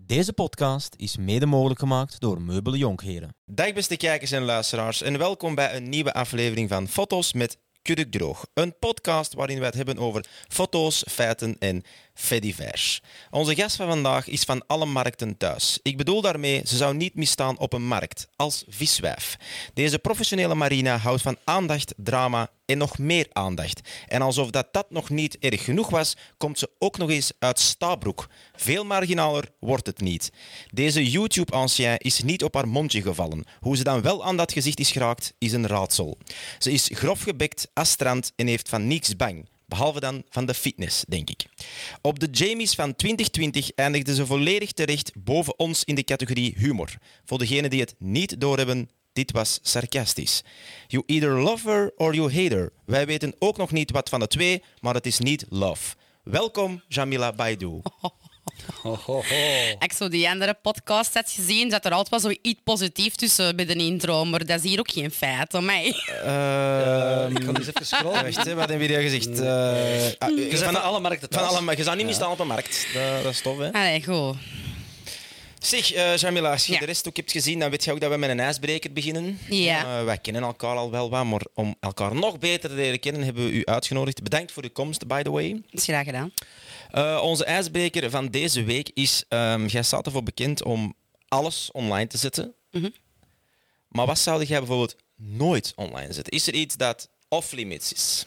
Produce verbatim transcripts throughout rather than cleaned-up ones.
Deze podcast is mede mogelijk gemaakt door Meubelen Jonkheren. Dag beste kijkers en luisteraars en welkom bij een nieuwe aflevering van Foto's met Kuduk Droog. Een podcast waarin we het hebben over foto's, feiten en faits divers. Onze gast van vandaag is van alle markten thuis. Ik bedoel daarmee, ze zou niet misstaan op een markt, als viswijf. Deze professionele Marina houdt van aandacht, drama en nog meer aandacht. En alsof dat, dat nog niet erg genoeg was, komt ze ook nog eens uit Stabroek. Veel marginaler wordt het niet. Deze YouTube-ancien is niet op haar mondje gevallen. Hoe ze dan wel aan dat gezicht is geraakt, is een raadsel. Ze is grof gebekt als strand en heeft van niks bang. Behalve dan van de fitness, denk ik. Op de Jamies van twintig twintig eindigde ze volledig terecht boven ons in de categorie humor. Voor degenen die het niet doorhebben, dit was sarcastisch. You either love her or you hate her. Wij weten ook nog niet wat van de twee, maar het is niet love. Welkom, Jamila Baidu. Ho, ho, ho. Ik zo die andere podcast had gezien, zat er altijd wel zoiets positief tussen bij de intro, maar dat is hier ook geen feit aan mij. Uh, ik kan eens even scrollen. Wacht, hè, wat hebben we hier gezegd? Uh, uh, van, van alle markten thuis. Van alle, je zou niet meer staan op een markt. Dat, dat is tof, hè? Allee, goed. Zeg, uh, Jamila, als je Ja. de rest ook hebt gezien, dan weet je ook dat we met een ijsbreker beginnen. Ja. Uh, wij kennen elkaar al wel wat, maar om elkaar nog beter te leren kennen, hebben we u uitgenodigd. Bedankt voor uw komst, by the way. Dat is graag gedaan. Uh, onze ijsbreker van deze week is... Um, jij staat ervoor bekend om alles online te zetten. Mm-hmm. Maar wat zou jij bijvoorbeeld nooit online zetten? Is er iets dat off-limits is?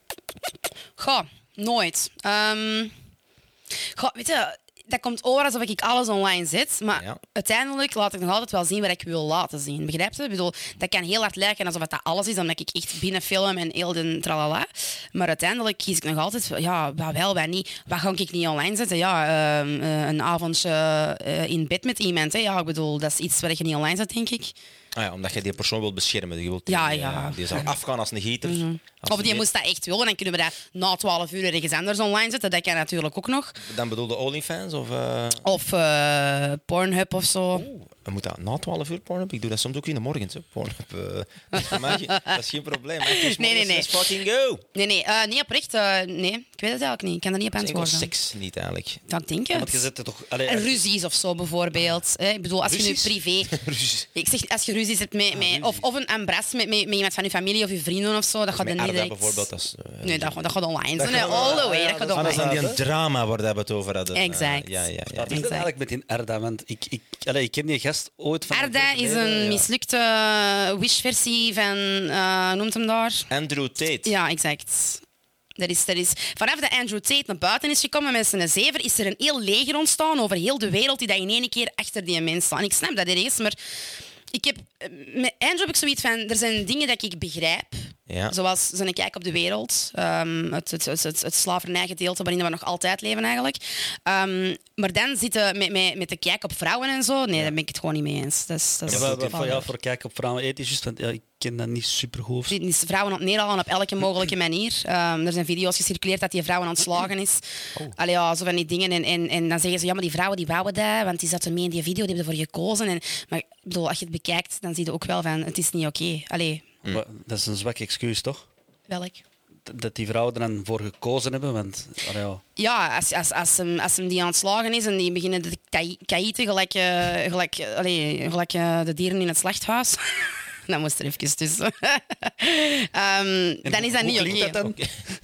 Goh, nooit. Um, goh, weet je, dat komt over alsof ik alles online zet, maar Ja. uiteindelijk laat ik nog altijd wel zien wat ik wil laten zien. Begrijp je? Ik bedoel, dat kan heel hard lijken alsof het dat alles is, omdat ik echt binnenfilm en heel de tralala. Maar uiteindelijk kies ik nog altijd, ja, wat wel, wat niet. Wat ga ik niet online zetten? Ja, uh, uh, een avondje uh, in bed met iemand. Hè? Ja, ik bedoel, dat is iets wat je niet online zet, denk ik. Ah ja, omdat je die persoon wilt beschermen. Je wilt die, Ja, uh, ja. die zou afgaan als een gieter. Mm-hmm. Als Of je die weet- moest dat echt willen, dan kunnen we dat na twaalf uur ergens anders online zetten. Dat kan natuurlijk ook nog. Dan bedoelde OnlyFans of... Uh... Of uh, Pornhub of zo. Oh, moet dat na twaalf uur Pornhub? Ik doe dat soms ook in de morgens. Hè. Pornhub, uh, dat, is voor mij, geen- dat is geen probleem. Hè. Dus Nee, nee, nee. Let's fucking go! Nee, nee, uh, niet oprecht. Uh, nee, ik weet het eigenlijk niet. Ik kan er niet op Het is enkel antwoorden. seks niet, eigenlijk. Dat denk ik. Want je zet het toch... Allee, En ruzies of zo, bijvoorbeeld. Hè. Ik bedoel, als je nu Ruzies? privé... Ruzies. Ik zeg, als je ruzies hebt met... met of, of een ambras met, met, met iemand van je familie of je vrienden of zo, dat gaat Met dan niet Arda direct... bijvoorbeeld. Dat is, uh, Nee, dat, dat gaat online zijn. hè. gaat- All the way, ja, dat gaat dat Ah, dat is dan online. die een drama waar we het over hadden. Exact. Uh, ja, ja, ja. Wat is dat Exact. eigenlijk met die Arda? Want ik, ik, allee, ik ken die gast ooit van... Arda is een mislukte Wish-versie van... Uh, hoe noemt hem daar? Andrew Tate. Ja, exact. Dat is, dat is. Vanaf dat Andrew Tate naar buiten is gekomen met zijn zever, is er een heel leger ontstaan over heel de wereld die dat in één keer achter die mens staan. Ik snap dat ergens, maar ik heb, met Andrew heb ik zoiets van, er zijn dingen dat ik begrijp. Ja. Zoals zijn kijk op de wereld, um, het, het, het, het, het slavernijgedeelte waarin we nog altijd leven eigenlijk. Um, maar dan zitten met, met, met de kijk op vrouwen en zo, nee, daar ben ik het gewoon niet mee eens. Dat is, dat is Ja, wel, wel, totaal voor, ja, niet. voor kijken op vrouwen ethisch, just, want ja, ik ken dat niet super goed. Die is vrouwen aan het neerhalen op elke mogelijke manier. Um, er zijn video's gecirculeerd dat die vrouwen aan het slagen is. Oh. Allee, ja, zo van die dingen. En, en, en dan zeggen ze, ja, maar die vrouwen die wouden dat, want die zaten mee in die video, die hebben ervoor gekozen. En, maar ik bedoel, als je het bekijkt, dan zie je ook wel van, het is niet oké. Okay. Allee, Maar dat is een zwak excuus, toch? welk? D- Dat die vrouwen er dan voor gekozen hebben, want... Allee, ja. Ja, als, als, als, hem, als hem die aan het slagen is en die beginnen te kai- kaïten, gelijk, uh, gelijk, uh, allee, gelijk uh, de dieren in het slachthuis. Dan moest er even tussen. um, dan is dat niet Hoe oké. klinkt dat dan? Oké.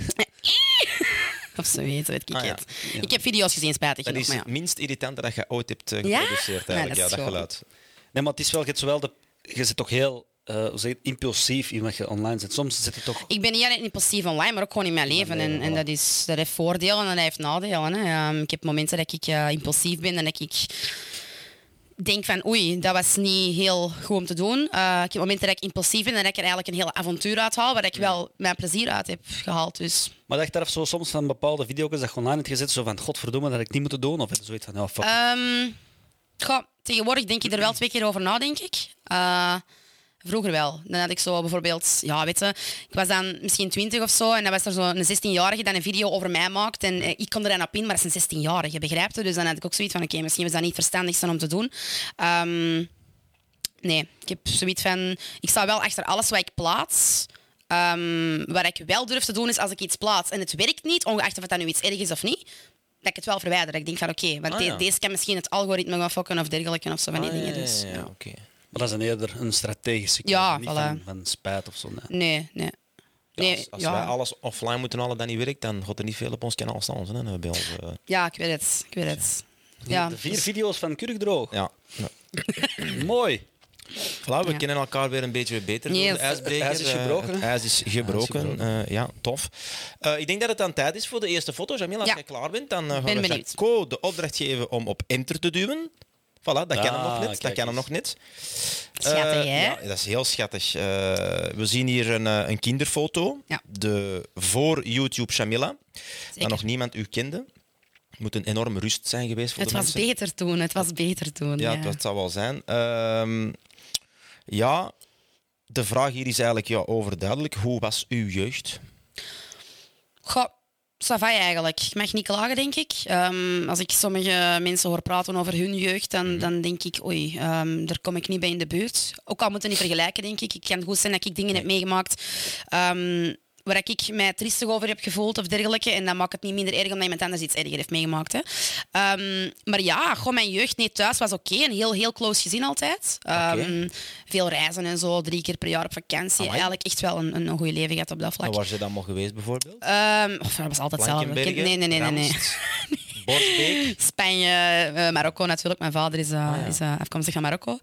Of zo weet, weet ik Ah, ja. het. Ik heb video's gezien, spijtig Dat genoeg, is maar het minst irritante dat je ooit hebt uh, Ja? geproduceerd. Ja, Eigenlijk. dat Ja, is dat wel- geluid. Nee, maar het is wel, je, hebt zowel de, je zit toch heel uh, hoe zeg je, impulsief in wat je online zet. Soms zit het toch... ik ben niet alleen impulsief online, maar ook gewoon in mijn leven. leven, En, en voilà. dat, is, dat heeft voordelen en dat heeft nadelen. Hè. Um, ik heb momenten dat ik uh, impulsief ben en dat ik denk van oei, dat was niet heel goed om te doen. Uh, ik heb momenten dat ik impulsief ben en dat ik er eigenlijk een hele avontuur uit haal, waar ik wel mijn plezier uit heb gehaald. Dus. Maar dacht daar zo soms van bepaalde video's dat je online hebt gezet, zo van godverdomme, dat had ik niet moeten doen? Of heb je zoiets van, ja, fuck. Um, goh, tegenwoordig denk ik er wel twee keer over na, denk ik. Uh, Vroeger wel. Dan had ik zo bijvoorbeeld, ja, weet je, ik was dan misschien twintig of zo en dan was er zo'n zestienjarige die een video over mij maakt en eh, ik kon er dan op in, maar dat is een zestienjarige, begrijp je? Dus dan had ik ook zoiets van, oké, okay, misschien was dat niet verstandig om te doen. Um, nee, ik heb zoiets van, ik sta wel achter alles wat ik plaats. Um, wat ik wel durf te doen is als ik iets plaats en het werkt niet, ongeacht of het dan nu iets erg is of niet, ik het wel verwijder. Dat ik denk van oké, want Ah, de- ja. deze kan misschien het algoritme gaan fokken of dergelijke of zo van die Ah, dingen. ja, Dus, ja, ja, ja. oké. Maar dat is een eerder een strategische keuze, Ja, niet voilà. van, van spijt of zo. Nee. Nee, nee. Ja, nee als als ja. wij alles offline moeten halen dat niet werkt, dan gaat er niet veel op ons kanaal staan. Hè, bij ons, uh... ja, ik weet het. Ik weet het. Ja, De vier dus- video's van Kurkdroog. ja. ja. Mooi. Voilà, we Ja. kennen elkaar weer een beetje beter. door Yes. de ijsbreker. Het ijs is Eh, gebroken, het hè? ijs is gebroken. Het ijs is gebroken. Eh, ja, tof. Uh, ik denk dat het aan tijd is voor de eerste foto. Jamil, als Ja. jij klaar bent, dan uh, gaan Ben we benieuwd. Co de opdracht geven om op enter te duwen. Voilà, dat Ah, kennen we nog net. Dat kijk kennen we eens. nog net. Schattig, Eh, hè? Ja, dat is heel schattig. Uh, we zien hier een, uh, een kinderfoto. Ja. De voor YouTube Jamila. Dat Zeker. nog niemand u kende. Het moet een enorme rust zijn geweest voor Het de was mensen. beter toen, het was beter toen. Ja, Ja, dat zou wel zijn. Ehm, ja, de vraag hier is eigenlijk ja, overduidelijk. Hoe was uw jeugd? Goh, ça va eigenlijk. Ik mag niet klagen, denk ik. Ehm, als ik sommige mensen hoor praten over hun jeugd, dan, Mhm. dan denk ik, oei, ehm, daar kom ik niet bij in de buurt. Ook al moeten we niet vergelijken, denk ik. Ik kan goed zijn dat ik dingen heb meegemaakt ehm, waar ik mij triestig over heb gevoeld of dergelijke. En dan maakt het niet minder erg omdat iemand anders iets erger heeft meegemaakt. Hè. Ehm, maar ja, gewoon mijn jeugd nee, thuis was oké. Een heel, heel close gezin altijd. Ehm, Oké. Veel reizen en zo, drie keer per jaar op vakantie. Amai. Eigenlijk echt wel een, een, een goed leven gehad op dat vlak. En waar is je dan nog geweest, bijvoorbeeld? Ehm, of, dat was altijd hetzelfde. Blankenbergen? Nee, nee, nee, nee. nee. Ramst, Borsbeek? Spanje, eh, Marokko natuurlijk. Mijn vader is, uh, Ah, ja. is uh, afkomstig van Marokko.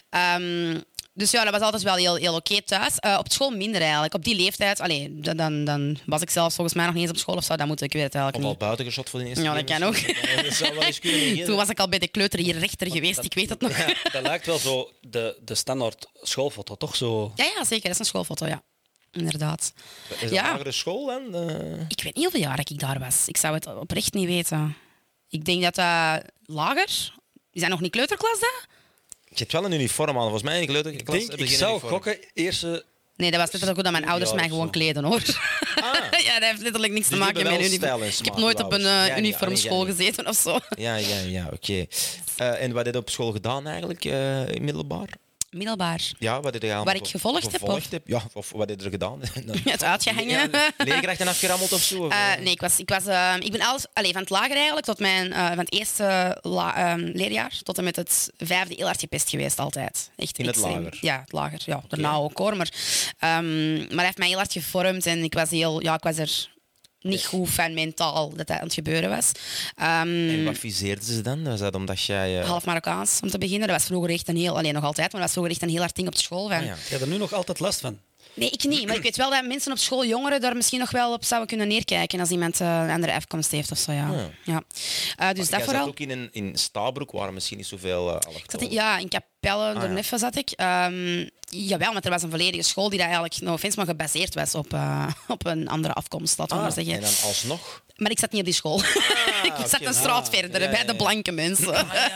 Ehm, dus ja, dat was altijd wel heel, heel oké thuis. Uh, op school minder eigenlijk. Op die leeftijd, allee, dan, dan, dan was ik zelfs volgens mij nog niet eens op school of zo. Dat moet ik, ik weet het Of eigenlijk al niet. buiten geschot voor de eerste Ja, keer dat kan misschien? Dat zou wel eens kunnen. hè? Toen was ik al bij de kleuter hier rechter geweest, ik weet het nog. Ja, Dat lijkt wel zo de, de standaard schoolfoto, toch zo? ja, zeker. Dat is een schoolfoto, ja. Inderdaad. Is dat Ja. lagere school dan? Eh, Ik weet niet hoeveel jaar ik daar was. Ik zou het oprecht niet weten. Ik denk dat dat lager... Is dat nog niet kleuterklas, dat? Je hebt wel een uniform aan. Volgens mij in de Ik, kleuterklas denk, hebben ik geen zou uniform. gokken, eerste... Nee, dat was letterlijk ook dat mijn ouders Ja, mij of gewoon zo. kleden, hoor. Ah. Ja, dat heeft letterlijk niks Dus te die maken hebben met wel uniform. stijl en Ik smaak, heb nooit die op een ouders. uh, Jij niet, uniformschool alleen jij gezeten of zo. Ja, ja, ja, oké. Eh, en wat heb je op school gedaan eigenlijk, eh, in middelbaar? Middelbaar. Ja, wat heb je gedaan? Waar ik gevolgd heb, of? Ja, of wat heb je er gedaan? Het uitgehangen. Ja, leerkrachten afgerammeld of zo? Of, Eh, eh? nee, ik, was, ik, was, eh, ik ben alles, allez, van het lager eigenlijk tot mijn eh, van het eerste la- eh, leerjaar tot en met het vijfde heel hard gepest geweest altijd. Echt In het extreem. lager? Ja, het lager. Ja, daarna ook hoor. Maar, ehm, maar hij heeft mij heel hard gevormd en ik was, heel, ja, ik was er niet goed van mentaal dat dat aan het gebeuren was. Ehm, En wat viseerden ze dan? Was dat omdat jij... eh, half Marokkaans om te beginnen. Dat was vroeger echt een heel, alleen nog altijd, maar dat was vroeger echt een heel hard ding op de school. Van. ah, ja. Je hebt er nu nog altijd last van. Nee, ik niet. Maar ik weet wel dat mensen op school, jongeren, daar misschien nog wel op zouden kunnen neerkijken als iemand eh, een andere afkomst heeft of zo. Ja. Ja. Ja. Eh, dus jij dat zat vooral. ook in, een, in Stabroek, waar misschien niet zoveel uh, Ik zat in, allochtonen. ja, in Capelle, Ah, door ja. Neffe zat ik. Ehm, jawel, want er was een volledige school die dat eigenlijk, no offense, maar gebaseerd was op, eh, op een andere afkomst, laten we Ah, maar zeggen. en dan alsnog... Maar ik zat niet op die school. ik zat oké. een straat Ah, verder, ja, bij ja, de ja. blanke mensen.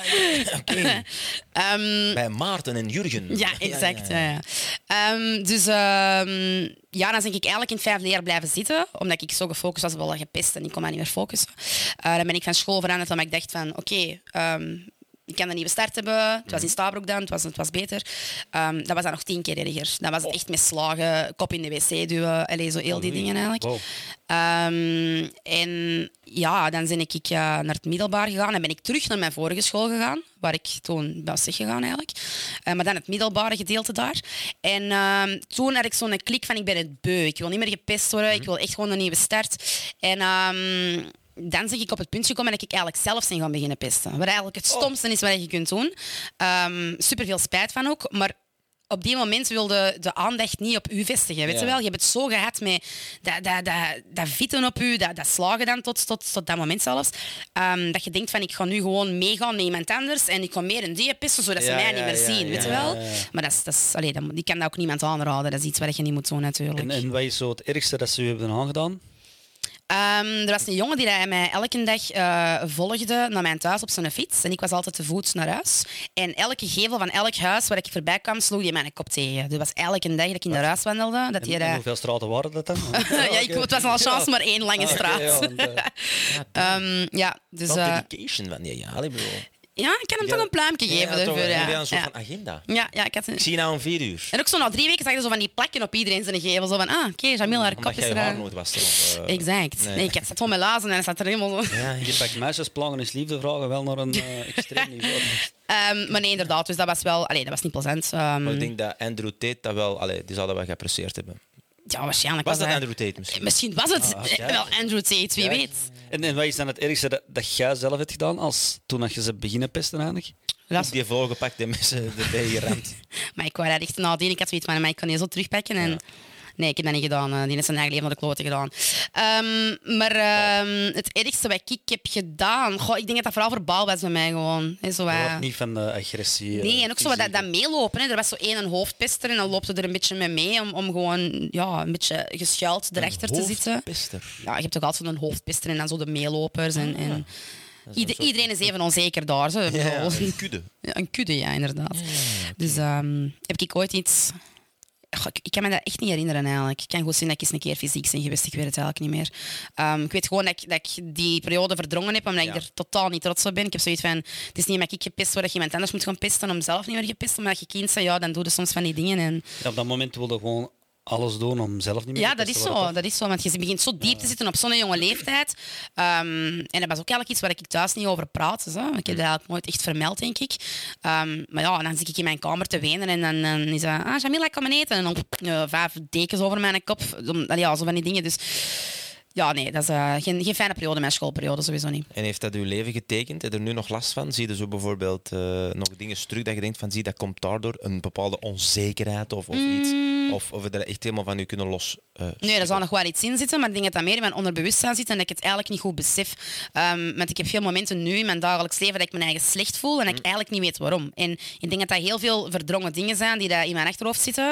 Oké. Ehm, Bij Maarten en Jurgen. Ja, exact. Ja, ja. Ehm, dus ehm, ja, dan ben ik eigenlijk in het vijfde jaar blijven zitten, omdat ik zo gefocust was, wel gepest en ik kon mij niet meer focussen. Eh, dan ben ik van school veranderd, omdat ik dacht van, oké, ehm, ik kan een nieuwe start hebben. Het was in Stabroek dan, het was, het was beter. Ehm, dat was dan nog tien keer erger. Dan was het echt met slagen, kop in de wc duwen, allee, zo heel die dingen eigenlijk. Wow. Ehm, en ja, dan ben ik uh, naar het middelbaar gegaan. Dan ben ik terug naar mijn vorige school gegaan, waar ik toen was weggegaan eigenlijk. Uh, maar dan het middelbare gedeelte daar. En ehm, toen had ik zo'n klik van ik ben het beu. Ik wil niet meer gepest worden, ik wil echt gewoon een nieuwe start. En... ehm, dan zeg ik op het punt gekomen dat ik eigenlijk zelf ben gaan beginnen pesten. Wat eigenlijk het stomste is wat je kunt doen. Um, super veel spijt van ook. Maar op die moment wilde de aandacht niet op u vestigen. Weet Ja. je wel? Je hebt het zo gehad met dat, dat, dat, dat vitten op u, dat, dat slagen dan tot, tot, tot dat moment zelfs. Um, dat je denkt van ik ga nu gewoon meegaan met iemand anders en ik ga meer in die pesten zodat ze Ja, mij ja, niet meer ja, zien. ja, weet je ja, wel? ja, ja. Maar dat is, dat is, allee, dat, ik kan dat ook niemand aanraden. Dat is iets wat je niet moet doen natuurlijk. En, en wat is zo het ergste dat ze u hebben aangedaan? Um, er was een jongen die mij elke dag uh, volgde naar mijn thuis op zijn fiets. En ik was altijd te voet naar huis. En elke gevel van elk huis waar ik voorbij kwam, sloeg hij mijn kop tegen. Dus was elke dag dat ik in de huis wandelde. Dat En, hij, en uh, hoeveel straten waren dat dan? ja, ik, het was al chance maar één lange Ah, oké, straat. ja, want, eh, um, ja, dus... Wat uh, dedication van die ja, ik bedoel. Ja, ik kan hem Ja. toch een pluimpje geven. Ja, toch, daarvoor, heb je ja. een soort Ja. van agenda. Ja, ja, ik had een... Ik zie je nou om vier uur. En ook zo na drie weken zag je zo van die plakken op iedereen zijn gevel. Zo van, ah, oké, okay, Jamil, haar Omdat kop jij is je er... haar nooit was. Of, uh, Exact. nee. Nee, ik zat gewoon met lazen en hij zat er helemaal zo... Ja, Je pakt meisjesplagen is liefde vragen wel naar een uh, extreem niveau. Um, maar nee, inderdaad. Dus dat was wel... Allee, dat was niet plezant. Um, maar ik denk dat Andrew Tate dat wel... Allee, die zou dat wel geapprecieerd hebben. ja, waarschijnlijk Was dat hij- Andrew Tate misschien? Misschien was het Ah, eh, ja. wel Andrew Tate, wie Ja. weet. En, en wat is dan het ergste dat, dat jij zelf hebt gedaan als, toen dat je ze beginnen pesten eigenlijk? Dat Op is- die vlog gepakt en mensen erbij geramd. Maar ik wou dat echt nadien. Ik had zoiets van, maar ik kan die zo terugpakken. En... Nee, ik heb dat niet gedaan. eh, Die heeft zijn eigen leven naar de kloten gedaan. Um, maar um, het ergste wat ik heb gedaan... Goh, ik denk dat dat vooral verbaal was bij mij gewoon. He, zo, Je uh... wordt niet van de agressie. Nee, en ook zo wat dat, fysieke. dat meelopen. Hè. Er was zo één een hoofdpester en dan loopte er een beetje mee mee om, om gewoon ja, een beetje geschuild erachter te zitten. Hoofdpester. Ja, je hebt toch altijd zo'n hoofdpester en dan zo de meelopers. En, en... is Ieder- een soort- Iedereen is even onzeker daar. Zo. Ja, Zo. een kudde. Ja, een kudde, ja, inderdaad. Dus um, heb ik ooit iets... Goh, ik, ik kan me dat echt niet herinneren eigenlijk. Ik kan goed zien dat ik eens een keer fysiek ben geweest. Ik weet het eigenlijk niet meer. Um, ik weet gewoon dat ik, dat ik die periode verdrongen heb, omdat Ja. ik er totaal niet trots op ben. Ik heb zoiets van, het is niet omdat ik gepest word dat je iemand anders moet gaan pesten om zelf niet meer gepest. Maar dat je kind bent, ja, dan doe je soms van die dingen. En... Ja, op dat moment wilde je gewoon alles doen om zelf niet meer Ja, te dat is pesten zo. worden. Dat is zo. Want je begint zo diep te zitten op zo'n jonge leeftijd. Um, en dat was ook eigenlijk iets waar ik thuis niet over praat. Zo. Ik heb dat eigenlijk nooit echt vermeld, denk ik. Um, maar ja, dan zit ik in mijn kamer te wenen en dan, dan is dat... Ah, Jamila, kom maar eten. En dan uh, vijf dekens over mijn kop. Om, ja, zo van die dingen. Dus ja, nee, dat is uh, geen, geen fijne periode, mijn schoolperiode, sowieso niet. En heeft dat uw leven getekend? Heb je er nu nog last van? Zie je zo bijvoorbeeld uh, nog dingen terug dat je denkt van, zie, dat komt daardoor een bepaalde onzekerheid of, of iets? Of, of we er echt helemaal van u kunnen los... Uh, Nee, er zal nog wel iets in zitten, maar ik denk dat dat meer in mijn onderbewustzijn zit en dat ik het eigenlijk niet goed besef. Um, want ik heb veel momenten nu in mijn dagelijks leven dat ik me eigen slecht voel en dat ik eigenlijk niet weet waarom. En ik denk dat dat heel veel verdrongen dingen zijn die daar in mijn achterhoofd zitten,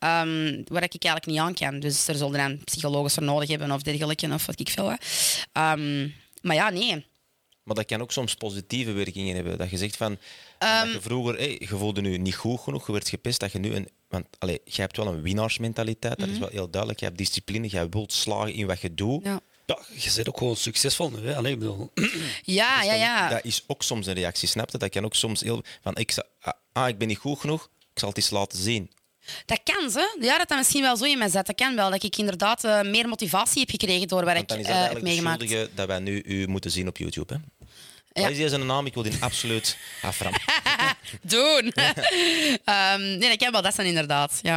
um, waar ik eigenlijk niet aan kan. Dus er zullen dan psychologen voor nodig hebben of dergelijke of wat ik veel. Hè. Um, maar ja, nee. Maar dat kan ook soms positieve werkingen hebben. Dat je zegt van, Um, dat je vroeger, hey, je voelde nu niet goed genoeg, je werd gepest, dat je nu een... Want allee, jij hebt wel een winnaarsmentaliteit, dat is wel heel duidelijk. Je hebt discipline, jij wilt slagen in wat je doet. Ja, Ja, je bent ook gewoon succesvol nu. Hè? Allee, ik bedoel, ja, ja. ja. Dat is ook soms een reactie, snap je? Dat kan ook soms heel... Van, ik, za- ah, ah, ik ben niet goed genoeg, ik zal het eens laten zien. Dat kan, ze. Ja, dat dat misschien wel zo in mij zit. Dat kan wel. Dat ik inderdaad uh, meer motivatie heb gekregen door wat Want ik dan is uh, dat heb eigenlijk de meegemaakt. schuldige dat wij nu u moeten zien op YouTube. Hè? Ja. Wat is deze naam? Ik wil die absoluut aframmen. Doen. um, nee, dat kan wel. Dat zijn inderdaad. Ja.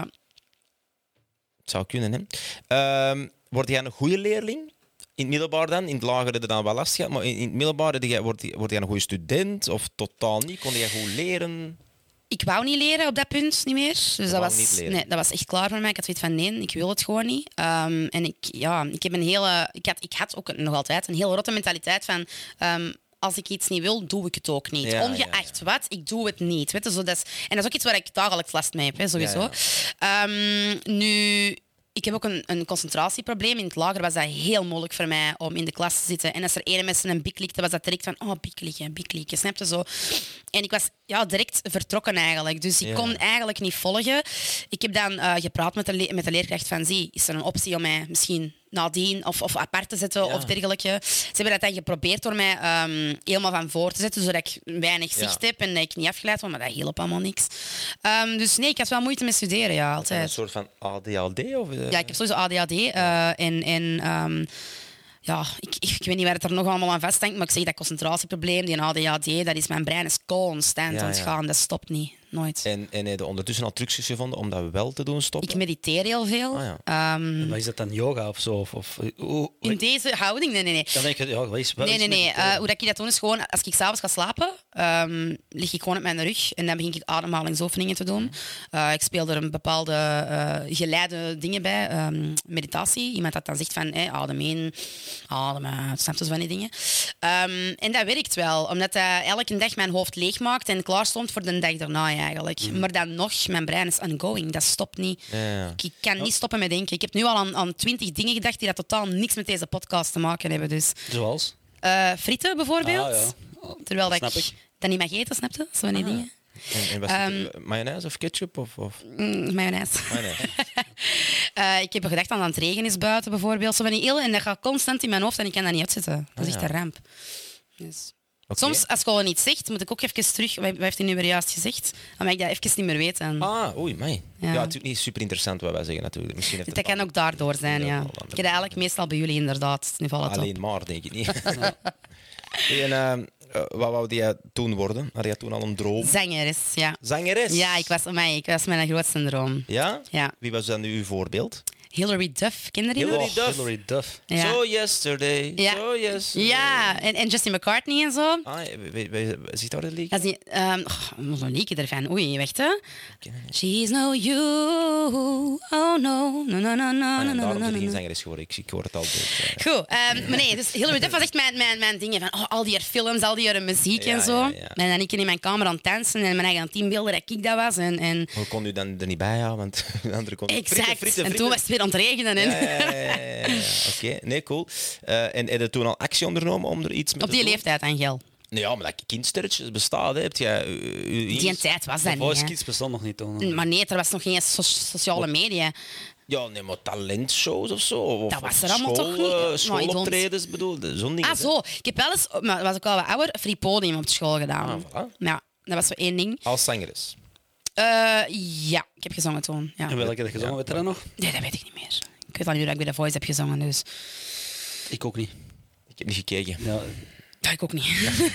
Het zou kunnen, hè. Ehm, word jij een goede leerling? In het middelbaar dan? In het lager heb je dan wel last gehad, maar in in het middelbaar heb jij- word, je- word jij een goede student? Of totaal niet? Kon jij goed leren? Ik wou niet leren op dat punt niet meer. Dus dat wou was, niet leren. nee, dat was echt klaar voor mij. Ik had zoiets van nee, ik wil het gewoon niet. Um, en ik, ja, ik, heb een hele, ik, had, ik had ook nog altijd een heel rotte mentaliteit van... Um, als ik iets niet wil, doe ik het ook niet. Ja, Ongeacht wat, ik doe het niet. Weet je, zo, dat is, en dat is ook iets waar ik dagelijks last mee heb, hè, sowieso. Ja, Um, nu... Ik heb ook een, een concentratieprobleem. In het lager was dat heel moeilijk voor mij om in de klas te zitten. En als er één mensen een bik likte, was dat direct van... Oh, bik likken, bik likken. Snap je zo? En ik was ja, direct vertrokken eigenlijk. Dus ik Ja. kon eigenlijk niet volgen. Ik heb dan uh, gepraat met de, le- met de leerkracht van... Zie, is er een optie om mij misschien nadien of, of apart te zetten Ja. of dergelijke? Ze hebben dat dan geprobeerd door mij um, helemaal van voor te zetten, zodat ik weinig Ja. zicht heb en dat ik niet afgeleid word. Maar dat hielp allemaal niks. Um, dus nee, ik had wel moeite met studeren, ja, Een altijd. soort van A D H D? Of, eh? Ja, ik heb sowieso A D H D. Uh, en en um, ja, ik, ik, ik weet niet waar het er nog allemaal aan vasthangt, maar ik zeg dat concentratieprobleem, die A D H D, dat is mijn brein is constant Ja, aan het ja. gaan. Dat stopt niet. Nooit. En, en heb je ondertussen al trucjes gevonden om dat wel te doen stoppen? Ik mediteer heel veel. Ah, Um, wat is dat dan, yoga of zo? Of, of, hoe- in deze houding? Nee, nee, nee. dan denk je, ja, wat is, wat Nee, is nee, nee. mediteren? Uh, hoe dat ik dat doe is gewoon, als ik s'avonds ga slapen, um, lig ik gewoon op mijn rug en dan begin ik ademhalingsoefeningen te doen. Uh, ik speel er een bepaalde uh, geleide dingen bij, um, meditatie. Iemand dat dan zegt van, hey, adem in, adem uit, snap je zo van die dingen. Um, en dat werkt wel, omdat dat elke dag mijn hoofd leegmaakt en klaar stond voor de dag daarna eigenlijk. Mm. Maar dan nog, mijn brein is ongoing, dat stopt niet. Ja, ja. Ik, ik kan niet stoppen met denken. Ik heb nu al aan, aan twintig dingen gedacht die dat totaal niks met deze podcast te maken hebben. Dus Zoals? uh, frieten bijvoorbeeld. Ah, ja. Terwijl dat Snap ik, ik. dat niet mag eten, snap je? Zo van die dingen. En, en wat zit er, mayonaise of ketchup? Of, of? Mm, mayonaise. Mayonaise. Uh, ik heb gedacht aan dat het regen is buiten bijvoorbeeld. Zo van die heel, en dat gaat constant in mijn hoofd en ik kan dat niet uitzetten. Dat is Ah, echt ja. een ramp. Dus. Oké. Soms, als school niet zegt, moet ik ook even terug... Wat heeft hij nu weer juist gezegd? Dan mag ik dat even niet meer weten. Ah, oei, mij. Ja. Ja. ja, het is niet super interessant wat wij zeggen natuurlijk. Misschien heeft Dat het kan ook daardoor zijn, Ja, ja. wel, Ik heb dat- dat eigenlijk meestal bij jullie inderdaad. Nu valt het op. alleen maar, denk ik niet. En uh, wat wou jij toen worden? Had jij toen al een droom? Zangeres, ja. Zangeres? Ja, ik was, amai, ik was mijn grootste droom. Ja? Ja. Wie was dan uw voorbeeld? Hilary Duff, ken je die nog? Hilary Oh, Duff. Hilary Duff. Ja. So yesterday, Ja. so yesterday. Ja, en, en Justin McCartney en zo. Ah, we- we- we- ziet daar het lied? Dat is niet... Um, oh, zo'n liedje ervan. Oei, wacht, hè. She's no you. Oh, no. No, no, no, no, Ah, no, ja, no, daarom no, is no, geen no. zangeres geworden. Ik, ik hoor het al. Dus, Goed, um, maar nee, dus Hilary Duff was echt mijn, mijn, mijn dingen van oh, al die films, al die muziek Ja, en zo. ja, ja. En dan ik in mijn kamer aan het dansen en mijn eigen teambeelden dat ik dat was. En, en Hoe kon u dan er niet bij houden? Want de andere kon... exact. Frieten, frieten, En toen was het weer aan het regenen. En Ja, ja, ja, ja, ja. Oké, nee, cool. Uh, en heb je toen al actie ondernomen om er iets mee op te die doen? leeftijd, Angel. Nee, ja, maar dat kindsterretjes bestaat, hè. Heb jij... Uh, uh, Die tijd was dat De niet. Voice hè. Kids bestond nog niet toen. Maar nee, er was nog geen so- sociale media. Ja, nee, maar talentshows of zo. Of Dat was er of allemaal toch school, niet? eh, Maar ik schooloptredens, bedoel, de- zo'n ding. Ah, zo. Ik heb wel eens, maar dat was ook wel wat ouder, free podium op school gedaan. Ah, voilà. Ja, dat was zo één ding. Als zangeres. Uh, ja, ik heb gezongen toen. Ja. En welke heb je gezongen, Ja. weet je dat nog? Nee, dat weet ik niet meer. Ik weet al niet hoe ik bij The Voice heb gezongen, dus... Ik ook niet. Ik heb niet gekeken. Ja, Dat ik ook niet.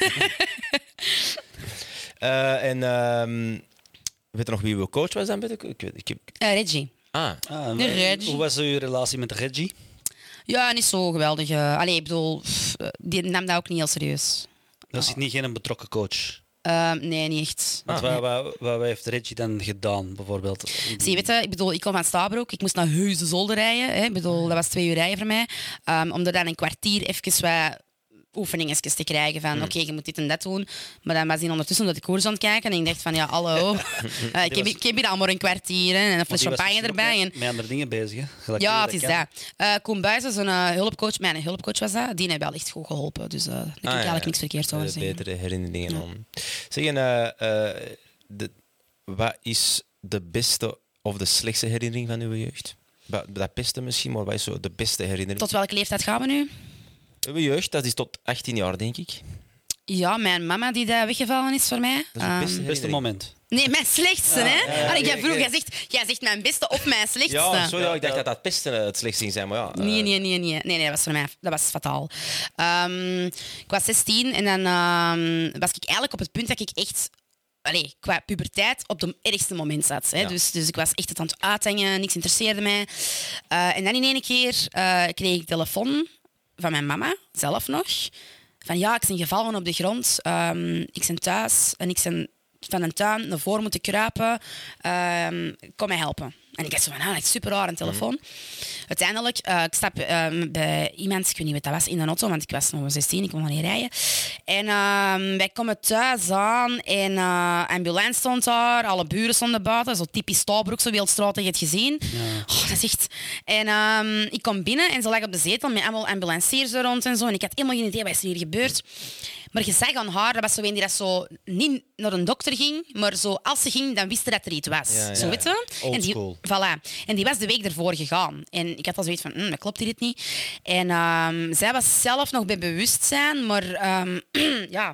Uh, en um, weet je nog wie uw coach was dan? Ik, ik, ik, ik, Uh, Reggie. ah, ah, en De wa- Reggie. hoe was uw relatie met de Reggie? Ja, niet zo geweldig. Uh, allee, ik bedoel, pff, uh, die nam dat ook niet heel serieus. Dat is niet geen betrokken coach. Uh, nee, niet echt. Want Ah, wat, wat, wat heeft Reggie dan gedaan, bijvoorbeeld? Zie, weet je, ik bedoel, ik kom van Stabroek. Ik moest naar Heusden Zolder rijden. Hè. Ik bedoel, dat was twee uur rijden voor mij. Um, om er dan een kwartier even wat oefeningetjes te krijgen van, oké, je moet dit en dat doen. Maar dan was hij ondertussen dat ik koers aan het kijken en ik dacht van, ja, hallo. Uh, ik, heb, ik heb hier al maar een kwartier hè, en een fles Want die was champagne misschien erbij. ook En, Met, met andere dingen bezig, hè? Gelijk ja, jij het is kan. dat. Uh, Koen Buijs is een uh, hulpcoach. Mijn hulpcoach was dat. Die heeft wel echt goed geholpen. Dus uh, daar kan ik ja, eigenlijk ja. niks verkeerd over Eh, zeggen. betere herinneringen aan. Zeg, en, uh, uh, de, wat is de beste of de slechtste herinnering van uw jeugd? Wat- Dat beste misschien, maar wat is zo de beste herinnering? Tot welke leeftijd gaan we nu? Uw jeugd, dat is tot achttien jaar, denk ik. Ja, mijn mama die daar weggevallen is voor mij. Dat is het Ehm, beste Beste herinnering. moment. nee, mijn slechtste, hè? ja, Allee, jij, ja, vroeg, ja. jij, zegt, jij zegt mijn beste of mijn slechtste. Ja, sorry, ja, ik dacht Ja. dat dat het beste eh, het slechtste ging zijn, maar ja. eh, Nee, nee, nee, nee. Nee, nee, dat was voor mij dat was fataal. Ehm, ik was zestien en dan ehm, was ik eigenlijk op het punt dat ik echt... Allee, qua puberteit op het ergste moment zat. Hè. Ja. Dus, dus ik was echt het aan het uithangen, niks interesseerde mij. Eh, en dan in één keer eh, kreeg ik telefoon van mijn mama, zelf nog. Van ja, ik ben gevallen op de grond. Ehm, ik ben thuis en ik ben van een tuin naar voren moeten kruipen. Ehm, kom mij helpen. En ik had zo van, ah, dat is super raar, een telefoon. Uiteindelijk, eh, ik stap ehm, bij iemand, ik weet niet wat dat was, in de auto, want ik was nog zestien, ik kon nog niet rijden. En ehm, wij komen thuis aan en uh, ambulance stond daar, alle buren stonden buiten, zo typisch Stabroek, zo Wildstraat, heb je het gezien? Oh, dat is echt... En ehm, ik kom binnen en ze lag op de zetel met allemaal ambulanciers er rond en zo. En ik had helemaal geen idee wat is er hier gebeurd. Maar je zag aan haar, dat was zo een die dat zo niet naar een dokter ging, maar zo als ze ging, dan wist ze dat er iets was. Ja, ja, Zo, weet je? Old En die, school. voilà. En die was de week ervoor gegaan. En ik had al zoiets van, hm, dat klopt hier niet. En ehm, zij was zelf nog bij bewustzijn, maar ehm, ja...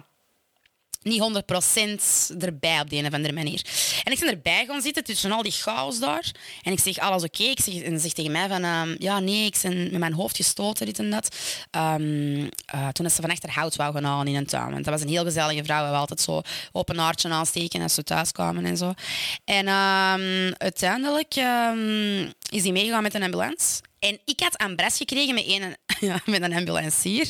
niet honderd procent erbij op de een of andere manier. En ik ben erbij gaan zitten tussen al die chaos daar. En ik zeg, alles oké? Ik zeg, en ze zegt tegen mij van, ehm, ja, nee, ik ben met mijn hoofd gestoten, dit en dat. Ehm, uh, toen is ze van achter hout wou gaan halen in een tuin. Want dat was een heel gezellige vrouw. We hadden altijd zo open haartje aansteken als ze thuis kwamen en zo. En ehm, uiteindelijk ehm, is hij meegegaan met een ambulance. En ik had een bres gekregen met een, ja, met een ambulancier.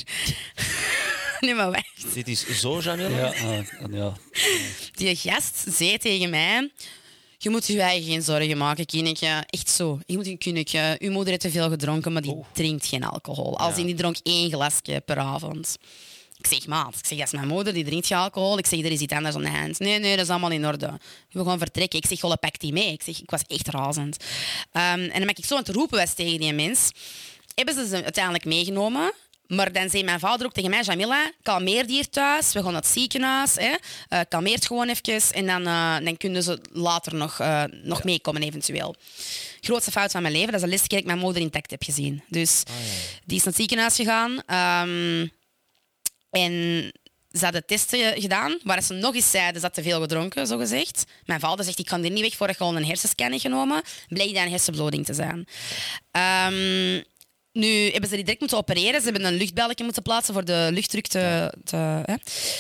Nee, maar wacht. Dit is zo, Jamila. Ja, ah, ja. Die gast zei tegen mij... Je moet je eigen geen zorgen maken, kindje. Echt zo. Je moet een kindje. Uw moeder heeft te veel gedronken, maar die drinkt geen alcohol. Als in die dronk één glasje per avond. Ik zeg, maat, ik zeg, dat is mijn moeder, die drinkt geen alcohol. Ik zeg, er is iets anders aan de hand. Nee, nee, dat is allemaal in orde. We gaan vertrekken. Ik zeg, golle, pak die mee. Ik zeg, ik was echt razend. Um, en dan ben ik zo aan het roepen was tegen die mens. Hebben ze ze uiteindelijk meegenomen. Maar dan zei mijn vader ook tegen mij, Jamila, kalmeer die hier thuis. We gaan naar het ziekenhuis. Hè. Uh, kalmeer het gewoon even. En dan, uh, dan kunnen ze later nog, uh, nog meekomen, eventueel. Grootste fout van mijn leven. Dat is de laatste keer dat ik mijn moeder intact heb gezien. Dus Ah, ja. die is naar het ziekenhuis gegaan. Um, en ze hadden testen gedaan waar ze nog eens zeiden ze had te veel gedronken, zogezegd. Mijn vader zegt, ik kan hier niet weg voordat je al een hersenscan hebt genomen. Bleek dat een hersenbloeding te zijn. Um, nu hebben ze die direct moeten opereren. Ze hebben een luchtbelletje moeten plaatsen voor de luchtdruk te... te hè.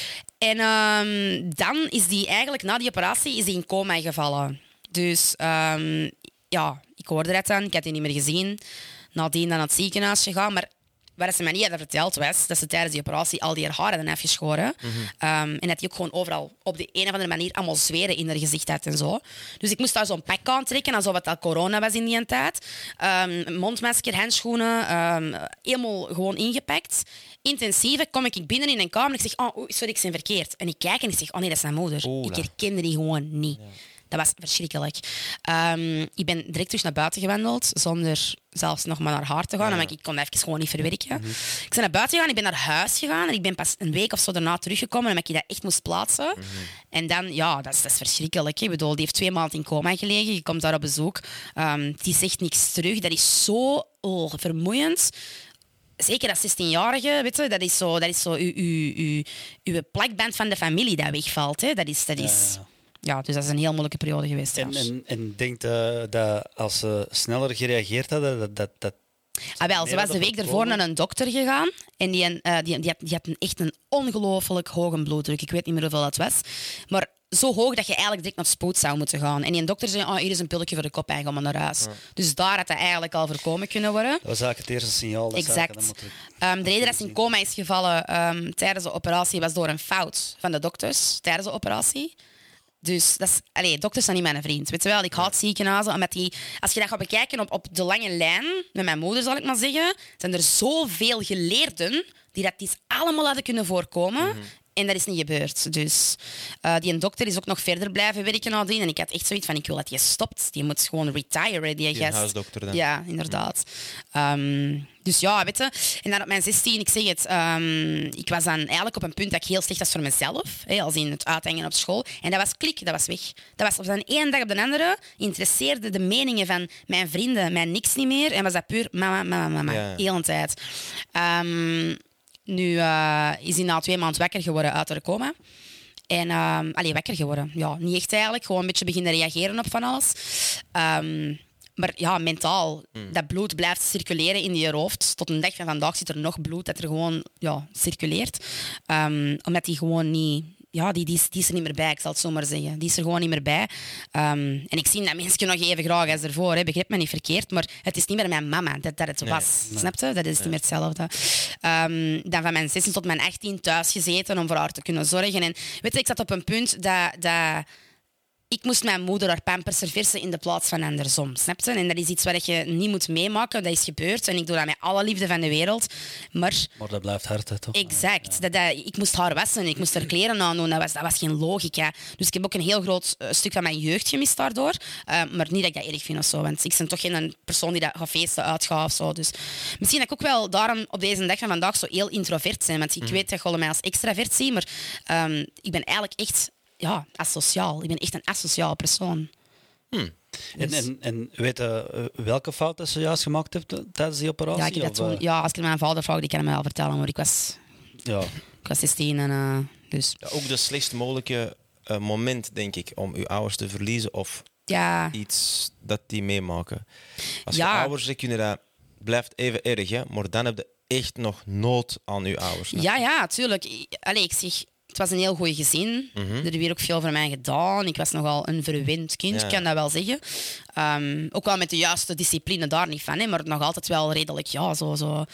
En um, dan is die eigenlijk, na die operatie, is die in coma gevallen. Dus um, ja, ik hoorde dat dan. Ik had die niet meer gezien. Nadien dan naar het ziekenhuis gegaan. Maar wat ze mij niet hadden verteld was dat ze tijdens die operatie al die haar haren hadden afgeschoren. Mm-hmm. um, en dat die ook gewoon overal op de een of andere manier allemaal zweren in haar gezicht had en zo. Dus ik moest daar zo'n pak aantrekken, alsof het al corona was in die tijd. Um, mondmasker, handschoenen, um, helemaal gewoon ingepakt. Intensief kom ik binnen in een kamer en ik zeg, oh, sorry, ik ben verkeerd. En ik kijk en ik zeg, oh nee, dat is mijn moeder. Ola. Ik herkende die gewoon niet. Ja. Dat was verschrikkelijk. Um, ik ben direct terug naar buiten gewandeld, zonder zelfs nog maar naar haar te gaan. Ja. Want ik kon dat even gewoon niet verwerken. Mm-hmm. Ik ben naar buiten gegaan, ik ben naar huis gegaan en ik ben pas een week of zo daarna teruggekomen omdat ik dat echt moest plaatsen. Mm-hmm. En dan, ja, dat is, dat is verschrikkelijk. Ik bedoel, die heeft twee maanden in coma gelegen. Je komt daar op bezoek. Um, die zegt niks terug. Dat is zo oh, vermoeiend. Zeker als zestienjarige, weet je, dat is zo, dat is zo uw, uw, uw, uw plakband van de familie dat wegvalt. Hè. Dat is... Dat is ja. Ja, dus dat is een heel moeilijke periode geweest. En, en, en denkt uh, dat als ze sneller gereageerd hadden, dat... dat, dat ah, wel, ze was de week ervoor naar een dokter gegaan en die, uh, die, die, had, die had een, echt een ongelooflijk hoge bloeddruk. Ik weet niet meer hoeveel dat was. Maar zo hoog dat je eigenlijk direct naar spoed zou moeten gaan. En die dokter zei, oh, hier is een pilletje voor de kop en ga maar naar huis. Ja. Dus daar had dat eigenlijk al voorkomen kunnen worden. Dat was eigenlijk het eerste signaal. Dat exact. Um, de reden dat ze in coma is gevallen um, tijdens de operatie was door een fout van de dokters tijdens de operatie. Dus dat is, allez, dokters zijn niet mijn vriend. Weet je wel, ik haat ziekenhuizen. Omdat die, als je dat gaat bekijken op, op de lange lijn, met mijn moeder zal ik maar zeggen, zijn er zoveel geleerden die dat iets allemaal hadden kunnen voorkomen. Mm-hmm. En dat is niet gebeurd. Dus uh, die dokter is ook nog verder blijven werken nadien. En ik had echt zoiets van, ik wil dat je stopt. Die moet gewoon retiren, die, die gast. Huisdokter dan. Ja, inderdaad. Um, dus ja, weet je. En dan op mijn zestien, ik zeg het, um, ik was dan eigenlijk op een punt dat ik heel slecht was voor mezelf. Hè, als in het uithangen op school. En dat was klik, dat was weg. Dat was van de ene dag op de andere, interesseerde de meningen van mijn vrienden mij niks niet meer. En was dat puur mama, mama, mama. Ja. Heel een tijd. Um, Nu uh, is hij na twee maanden wakker geworden uit de coma. En, uh, allee, wakker geworden. Ja, niet echt eigenlijk. Gewoon een beetje beginnen reageren op van alles. Um, maar ja, mentaal. Mm. Dat bloed blijft circuleren in je hoofd. Tot een dag van vandaag zit er nog bloed dat er gewoon ja, circuleert. Um, omdat hij gewoon niet... Ja, die, die, die is er niet meer bij, ik zal het zo maar zeggen. Die is er gewoon niet meer bij. Um, en ik zie dat mensen nog even graag als ervoor. Hè. Begrijp me niet verkeerd, maar het is niet meer mijn mama dat, dat het nee, was. Nee. Snap je? Dat is nee. niet meer hetzelfde. Um, dan van mijn zestien tot mijn achttien thuis gezeten om voor haar te kunnen zorgen. En weet je, ik zat op een punt dat... dat ik moest mijn moeder haar pampers verversen in de plaats van andersom. Snap je? En dat is iets wat je niet moet meemaken. Dat is gebeurd. En ik doe dat met alle liefde van de wereld. Maar, maar dat blijft hard, hè, toch? Exact. Ja. Dat, dat, ik moest haar wassen. Ik moest haar kleren aandoen. Dat was, dat was geen logica. Dus ik heb ook een heel groot uh, stuk van mijn jeugd gemist daardoor. Uh, maar niet dat ik dat erg vind of zo. Want ik ben toch geen persoon die dat gaat feesten, uitgaat of zo. Dus misschien dat ik ook wel daarom op deze dag van vandaag zo heel introvert ben. Want ik mm. weet dat jullie mij als extravert zien. Maar um, ik ben eigenlijk echt... Ja, asociaal. Ik ben echt een asociaal persoon. Hmm. En, en, en weet je uh, welke fouten ze juist gemaakt hebt tijdens die operatie? Ja, ik dat toen, ja als ik mijn vader vraag, die kan hem wel vertellen. Maar ik was, ja. ik was zestien en uh, dus... Ja, ook de slechtst mogelijke uh, moment, denk ik, om uw ouders te verliezen of ja. iets dat die meemaken. Als ja. je ouders zegt, kunnen dat blijft even erg, hè, maar dan heb je echt nog nood aan uw ouders. Ja, ja, ja, tuurlijk. Allee, ik zeg... Het was een heel goed gezin. Mm-hmm. Er werd weer ook veel voor mij gedaan. Ik was nogal een verwend kind, ja. kan dat wel zeggen. Um, ook wel met de juiste discipline daar niet van, hè, maar nog altijd wel redelijk, ja, zo... zo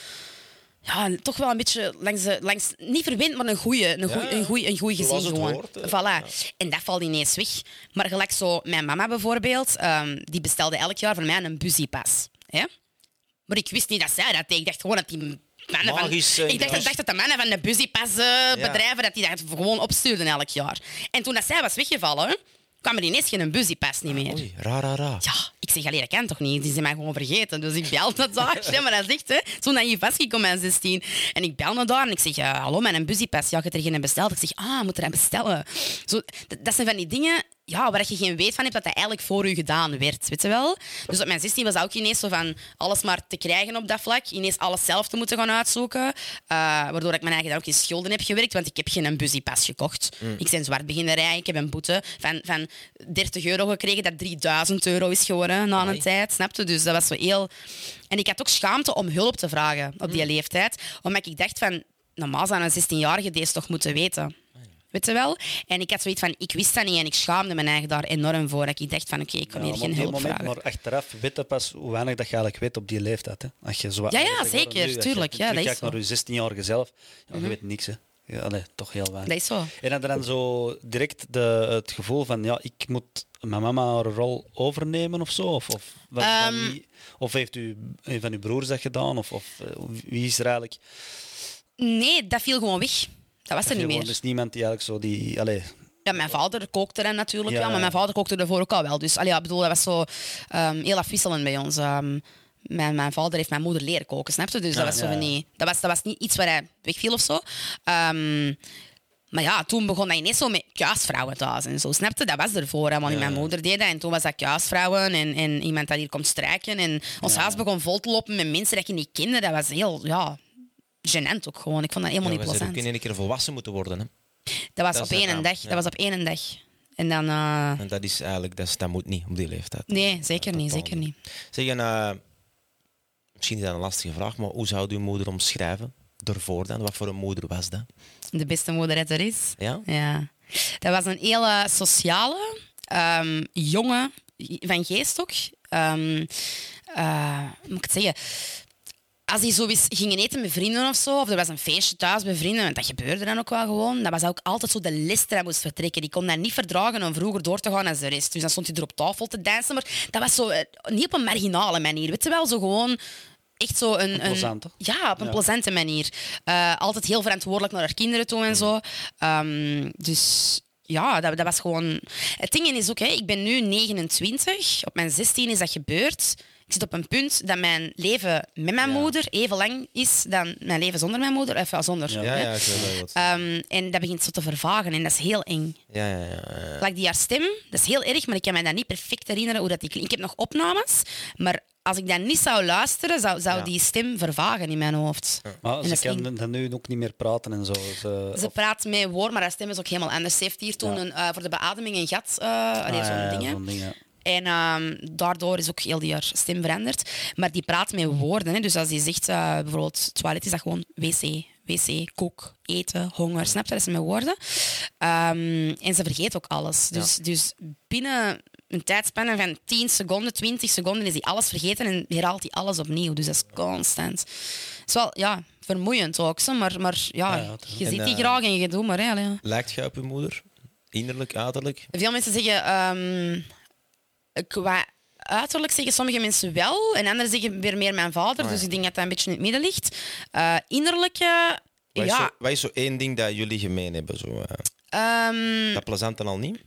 ja, toch wel een beetje langs, de, langs niet verwend, maar een goeie, een goeie, ja, een goeie, een goeie gezin gewoon. Woord, voilà. Ja. En dat valt ineens weg. Maar gelijk zo, mijn mama bijvoorbeeld, um, die bestelde elk jaar voor mij een busiepas. Hè? Maar ik wist niet dat zij dat deed. Ik dacht gewoon dat die... Magisch, van, ik dacht, ik dacht dat de mannen van de busiepas-bedrijven uh, ja. dat die dat gewoon opstuurden elk jaar. En toen dat zij was weggevallen, kwam er ineens geen busiepas niet meer. Oei, ra, ra, ra. Ja, ik zeg, allee, dat kan toch niet? Die zijn mij gewoon vergeten. Dus ik bel naar daar. Maar dat zegt, hè. Zo naïef was ik om mijn zestien. En ik bel naar daar en ik zeg, uh, hallo, mijn busiepas. Ja, je hebt er geen besteld. Ik zeg, ah, moet er een bestellen. Zo, dat, dat zijn van die dingen... ja, waar je geen weet van hebt dat dat eigenlijk voor je gedaan werd. Weet je wel? Dus op mijn zestien was dat ook ineens zo van alles maar te krijgen op dat vlak. Ineens alles zelf te moeten gaan uitzoeken. Uh, waardoor ik mijn eigen daar ook in schulden heb gewerkt, want ik heb geen busiepas gekocht. Mm. Ik ben zwart beginnen rijden. Ik heb een boete van, van dertig euro gekregen dat drieduizend euro is geworden na een Amai. tijd. Snapte? Dus dat was zo heel... En ik had ook schaamte om hulp te vragen op die mm. leeftijd. Omdat ik dacht van, normaal zou een zestienjarige deze toch moeten weten. Weet je wel? En ik had zoiets van, ik wist dat niet en ik schaamde me eigenlijk daar enorm voor. Dat ik dacht van, oké, okay, ik kan ja, hier geen op die hulp moment, vragen. Maar achteraf weet je pas hoe weinig dat je eigenlijk weet op die leeftijd. Hè. Als je zo Ja, ja, zeker. Nu, Tuurlijk. Ja, dat is kijk zo. naar je zestienjarige zelf. Ja, je Mm-hmm. weet niks. Hè. Ja, allee, toch heel weinig. Dat is zo. En had je dan zo direct de, het gevoel van, ja, ik moet mijn mama haar rol overnemen of zo? Of, of, was dat Um, niet, of heeft u een van uw broers dat gedaan? Of, of wie is er eigenlijk? Nee, dat viel gewoon weg. Dat was er niet meer. Er is niemand die eigenlijk zo die... Allee, Ja, mijn vader kookte dan natuurlijk Ja. wel, maar mijn vader kookte ervoor ook al wel. Dus allee, ja, bedoel, dat was zo um, heel afwisselend bij ons. Um, mijn, mijn vader heeft mijn moeder leren koken, snap je? Dus dat, Ja, was zo ja. van niet, dat, was, dat was niet iets waar hij wegviel of zo. Um, maar ja, toen begon dat ineens zo met kuisvrouwen thuis en zo, snap je? Dat was ervoor, hè, want Ja. mijn moeder deed dat. En toen was dat kuisvrouwen en, en iemand dat hier komt strijken. En ons huis begon vol te lopen met mensen dat je niet kende. Dat was heel, ja, gênant ook gewoon. Ik vond dat helemaal Ja, niet we zouden plezant. ook in één keer volwassen moeten worden. Hè? Dat was Dat op is het één aan, dag. ja. Dat was op één dag. En dan... uh, En dat is eigenlijk, dat, is, dat moet niet op die leeftijd. Nee, zeker niet, Totaal zeker niet. Zeg, en, uh, misschien is dat een lastige vraag, maar hoe zou uw moeder omschrijven? Daarvoor dan? Wat voor een moeder was dat? De beste moeder dat er is. Ja? Ja. Dat was een hele sociale, um, jonge, van geest ook. Um, uh, hoe moet ik het zeggen? Als die zo eens gingen eten met vrienden of zo, of er was een feestje thuis bij vrienden, want dat gebeurde dan ook wel gewoon, dat was ook altijd zo de list dat hij moest vertrekken. Die kon dat niet verdragen om vroeger door te gaan als de rest. Dus dan stond hij er op tafel te dansen, maar dat was zo uh, niet op een marginale manier. Weet je wel, zo gewoon... Echt zo een, Een plezante. Een, ja, op een Ja. plezante manier. Uh, altijd heel verantwoordelijk naar haar kinderen toe en zo. Um, dus ja, dat, dat was gewoon... Het ding is ook, hè, ik ben nu negenentwintig. Op mijn zestien is dat gebeurd. Ik zit op een punt dat mijn leven met mijn Ja. moeder even lang is dan mijn leven zonder mijn moeder. Even zonder. Ja, hè. ja, ik weet wel wat. Um, en dat begint zo te vervagen en dat is heel eng. Ja, ja, ja. ja. Like die haar stem, dat is heel erg, maar ik kan me dat niet perfect herinneren hoe dat die klinkt. Ik heb nog opnames, maar als ik dat niet zou luisteren, zou, zou Ja. die stem vervagen in mijn hoofd. maar En ze dat is kan dan nu ook niet meer praten en zo. Ze, Ze of- praat met woord, maar haar stem is ook helemaal anders. Ze heeft hier toen Ja. een, uh, voor de beademing een gat, uh, allee, Ah, zo'n ja, ja, ding. hè. zo'n ding, ja. En um, daardoor is ook heel die haar stem veranderd. Maar die praat met woorden. Hè. Dus als die zegt, uh, bijvoorbeeld, toilet is dat gewoon wc, wc, kook, eten, honger. Snap je? Dat is met woorden. Um, en ze vergeet ook alles. Dus, dus binnen een tijdspanne van tien seconden, twintig seconden is hij alles vergeten en herhaalt hij alles opnieuw. Dus dat is constant. Het is wel, ja, vermoeiend ook, zo, maar, maar ja, Ja, ja, het is- je En, ziet die uh, graag en je doet maar. Hè, allee. Lijkt je op uw moeder? Innerlijk, uiterlijk? Veel mensen zeggen... Um, qua uiterlijk zeggen sommige mensen wel, en anderen zeggen weer meer mijn vader. Ah, ja. Dus ik denk dat dat een beetje in het midden ligt. Uh, innerlijke... Wat is, ja, zo, wat is zo één ding dat jullie gemeen hebben? Zo, uh, um, dat plezante al niet?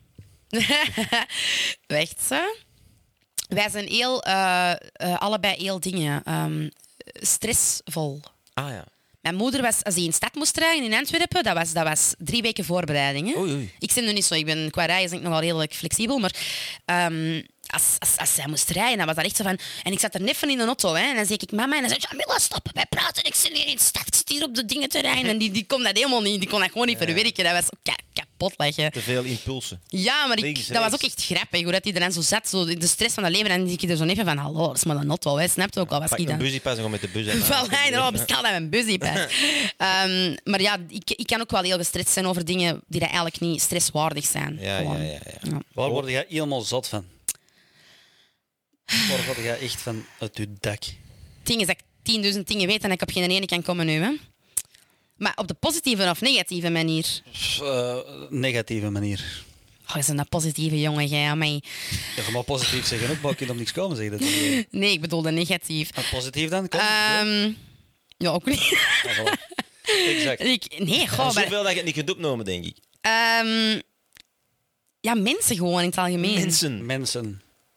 wacht, hè. Wij zijn heel, uh, uh, allebei heel dingen. Um, stressvol. Ah ja. Mijn moeder was, als hij in de stad moest rijden in Antwerpen, dat was, dat was drie weken voorbereiding. Hè? Oei, oei. Ik ben nu niet zo, ik ben qua rijden denk ik nogal redelijk flexibel, maar um, als, als, als zij moest rijden, dan was dat echt zo van... En ik zat er net van in de auto, hè, en dan zei ik mama, en dan zei ze, Jamila, stop, wij praten, ik zit hier in de stad, ik zit hier op de dingen te rijden. En die, die kon dat helemaal niet, die kon dat gewoon niet verwerken. Dat was ook ka- kapot leggen. Te veel impulsen. Ja, maar ik, Links, dat was rechts. ook echt grappig, hoe dat hij er dan zo zat, zo in de stress van dat leven, en dan zie ik er zo even van, hallo, dat is maar een auto, hè, snap je ook al, was Pak ik een dan? busiepas en ga met de bus. en- Wel, inderdaad, bestel dat mijn busy bij. um, maar ja, ik, ik kan ook wel heel gestrest zijn over dingen die dat eigenlijk niet stresswaardig zijn. Ja, Gewoon. ja, ja, ja. Ja. Waar word jij helemaal zot van? Waar word jij echt van uit je dak? Het ding is dat ik tienduizend dingen weet en ik op geen ene kan komen nu. Hè. Maar op de positieve of negatieve manier? Pff, uh, negatieve manier. Oh, je bent een positieve jongen, jij aan mij. Je mag maar positief zeggen ook, maar je kunt op niks komen zeggen. Dat is, Nee, ik bedoelde negatief. uh, positief dan? Kom, Um, ja, ook niet. ja, voilà. Exact. ik, nee, En goh, maar, zoveel dat je het niet kunt opnemen, denk ik. um, ja, mensen gewoon in het algemeen. Mensen. Mensen.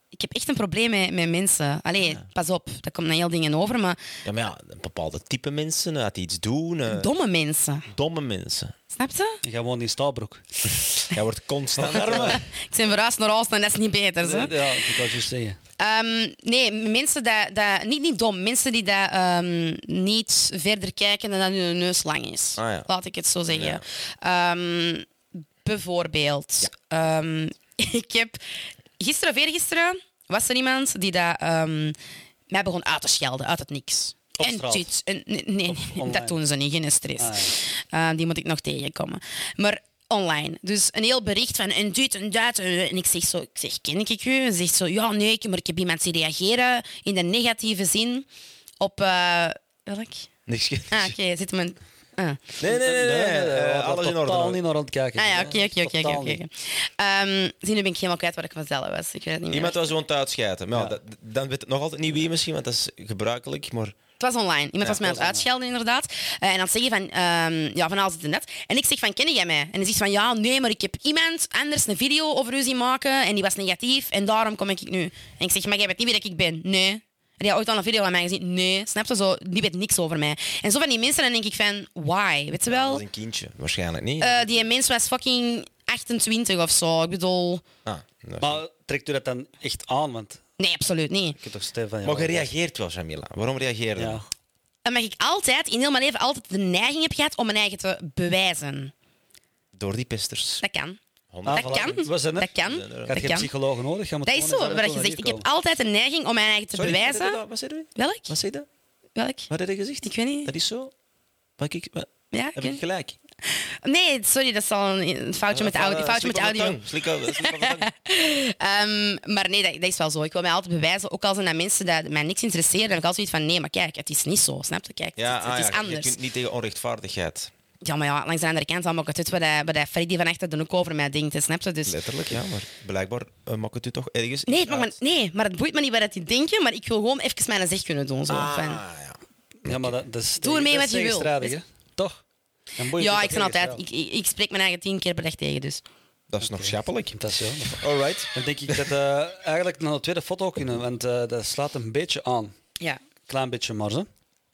ik heb echt een probleem met, met mensen. Allee, ja. Pas op, dat komt naar heel dingen over, maar... Ja, maar ja, een bepaalde type mensen, dat die iets doen. Uh, domme mensen. Domme mensen. Snap je? Je woont in Stabroek. Jij wordt constant... Ik ben verhuisd naar Oost en dat is niet beter. Hè? Ja, ik kan je zeggen. Um, nee, mensen dat, dat... Niet, niet dom. Mensen die dat, um, niet verder kijken dan dat hun neus lang is. Ah, ja. Laat ik het zo zeggen. Ja. Um, bijvoorbeeld... Ja. Um, ik heb... Gisteren of eergisteren was er iemand die dat, um, mij begon uit te schelden, uit het niks. Op en straat? dit, en, nee, nee dat doen ze niet, geen stress. Ah, ja. uh, die moet ik nog tegenkomen. Maar online. Dus een heel bericht van en dit en dat. En ik zeg zo, ik zeg, ken ik u? En zegt zo, ja, nee, maar ik heb iemand die reageren in de negatieve zin op... Uh, welk? Niks. Ah, oké, okay, zit mijn... Ah. Nee, nee, nee. nee, nee. Uh, alles in orde. Totaal niet naar aan het kijken. Ah ja, oké, oké, oké, oké. Zie, nu ben ik helemaal kwijt wat ik vanzelf was. Ik weet het niet Iemand meer. was gewoon uitschijten. Maar ja. Ja. dat, dan weet het nog altijd niet wie misschien, want dat is gebruikelijk. Maar... Het was online. Iemand Ja, was mij aan het uitschelden, inderdaad. Uh, en dan zeggen van, um, ja, van alles dit en dat. En ik zeg van, ken jij mij? En hij zegt van, ja, nee, maar ik heb iemand anders een video over u zien maken en die was negatief en daarom kom ik nu. En ik zeg, maar jij weet niet wie dat ik ben? Nee. Heb jij ooit al een video van mij gezien? Nee. Snap je? Zo, die weet niks over mij. En zo van die mensen, dan denk ik van, why? Weet je wel? Ja, dat is een kindje. Waarschijnlijk niet. Uh, die mens was fucking achtentwintig of zo. Ik bedoel... Ah, dat- Maar trekt u dat dan echt aan? Want Nee, absoluut niet. ik heb toch Stefan... Maar je reageert wel, Jamila. Waarom reageer je? Ja. Omdat ik altijd, in heel mijn leven, altijd de neiging heb gehad om mijn eigen te bewijzen. Door die pesters. Dat kan. honderd Dat Ah, voilà. kan. We zijn er. Dat kan. zijn er. Gaat Dat je kan. psychologen nodig? Je moet Dat is gewoon zo, eens wat je naar zegt. hier Ik heb komen. altijd de neiging om mijn eigen te Sorry, bewijzen. Wat, wat zei je? Welk? Wat zei je? Welk? Wat heb je gezegd? Ik weet niet. Dat is zo? Wat ik, wat, Ja, heb oké. ik gelijk? Nee, sorry, dat is al een een foutje met de audio. Foutje met de audio. Slik op slik op de tong. Um, maar nee, dat, dat is wel zo. Ik wil mij altijd bewijzen, ook al zijn dat mensen dat mij niks interesseren, dan heb ik altijd zoiets van, nee, maar kijk, het is niet zo. Snap je? Kijk, Ja, het, het ah, is ja, je anders. kunt niet tegen onrechtvaardigheid. Ja, maar ja, langs de andere kant allemaal het uit wat, dat- wat dat Freddy van achter de hoek over mij denkt. Snap je? Dus... Letterlijk, ja. Maar blijkbaar uh, maakt het u toch ergens Nee, iets het mag uit. me- nee, maar het boeit me niet wat dat die denken, maar ik wil gewoon even mijn zeg kunnen doen. Zo. Ah, Van, ja. Ja, maar dat, dat is Doe ermee dat wat is je wil. tegenstrijdig, hè? Toch? Dan boeit ja, het ik toch ben altijd. tegenstrijdig. Ik, ik, ik spreek mijn eigen tien keer per dag tegen, dus. Dat is nog schappelijk. Dat is zo. Alright. Dan denk ik dat uh, eigenlijk naar de tweede foto kunnen, want uh, dat slaat een beetje aan. Ja. Klein beetje maar, hè.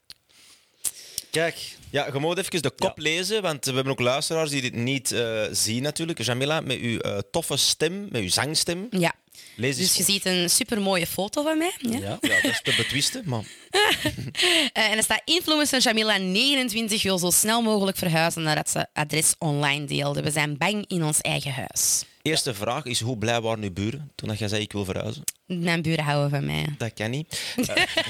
Kijk, Ja, je moet even de kop lezen, want we hebben ook luisteraars die dit niet uh, zien natuurlijk. Jamila, met uw uh, toffe stem, met uw zangstem. Ja. Lees eens Dus je voor. ziet een supermooie foto van mij. Ja. ja. Ja, dat is te betwisten, maar... Uh, en er staat influencer Jamila negenentwintig wil zo snel mogelijk verhuizen nadat ze adres online deelde. We zijn bang in ons eigen huis. Eerste vraag is, hoe blij waren uw buren toen dat jij zei ik wil verhuizen? Mijn buren houden van mij. Dat kan niet. Uh,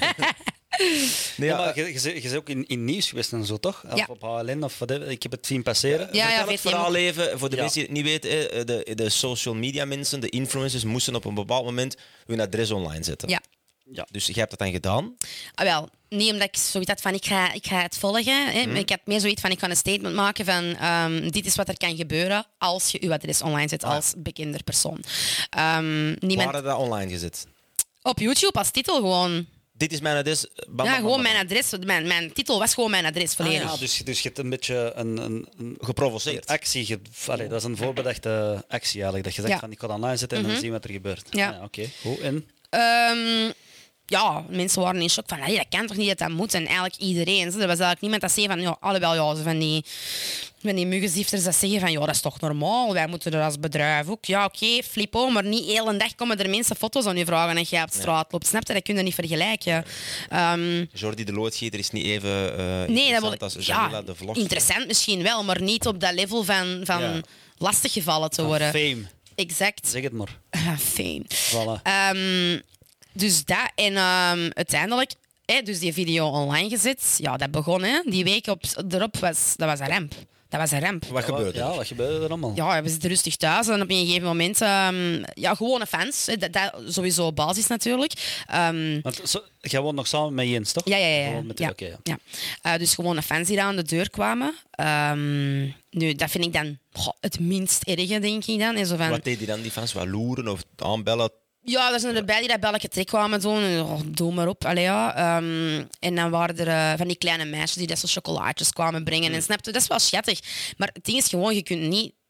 nee, Ja, ja, maar je, je, je bent ook in, in nieuws geweest en zo, toch? Of Ja. op H L N of whatever. Ik heb het zien passeren. Ja, ja, vertel het V T M verhaal ook. even, voor de Ja. mensen die het niet weten, hè, de, de social media mensen, de influencers, moesten op een bepaald moment hun adres online zetten. Ja. Ja. Dus jij hebt dat dan gedaan. Ah, wel, niet omdat ik zoiets had van ik ga, ik ga het volgen. Hè. Mhm. Ik had meer zoiets van ik ga een statement maken van ehm, dit is wat er kan gebeuren als je je adres online zet Ah. als bekender persoon. Ehm, niemand... Waren dat online gezet? Op YouTube als titel gewoon. Dit is mijn adres. Bam, bam, Ja, bam, gewoon bam. mijn adres. Mijn, mijn titel was gewoon mijn adres volledig. Ja, dus, dus je hebt een beetje een, een, een Geprovoceerd. actie. Ge... Allee, dat is een voorbedachte actie eigenlijk. Dat je zegt Ja. van ik ga het online zetten en dan Mhm. zien wat er gebeurt. Ja. Ah, Oké, goed. En? Ehm, ja, mensen waren in shock van allee, dat kan toch niet dat dat moet. En eigenlijk iedereen. Er was eigenlijk niemand dat zei van ja, alhoewel ja, zo van die, van die muggenzifters dat zeggen van ja, dat is toch normaal. Wij moeten er als bedrijf ook. Ja, oké, okay, flippo, maar niet heel een dag komen er mensen foto's aan je vragen en jij op straat loopt. Snap je? Dat kun je niet vergelijken. Ehm, Jordi de Loodgieter is niet even uh, nee, dat interessant wil als ik. Jamila Ja, de Vlog. interessant misschien wel, maar niet op dat level van, van Ja. lastiggevallen te Van worden. fame. Exact. Zeg het maar. Fame. Voilà. Ehm, dus dat. En ehm, uiteindelijk, hè, dus die video online gezet. Ja, dat begon, hè. Die week op, erop was, dat was een ramp. Dat was een ramp. Wat gebeurde er? Ja, wat gebeurde er allemaal? Ja, we zitten rustig thuis en op een gegeven moment... ehm, ja, gewone fans. hè, Dat, dat sowieso basis natuurlijk. Ehm, Want zo, jij woont nog samen met Jens, toch? ja, ja, ja. Gewoon met- ja. oké, ja. ja. Eh, dus gewone fans die daar aan de deur kwamen. Ehm, nu, dat vind ik dan goh, het minst erge, denk ik dan. En zo van, Wat deed hij dan, die fans? Wat loeren of aanbellen? ja, er zijn erbij die dat belletje trek kwamen doen. En, oh, doe maar op. Allee, ja. Ehm, en dan waren er eh, van die kleine meisjes die dat zo chocolaatjes kwamen brengen. En snapte, dat is wel schattig. Maar het ding is gewoon, je kunt niet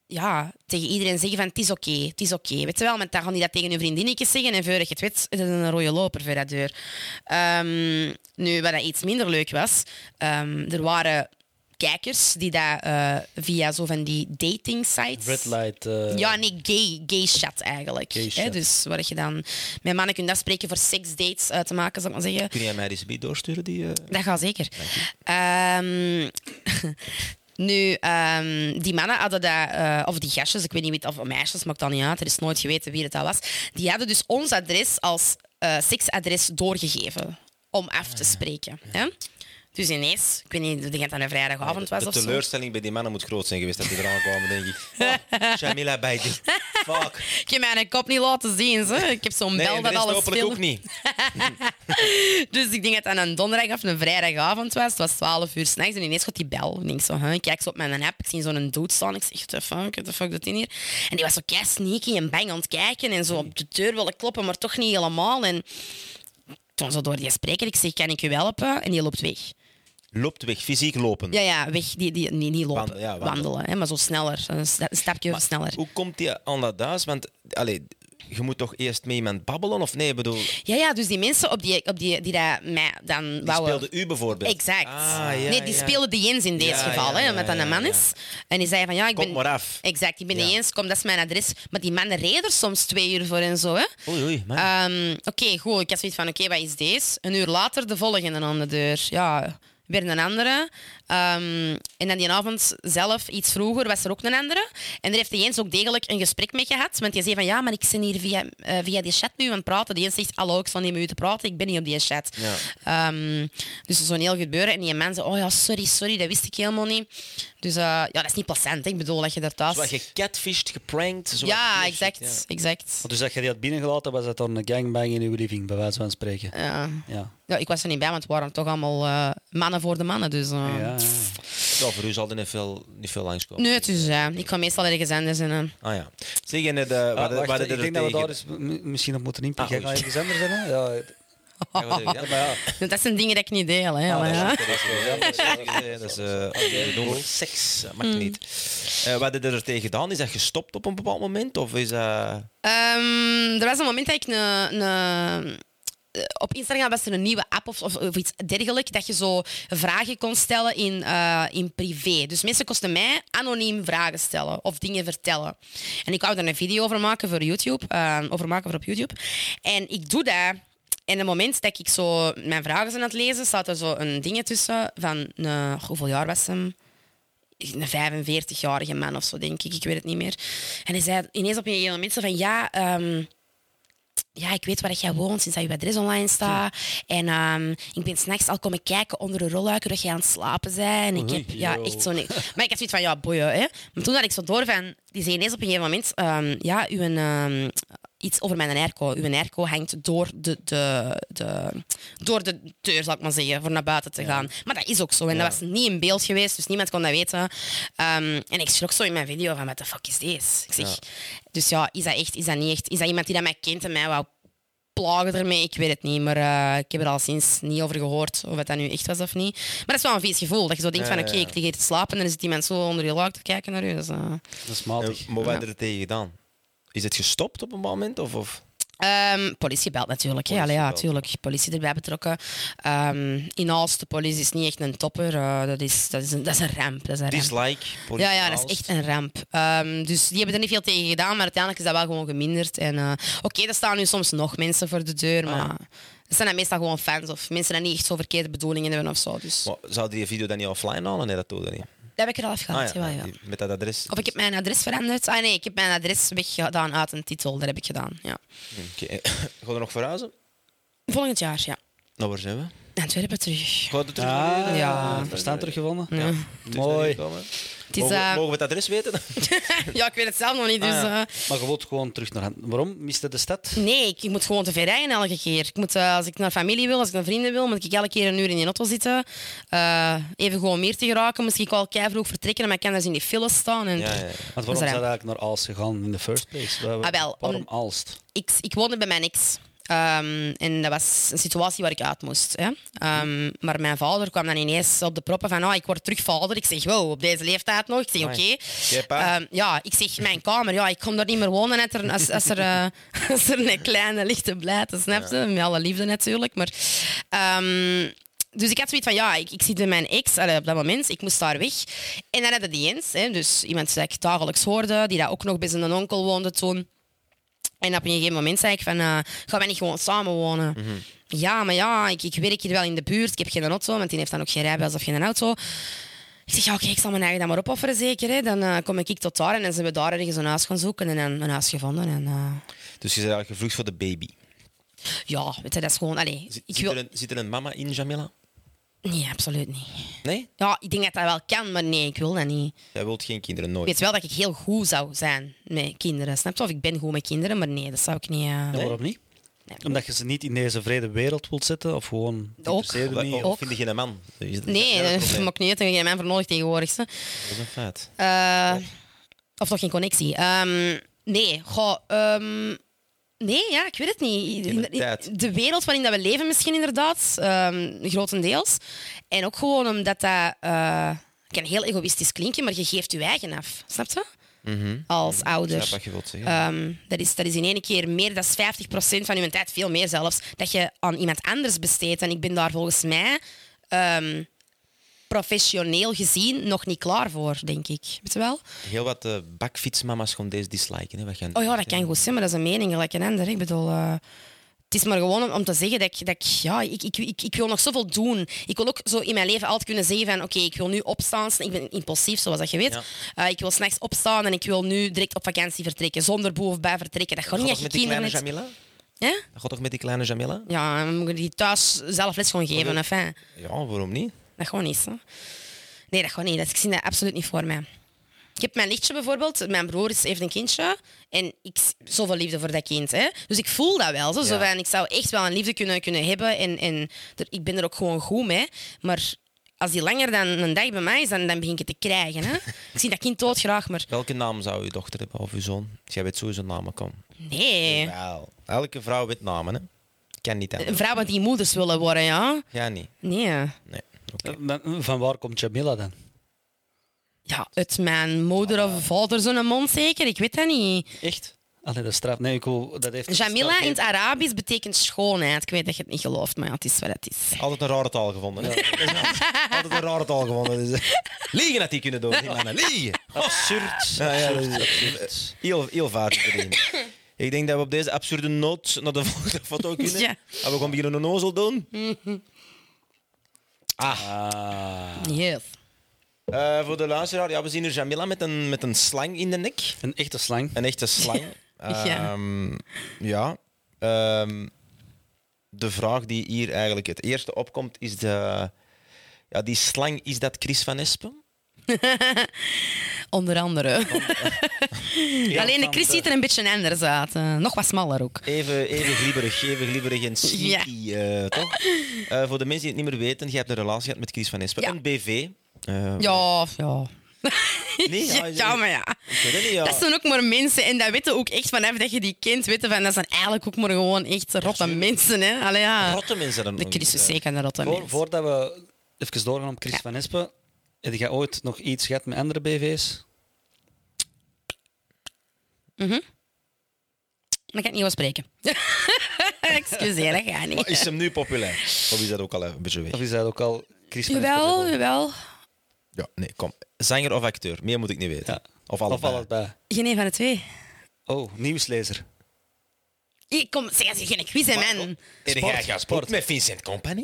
ja, tegen iedereen zeggen van het is oké, het is oké. Weet je wel, maar dan gaan die dat tegen hun vriendinnetjes zeggen en voordat je het weet, is het een rode loper voor dat deur. Um, nu, wat dat iets minder leuk was, um, er waren kijkers die dat uh, via zo van die dating sites... Red light. Uh... Ja, nee, gay, gay chat eigenlijk. Gay chat. Hè? Dus waar je dan met mannen kunt afspreken voor seksdates uit te maken, zal ik maar zeggen. Kun jij mij die subiet doorsturen? Die, uh... Dat gaat zeker. Um, nu, um, die mannen hadden dat, uh, of die gastjes, ik weet niet wie het, of meisjes, maakt dat niet uit, er is nooit geweten wie het dat was. Die hadden dus ons adres als uh, seksadres doorgegeven om af te spreken. Hè? Dus ineens, ik weet niet, ik denk dat het een vrijdagavond was de of zo. De teleurstelling bij die mannen moet groot zijn geweest dat die eraan kwamen, denk ik. Oh, Jamila bij die. Fuck. Ik heb mijn kop niet laten zien. Zo. Ik heb zo'n Nee, bel en dat de rest alles hopelijk filmt. ook niet. Dus ik denk dat het een donderdag of een vrijdagavond was. Het was twaalf uur s'nachts en ineens gaat die bel. Ik denk zo, huh? Ik kijk zo op mijn app, ik zie zo'n dude staan. Ik zeg, what the fuck, what the fuck doet die hier? En die was zo kei sneaky en bang aan het kijken en zo op de deur willen kloppen, maar toch niet helemaal. En toen zo door die spreker, ik zeg, kan ik u helpen? En die loopt weg. Loopt weg, fysiek lopen. Ja, ja, weg. Die, die, niet, niet lopen. Wandelen, ja, wandelen. wandelen hè, maar zo sneller. Een sta- een stapje Maar sneller. Hoe komt die aan dat huis? Want allee, je moet toch eerst met iemand babbelen? Of nee, ik bedoel, die Ja, ja, dus die mensen op die, op die, die dat mij dan wouden... speelde u bijvoorbeeld. Exact. Ah, ja, nee, die ja. speelde de Jens in deze Ja, geval, ja, hè, ja, omdat dat ja, een man ja. is. En die zei van, ja, ik Kom ben... maar af. Exact, ik ben Ja. de Jens, kom, dat is mijn adres. Maar die mannen reden er soms twee uur voor en zo, hè. Oei, oei, man. Um, oké, goed. Ik had zoiets van, oké, wat is deze? Een uur later de volgende aan de deur. Ja, weer een andere. Um, en dan die avond zelf, iets vroeger, was er ook een andere. En daar heeft de Jens ook degelijk een gesprek mee gehad. Want die zei van, ja, maar ik ben hier via, uh, via die chat nu aan het praten. De Jens zegt, hallo, ik sta niet met u te praten, ik ben niet op die chat. Ja. Um, dus zo'n heel gebeuren. En die man zei, oh ja, sorry, sorry, dat wist ik helemaal niet. Dus uh, ja, dat is niet plezant, hè. Ik bedoel, dat je daar thuis... Zo wat gecatfished, geprankt. Zo Ja, wat- exact, Ja. exact. Dus dat je die had binnengelaten, was dat dan een gangbang in uw living, bij wijze van spreken. Ja. Ja. Ja, ik was er niet bij, want het waren toch allemaal uh, mannen voor de mannen. Dus, uh... Ja, ja. Ja, voor u zal er niet veel, niet veel langskomen. Nee, het is, uh, ik ga meestal ergens anders in. Uh... Ah ja. Zeg, en de, Ah, wat, wacht, wat ik er denk dat we tegen... daar eens m- misschien op moeten inpikken. Ah, Ga je oei. ergens anders zijn? Hè? Ja, Ja, wat heb je gedaan? maar ja. Dat zijn dingen dat ik niet deel. Hè, allee, ja. Dat is, eh, dat is eh, noemen we seks, dat mag niet. Uh, wat heb je er tegen gedaan? Is dat gestopt op een bepaald moment? Of is dat... Um, er was een moment dat ik een... een op Instagram was er een nieuwe app of, of, of iets dergelijks, dat je zo vragen kon stellen in, uh, in privé. Dus mensen kosten mij anoniem vragen stellen of dingen vertellen. En ik wou daar een video over maken voor YouTube, uh, over maken voor op YouTube. En ik doe dat. En het moment dat ik zo mijn vragen ben aan het lezen, staat er zo een ding tussen van, uh, hoeveel jaar was hem? Een vijfenveertigjarige man of zo, denk ik. Ik weet het niet meer. En hij zei ineens op een gegeven moment zo van, ja... Um, Ja, ik weet waar jij woont sinds dat je adres online staat. En um, ik ben s'nachts al komen kijken onder de rolluiken dat jij aan het slapen bent. En ik heb ja, echt zo... Maar ik had zoiets van, ja, boeien. Hè. Maar toen had ik zo door van... Die zei ineens op een gegeven moment... Um, ja, uw... Um, iets over mijn airco. Uw airco hangt door de, de, de, door de deur, zal ik maar zeggen, voor naar buiten te gaan. Ja. Maar dat is ook zo. En ja. dat was niet in beeld geweest, dus niemand kon dat weten. Um, en ik schrok zo in mijn video van, what the fuck is deze? Ik zeg, ja. Dus ja, is dat echt, is dat niet echt? Is dat iemand die dat mij kent en mij wou plagen ermee? Ik weet het niet, maar uh, ik heb er al sinds niet over gehoord of het dat nu echt was of niet. Maar dat is wel een vies gevoel, dat je zo denkt van, oké, okay, ik lig hier te slapen en dan zit iemand zo onder je luik te kijken naar je. Dus, uh... Dat is matig. Uh, maar wat heb je er tegen gedaan? Is het gestopt op een moment? Of, of? Um, politie belt natuurlijk. Politie Allee, ja, natuurlijk. Politie erbij betrokken. Um, in Aalst, de politie is niet echt een topper. Uh, dat, is, dat, is een, dat is een ramp. Dat is een Dislike? Ramp. Ja, ja, dat is echt een ramp. Um, dus die hebben er niet veel tegen gedaan, maar uiteindelijk is dat wel gewoon geminderd. En, uh, Oké, okay, er staan nu soms nog mensen voor de deur, maar... Ah. Dat zijn dan meestal gewoon fans of mensen die niet echt zo verkeerde bedoelingen hebben of zo. Dus. Maar zou die video dan niet offline halen? Nee, dat doe je niet. Dat heb ik er al afgehaald, ah, ja. ja, ja. Met dat adres? Of ik heb mijn adres veranderd. Ah nee, ik heb mijn adres weggedaan uit een titel. Dat heb ik gedaan, ja. Okay. Ga je nog verhuizen? Volgend jaar, ja. Nou, waar zijn we? Antwerpen terug. Gaat het terug? Ah, ja. Verstaan teruggevonden? Ja. Ja. Mooi. Het is, mogen, uh... mogen we het adres weten? Ja, ik weet het zelf nog niet. Dus, ah, ja. uh... Maar je wilt gewoon terug naar hen. Waarom? Miste de stad? Nee, ik, ik moet gewoon te ver rijden elke keer. Ik moet, uh, als ik naar familie wil, als ik naar vrienden wil, moet ik elke keer een uur in die auto zitten. Uh, even gewoon meer te geraken. Misschien wel kei vroeg vertrekken, maar ik kan dus in die files staan. En... Ja, ja, ja. Want waarom zijn we eigenlijk naar Aalst gegaan in the first place? Waar, ah, wel, waarom om... Aalst? Ik, ik woonde bij mijn ex. Um, en dat was een situatie waar ik uit moest. Hè. Um, maar mijn vader kwam dan ineens op de proppen van oh, ik word terug vader. Ik zeg, wow, op deze leeftijd nog? Ik zeg, oké. Okay. Um, ja, ik zeg, mijn kamer, ja, ik kom daar niet meer wonen als er, als, als er, uh, als er een kleine lichte blijte, snap je? Ja. Met alle liefde natuurlijk. Maar, um, dus ik had zoiets van, ja, ik, ik zit met mijn ex allee, op dat moment. Ik moest daar weg. En dan hadden die eens. Hè, dus iemand die ik dagelijks hoorde, die dat ook nog bij zijn onkel woonde toen. En op een gegeven moment zei ik van, uh, gaan wij niet gewoon samen wonen? Mm-hmm. Ja, maar ja, ik, ik werk hier wel in de buurt. Ik heb geen auto, want die heeft dan ook geen rijbewijs of geen auto. Ik zeg, ja, oké, okay, ik zal mijn eigen dan maar opofferen zeker. Hè. Dan uh, kom ik tot daar en dan zijn we daar ergens een huis gaan zoeken en dan een huis gevonden. En, uh... Dus je bent eigenlijk gevlucht voor de baby? Ja, weet je, dat is gewoon... Allez, zit, ik zit, wil... er een, zit er een mama in, Jamila? Nee, absoluut niet. Nee? Ja, ik denk dat dat wel kan, maar nee, ik wil dat niet. Jij wilt geen kinderen, nooit? Ik weet wel dat ik heel goed zou zijn met kinderen, snap je? Of ik ben goed met kinderen, maar nee, dat zou ik niet... Uh... Nee? Waarom niet? Nee. Omdat je ze niet in deze vrede wereld wilt zetten? Of gewoon... Ook. Niet, of vind je geen man? Is dat, nee, dat mag niet. Er is geen man voor nodig tegenwoordig. Hè. Dat is een feit. Uh, of toch geen connectie. Um, nee, goh... Um, Nee, ja, ik weet het niet. De wereld waarin we leven misschien inderdaad, um, grotendeels. En ook gewoon omdat dat... Uh, kan heel egoïstisch klinken, maar je geeft je eigen af. Snap je? Mm-hmm. Als ouder. Snap wat je wilt zeggen. Um, dat, is, dat is in één keer meer dan vijftig procent van je tijd, veel meer zelfs, dat je aan iemand anders besteedt. En ik ben daar volgens mij... Um, professioneel gezien nog niet klaar voor, denk ik. Weet je wel? Heel wat uh, bakfietsmama's gaan deze disliken. Hè? Wat gaan oh ja, dat kan goed zijn, maar dat is een mening gelijk een ander. Ik bedoel, uh, het is maar gewoon om, om te zeggen dat, ik, dat ik, ja, ik, ik, ik, ik wil nog zoveel doen. Ik wil ook zo in mijn leven altijd kunnen zeggen van oké, okay, ik wil nu opstaan. Ik ben impulsief, zoals dat je weet. Ja. Uh, ik wil 's nachts opstaan en ik wil nu direct op vakantie vertrekken, zonder boe of bij vertrekken. Dat gaat niet echt met die kleine Jamila? Ja? Dat gaat toch met die kleine Jamila? Ja, we moeten die thuis zelf les gewoon geven. Enfin. Ja, waarom niet? Dat gewoon niet. Hè? Nee, dat gewoon niet. Dat, ik zie dat absoluut niet voor mij. Ik heb mijn nichtje bijvoorbeeld. Mijn broer heeft een kindje. En ik zoveel liefde voor dat kind. Hè? Dus ik voel dat wel. Zo. Ja. Zo van, ik zou echt wel een liefde kunnen, kunnen hebben. En, en er, ik ben er ook gewoon goed mee. Maar als die langer dan een dag bij mij is, dan, dan begin ik het te krijgen. Hè? Ik zie dat kind doodgraag, maar... Welke naam zou je dochter hebben of je zoon? Jij weet sowieso namen, kom. Nee. Wel, elke vrouw weet namen, hè. Kan niet anders. Vrouwen die moeders willen worden, ja? Ja, niet. Nee. Nee. Okay. Van waar komt Jamila dan? Ja, uit mijn moeder of vader zo'n mond zeker. Ik weet dat niet. Echt? Allee, dat is straf. Nee, ik wil, dat heeft Jamila in het Arabisch betekent schoonheid. Ik weet dat je het niet gelooft, maar ja, het is wat het is. Altijd een rare taal gevonden. Ja. Altijd een rare taal gevonden. Dus, liegen had die kunnen doen, die mannen. Liegen. Absurd. Ja, ja, dat is absurd. Heel, heel vaak te doen. Ik denk dat we op deze absurde noot naar de volgende foto kunnen. Ja. En we gaan beginnen een ozel doen. Ah. ah. Yes. Uh, voor de luisteraar, ja, we zien hier Jamila met een, met een slang in de nek. Een echte slang. Een echte slang. ja. Um, ja. Um, de vraag die hier eigenlijk het eerste opkomt is de... Ja, die slang, is dat Chris van Espen? Onder andere. ja, alleen de Chris ziet er een beetje anders uit. Uh, nog wat smaller ook. Even, even glibberig, even glibberig en sneaky, ja. uh, toch? Uh, voor de mensen die het niet meer weten, je hebt een relatie gehad met Chris van Espen. Ja. Een B V. Uh, ja, ja. Nee, ja, ja, maar ja. Niet, ja. Dat zijn ook maar mensen en dat weten ook echt vanaf dat je die kent, weten van dat zijn eigenlijk ook maar gewoon echt rotte ja, mensen. Hè? Allee, ja. Rotte mensen dan. De Chris is zeker een rotte Voor, mens. Voordat we even doorgaan op Chris ja. van Espen, heb je ooit nog iets gehad met andere B V's? Mm-hmm. Maar ik kan het niet wel spreken. Excuseer, dat gaat niet. Maar is hem nu populair? Of is dat ook al een beetje weg? Of is dat ook al Chris van Jawel, Espen? jawel. Ja, nee, kom. Zanger of acteur? Meer moet ik niet weten. Ja. Of allebei. Of allebei. Geen een van de twee. Oh, nieuwslezer. Ik kom, zeg als je geen quiz hè, man. En jij gaat sport met Vincent Company?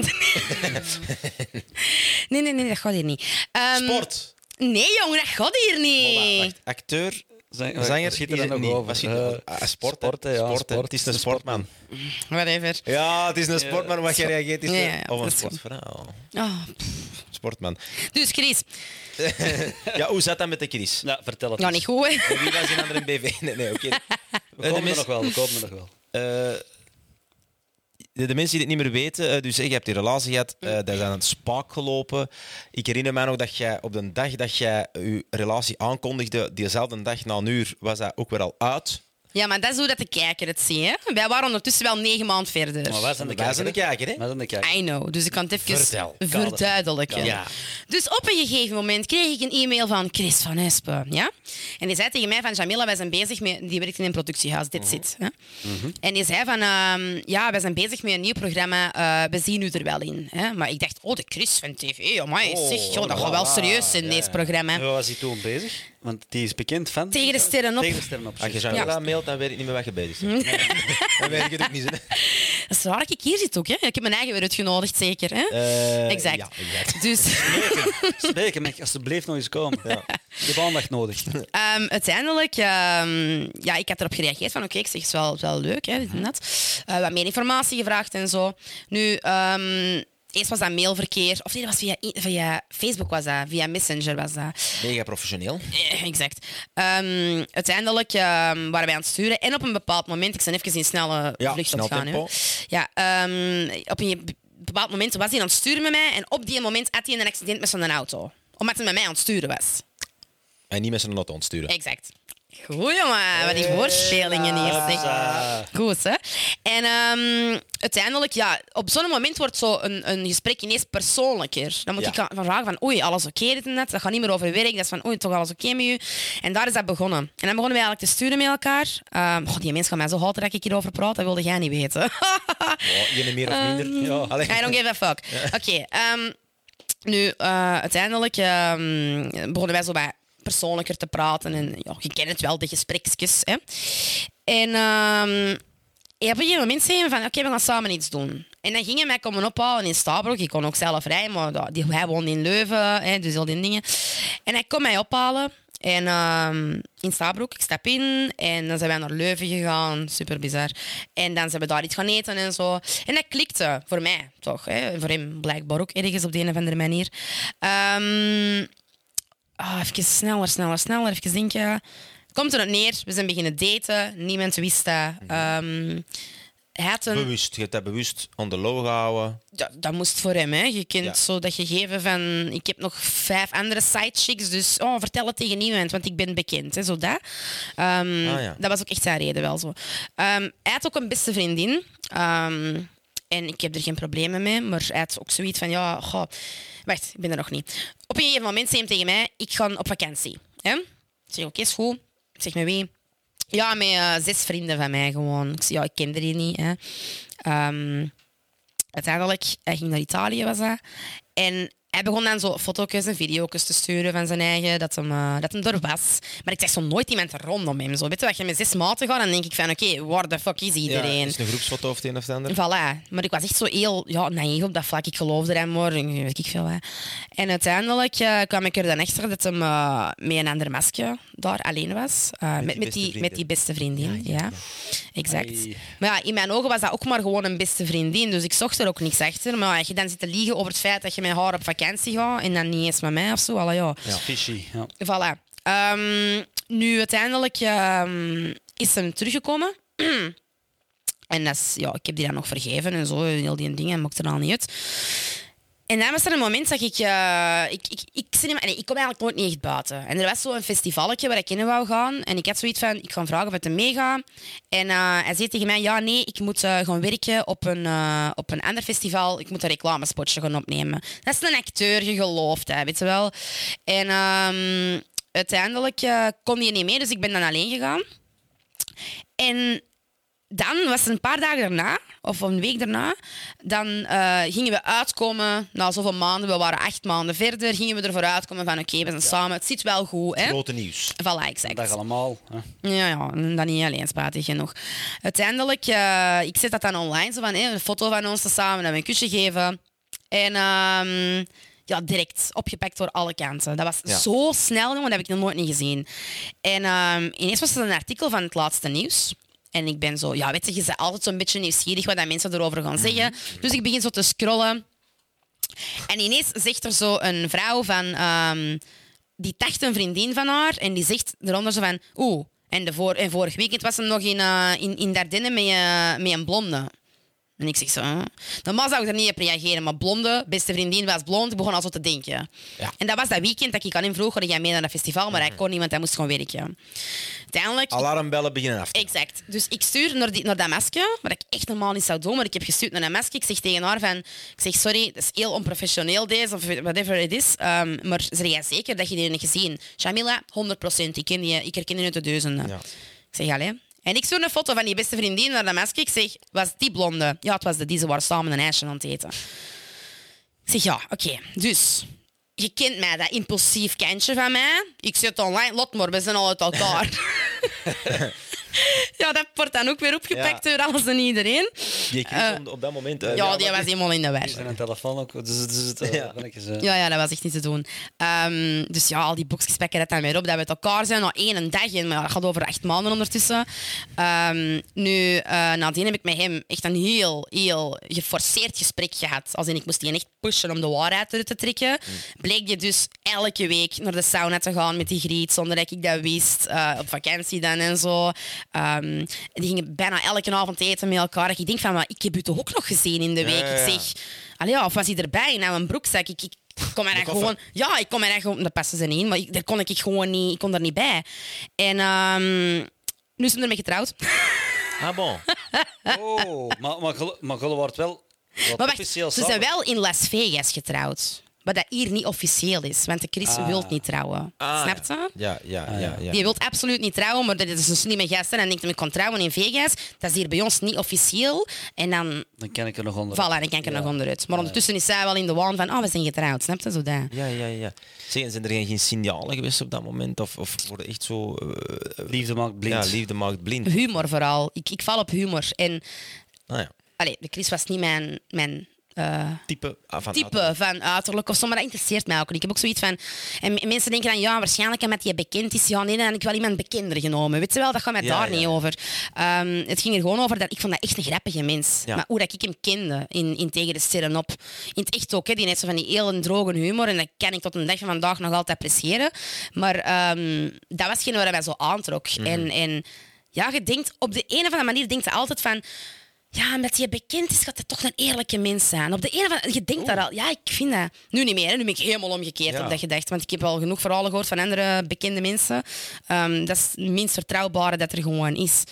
nee, nee, nee, dat gaat hier niet. Um, sport? Nee, jongen, dat gaat hier niet. Oh, wacht, wacht. Acteur, Zang, zanger, schiet er dan nog niet. over. Uh, uh, sport, sporten, ja, sport, sport. Het is een sportman. Whatever. Ja, het is een sportman, wat je reageert. Is ja, ja, of een sportvrouw. Oh. Sportman. Dus, Chris. ja, hoe zat dat met de Chris? Ja, vertel het Ja, niet goed, hè? Wie was in andere B V? Nee, nee, oké. Okay. We komen er nog wel, we komen er nog wel. Uh, de, de mensen die het niet meer weten, uh, dus je hebt die relatie gehad, uh, daar is aan het spaak gelopen. Ik herinner mij nog dat jij op de dag dat jij je relatie aankondigde, diezelfde dag na een uur was dat ook weer al uit. Ja, maar dat is hoe dat de kijker het ziet. Hè? Wij waren ondertussen wel negen maanden verder. Maar wij zijn de Wij zijn de kijker. kijker, hè? Wij zijn de kijker. I know, dus ik kan het even Vertel. verduidelijken. Ja. Dus op een gegeven moment kreeg ik een e-mail van Chris van Espen. Ja? En die zei tegen mij van Jamila, wij zijn bezig met... Die werkt in een productiehuis, dit zit. Hè? En die zei van, ehm, ja, wij zijn bezig met een nieuw programma. eh, we zien u er wel in. Hè? Maar ik dacht, oh, de Chris van tv. Amai, Oh, zeg, joh, dat voilà. gaat wel serieus zijn, Ja, deze ja. programma. En waar was hij toen bezig? Want die is bekend van... Tegen de sterren op. Tegen de sterren op. Als je juist. Jamila mailt, dan weet ik niet meer wat je bezig bent. Dan weet ik het ook niet. Hè. Dat is raar dat ik hier zit ook. Hè? Ik heb mijn eigen weer uitgenodigd, zeker. Hè? Eh, Exact. Ja, exact. Dus... Spreken, mag je alsjeblieft nog eens komen. Ja. Je hebt aandacht nodig. Um, uiteindelijk, um, ja, ik had erop gereageerd van oké, ik zeg, het is wel, het is wel leuk, hè, dit en dat. Uh, wat meer informatie gevraagd en zo. Nu, um, eerst was dat mailverkeer, of nee, dat was via, via Facebook, was dat, via Messenger was dat. Mega professioneel. Eh, Exact. Um, uiteindelijk um, waren wij aan het sturen en op een bepaald moment, ik ben even in snelle Ja, vlucht snel opgaan. tempo. Ja, um, op een bepaald moment was hij aan het sturen met mij en op die moment had hij een accident met zijn auto. Omdat hij met mij aan het sturen was. En niet met zijn auto ontsturen. Exact. Goed, jongen. Wat die woordspelingen hier, zeg. Hupsa. Goed, hè. En um, uiteindelijk, ja, op zo'n moment wordt zo een, een gesprek ineens persoonlijker. Dan moet Ja. ik gaan vragen van, oei, alles oké, dit en dat. Dat gaat niet meer over werk. Dat is van, oei, toch alles oké met u. En daar is dat begonnen. En dan begonnen we eigenlijk te sturen met elkaar. Um, oh, die mensen gaan mij zo haten dat ik hierover praat. Dat wilde jij niet weten. Oh, je meer of minder. Ja, allee. I don't give a fuck. Oké, um, nu, uh, uiteindelijk um, begonnen wij zo bij persoonlijker te praten. En ja, je kent het wel, de gespreksjes. Hè. En um, op een gegeven moment zei hij van, oké, okay, we gaan samen iets doen. En dan ging hij mij komen ophalen in Stabroek. Ik kon ook zelf rijden, maar dat, die, hij woonde in Leuven, hè, dus al die dingen. En hij kon mij ophalen. En um, in Stabroek, ik stap in en dan zijn wij naar Leuven gegaan, super bizar. En dan zijn we daar iets gaan eten en zo. En dat klikte voor mij, toch? Hè? Voor hem blijkbaar ook ergens op de een of andere manier. Um, oh, even sneller, sneller, sneller, even denken. Komt er op neer, we zijn beginnen daten, niemand wist dat. Um, hij had een... Bewust. Je hebt dat bewust on the low gehouden. Dat, dat moest voor hem. Hè. Je kent Ja. zo dat gegeven van... Ik heb nog vijf andere sidechicks, dus oh, vertel het tegen niemand, want ik ben bekend. Hè, zo dat. Um, Ah, ja. Dat was ook echt zijn reden wel zo. Um, hij had ook een beste vriendin. Um, en ik heb er geen problemen mee, maar hij had ook zoiets van... Ja, goh, wacht, ik ben er nog niet. Op een gegeven moment zei hij tegen mij, ik ga op vakantie. Hè? Ik zeg, oké, is goed. Ik zeg, met wie? Ja, met uh, zes vrienden van mij gewoon. Ik zeg, ja, ik kende die niet. Hè. Um, uiteindelijk, hij ging naar Italië, was dat. En hij begon dan zo foto's en video's te sturen van zijn eigen, dat hem, uh, dat hem er was. Maar ik zeg zo nooit iemand rondom hem. Zo. Weet je, als je met zes maten gaat, dan denk ik van, oké, okay, waar de fuck is Ja, iedereen? is het een groepsfoto of het een of het ander? Voilà. Maar ik was echt zo heel ja, naïef op dat vlak. Ik geloofde hem maar, en weet ik veel wat. En uiteindelijk uh, kwam ik er dan achter dat hij uh, met een ander masker daar alleen was. Uh, met, die met, beste die, vriendin. met die beste vriendin, ja. ja. Exact. Ai. Maar ja, in mijn ogen was dat ook maar gewoon een beste vriendin. Dus ik zocht er ook niks achter. Maar ja, als je dan zit te liegen over het feit dat je met haar op vakantie gaat en dan niet eens met mij of zo, alla, ja. Ja. Fishy. Ja. Voilà. Um, nu, uiteindelijk um, is hem teruggekomen. En dat is, ja, ik heb die dan nog vergeven en zo, heel die dingen, maakt er al niet uit. En dan was er een moment dat ik... Uh, ik, ik, ik, ik, nee, ik kom eigenlijk nooit niet echt buiten. En er was zo'n festivalletje waar ik in wou gaan. En ik had zoiets van, ik ga vragen of het hem meegaat. En uh, hij zei tegen mij, ja, nee, ik moet uh, gaan werken op een, uh, op een ander festival. Ik moet een reclamespotje gaan opnemen. Dat is een acteur, je gelooft, hè, weet je wel. En um, uiteindelijk uh, kon hij niet mee, dus ik ben dan alleen gegaan. En... Dan was het een paar dagen daarna, of een week daarna, dan uh, gingen we uitkomen na zoveel maanden. We waren acht maanden verder, gingen we ervoor uitkomen van oké, okay, we zijn ja. samen. Het zit wel goed, hè? Grote nieuws. Voilà, exact. Dat allemaal. Hè. Ja, ja, en dat niet alleen, spijtig genoeg. Uiteindelijk, uh, ik zet dat dan online, zo van hey, een foto van ons te samen, dat we een kusje geven. En um, ja, direct opgepakt door alle kanten. Dat was ja. zo snel, jongen, dat heb ik nog nooit niet gezien. En um, ineens was er een artikel van het laatste nieuws. En ik ben zo, ja, weet je, je bent altijd zo'n beetje nieuwsgierig wat dat mensen erover gaan zeggen. Dus ik begin zo te scrollen. En ineens zegt er zo een vrouw van... Um, die tacht een vriendin van haar en die zegt eronder zo van... Oeh, en, de voor, en vorig weekend was hem nog in, uh, in, in Dardenne met, uh, met een blonde. En ik zeg zo... Huh? Normaal zou ik er niet op reageren, maar blonde, beste vriendin was blond, ik begon al zo te denken. Ja. En dat was dat weekend dat ik aan hem vroeg, ga jij mee naar dat festival? Maar hij kon niet, want hij moest gewoon werken. Uiteindelijk... Alarmbellen beginnen af te Exact. Dus ik stuur naar, die, naar dat mesje, wat ik echt normaal niet zou doen, maar ik heb gestuurd naar dat mesje. Ik zeg tegen haar van... Ik zeg, sorry, dat is heel onprofessioneel deze, of whatever it is. Um, maar zeg jij zeker dat je die hebt gezien? Shamila, honderd procent. Ik, ken die, ik herken die uit de duizenden. Ja. Ik zeg, allee. En ik stuur een foto van die beste vriendin naar dat mesje. Ik zeg, was die blonde? Ja, het was de die. Ze waren samen een ijsje aan het eten. Ik zeg, ja, oké. Okay. Dus... Je kent mij, dat impulsief kantje van mij. Ik zit online, lot maar, we zijn al uit elkaar. Ja, dat wordt dan ook weer opgepakt Ja. door alles en iedereen. Die Chris Uh, op, op dat moment... Uh, ja, die was helemaal in de Die zijn weg. een telefoon ook. Dus, dus, dus, Ja. ben ik eens, uh, Ja, ja, dat was echt niet te doen. Um, dus ja, al die boekjes pakken dat dan weer op, dat we uit elkaar zijn, na één dag. En, maar ja, dat gaat over acht maanden ondertussen. Um, nu, uh, nadien heb ik met hem echt een heel, heel geforceerd gesprek gehad. Als in, ik moest die echt pushen om de waarheid eruit te trekken. Mm. Bleek je dus elke week naar de sauna te gaan met die griet, zonder dat ik dat wist. Uh, op vakantie dan en zo. Um, die gingen bijna elke avond eten met elkaar. Ik denk van, maar ik heb u toch ook nog gezien in de week? Ja, ja, ja. Ik zeg, allee, ja, of was hij erbij? Nou, een broekzak. Ik, ik kon er gewoon... Ja, ik kon er gewoon... Dat paste ze niet in, maar ik, daar kon ik gewoon niet... Ik kon er niet bij. En um, nu is ze ermee getrouwd. Ah, bon. Oh, maar, maar, gel- maar jullie wordt wel wat Maar officieel wacht, ze samen. zijn wel in Las Vegas getrouwd. Wat dat hier niet officieel is, want de Chris Ah. wil niet trouwen. Ah, Snap je? Ja, ja, Ah, ja. ja. ja. Die wil absoluut niet trouwen, maar dat is een slimme gast. En dan denkt hij, ik kan trouwen in Vegas. Dat is hier bij ons niet officieel. En dan, Dan ken ik er nog onder. voilà, dan kan ik er Ja. nog onderuit. Maar ondertussen is zij wel in de waan van, oh, we zijn getrouwd. Snap je? Zo dat. Ja, ja, ja. Zeg, en zijn er geen, geen signalen geweest op dat moment? Of, of worden echt zo... Uh, Liefde maakt blind. ja, liefde maakt blind. Humor vooral. Ik, ik val op humor. En Ah, ja. allee, de Chris was niet mijn... mijn uh, Type ah, van type van uiterlijk of zo, maar dat interesseert mij ook niet. Ik heb ook zoiets van... En m- mensen denken dan, ja, waarschijnlijk omdat hij bekend is. Ja, nee, dan heb ik wel iemand bekender genomen. Weet je wel, dat gaat mij Ja, daar ja. niet over. Um, het ging er gewoon over dat ik vond dat echt een grappige mens. Ja. Maar hoe dat ik hem kende in, in Tegen de Sterren op. In het echt ook, hè. Die heeft zo van die heel droge humor en dat kan ik tot een dag van vandaag nog altijd appreciëren. Maar um, dat was geen waar mij zo aantrok. Mhm. En, en ja, je denkt, op de een of andere manier denkt je altijd van... Ja, omdat je bekend is, gaat hij toch een eerlijke mens zijn. Op de een of andere... Je denkt daar al... Ja, ik vind dat... Nu niet meer, hè. Nu ben ik helemaal omgekeerd Ja. op dat gedacht. Want ik heb al genoeg verhalen gehoord van andere bekende mensen. Um, dat is het minst vertrouwbare dat er gewoon is.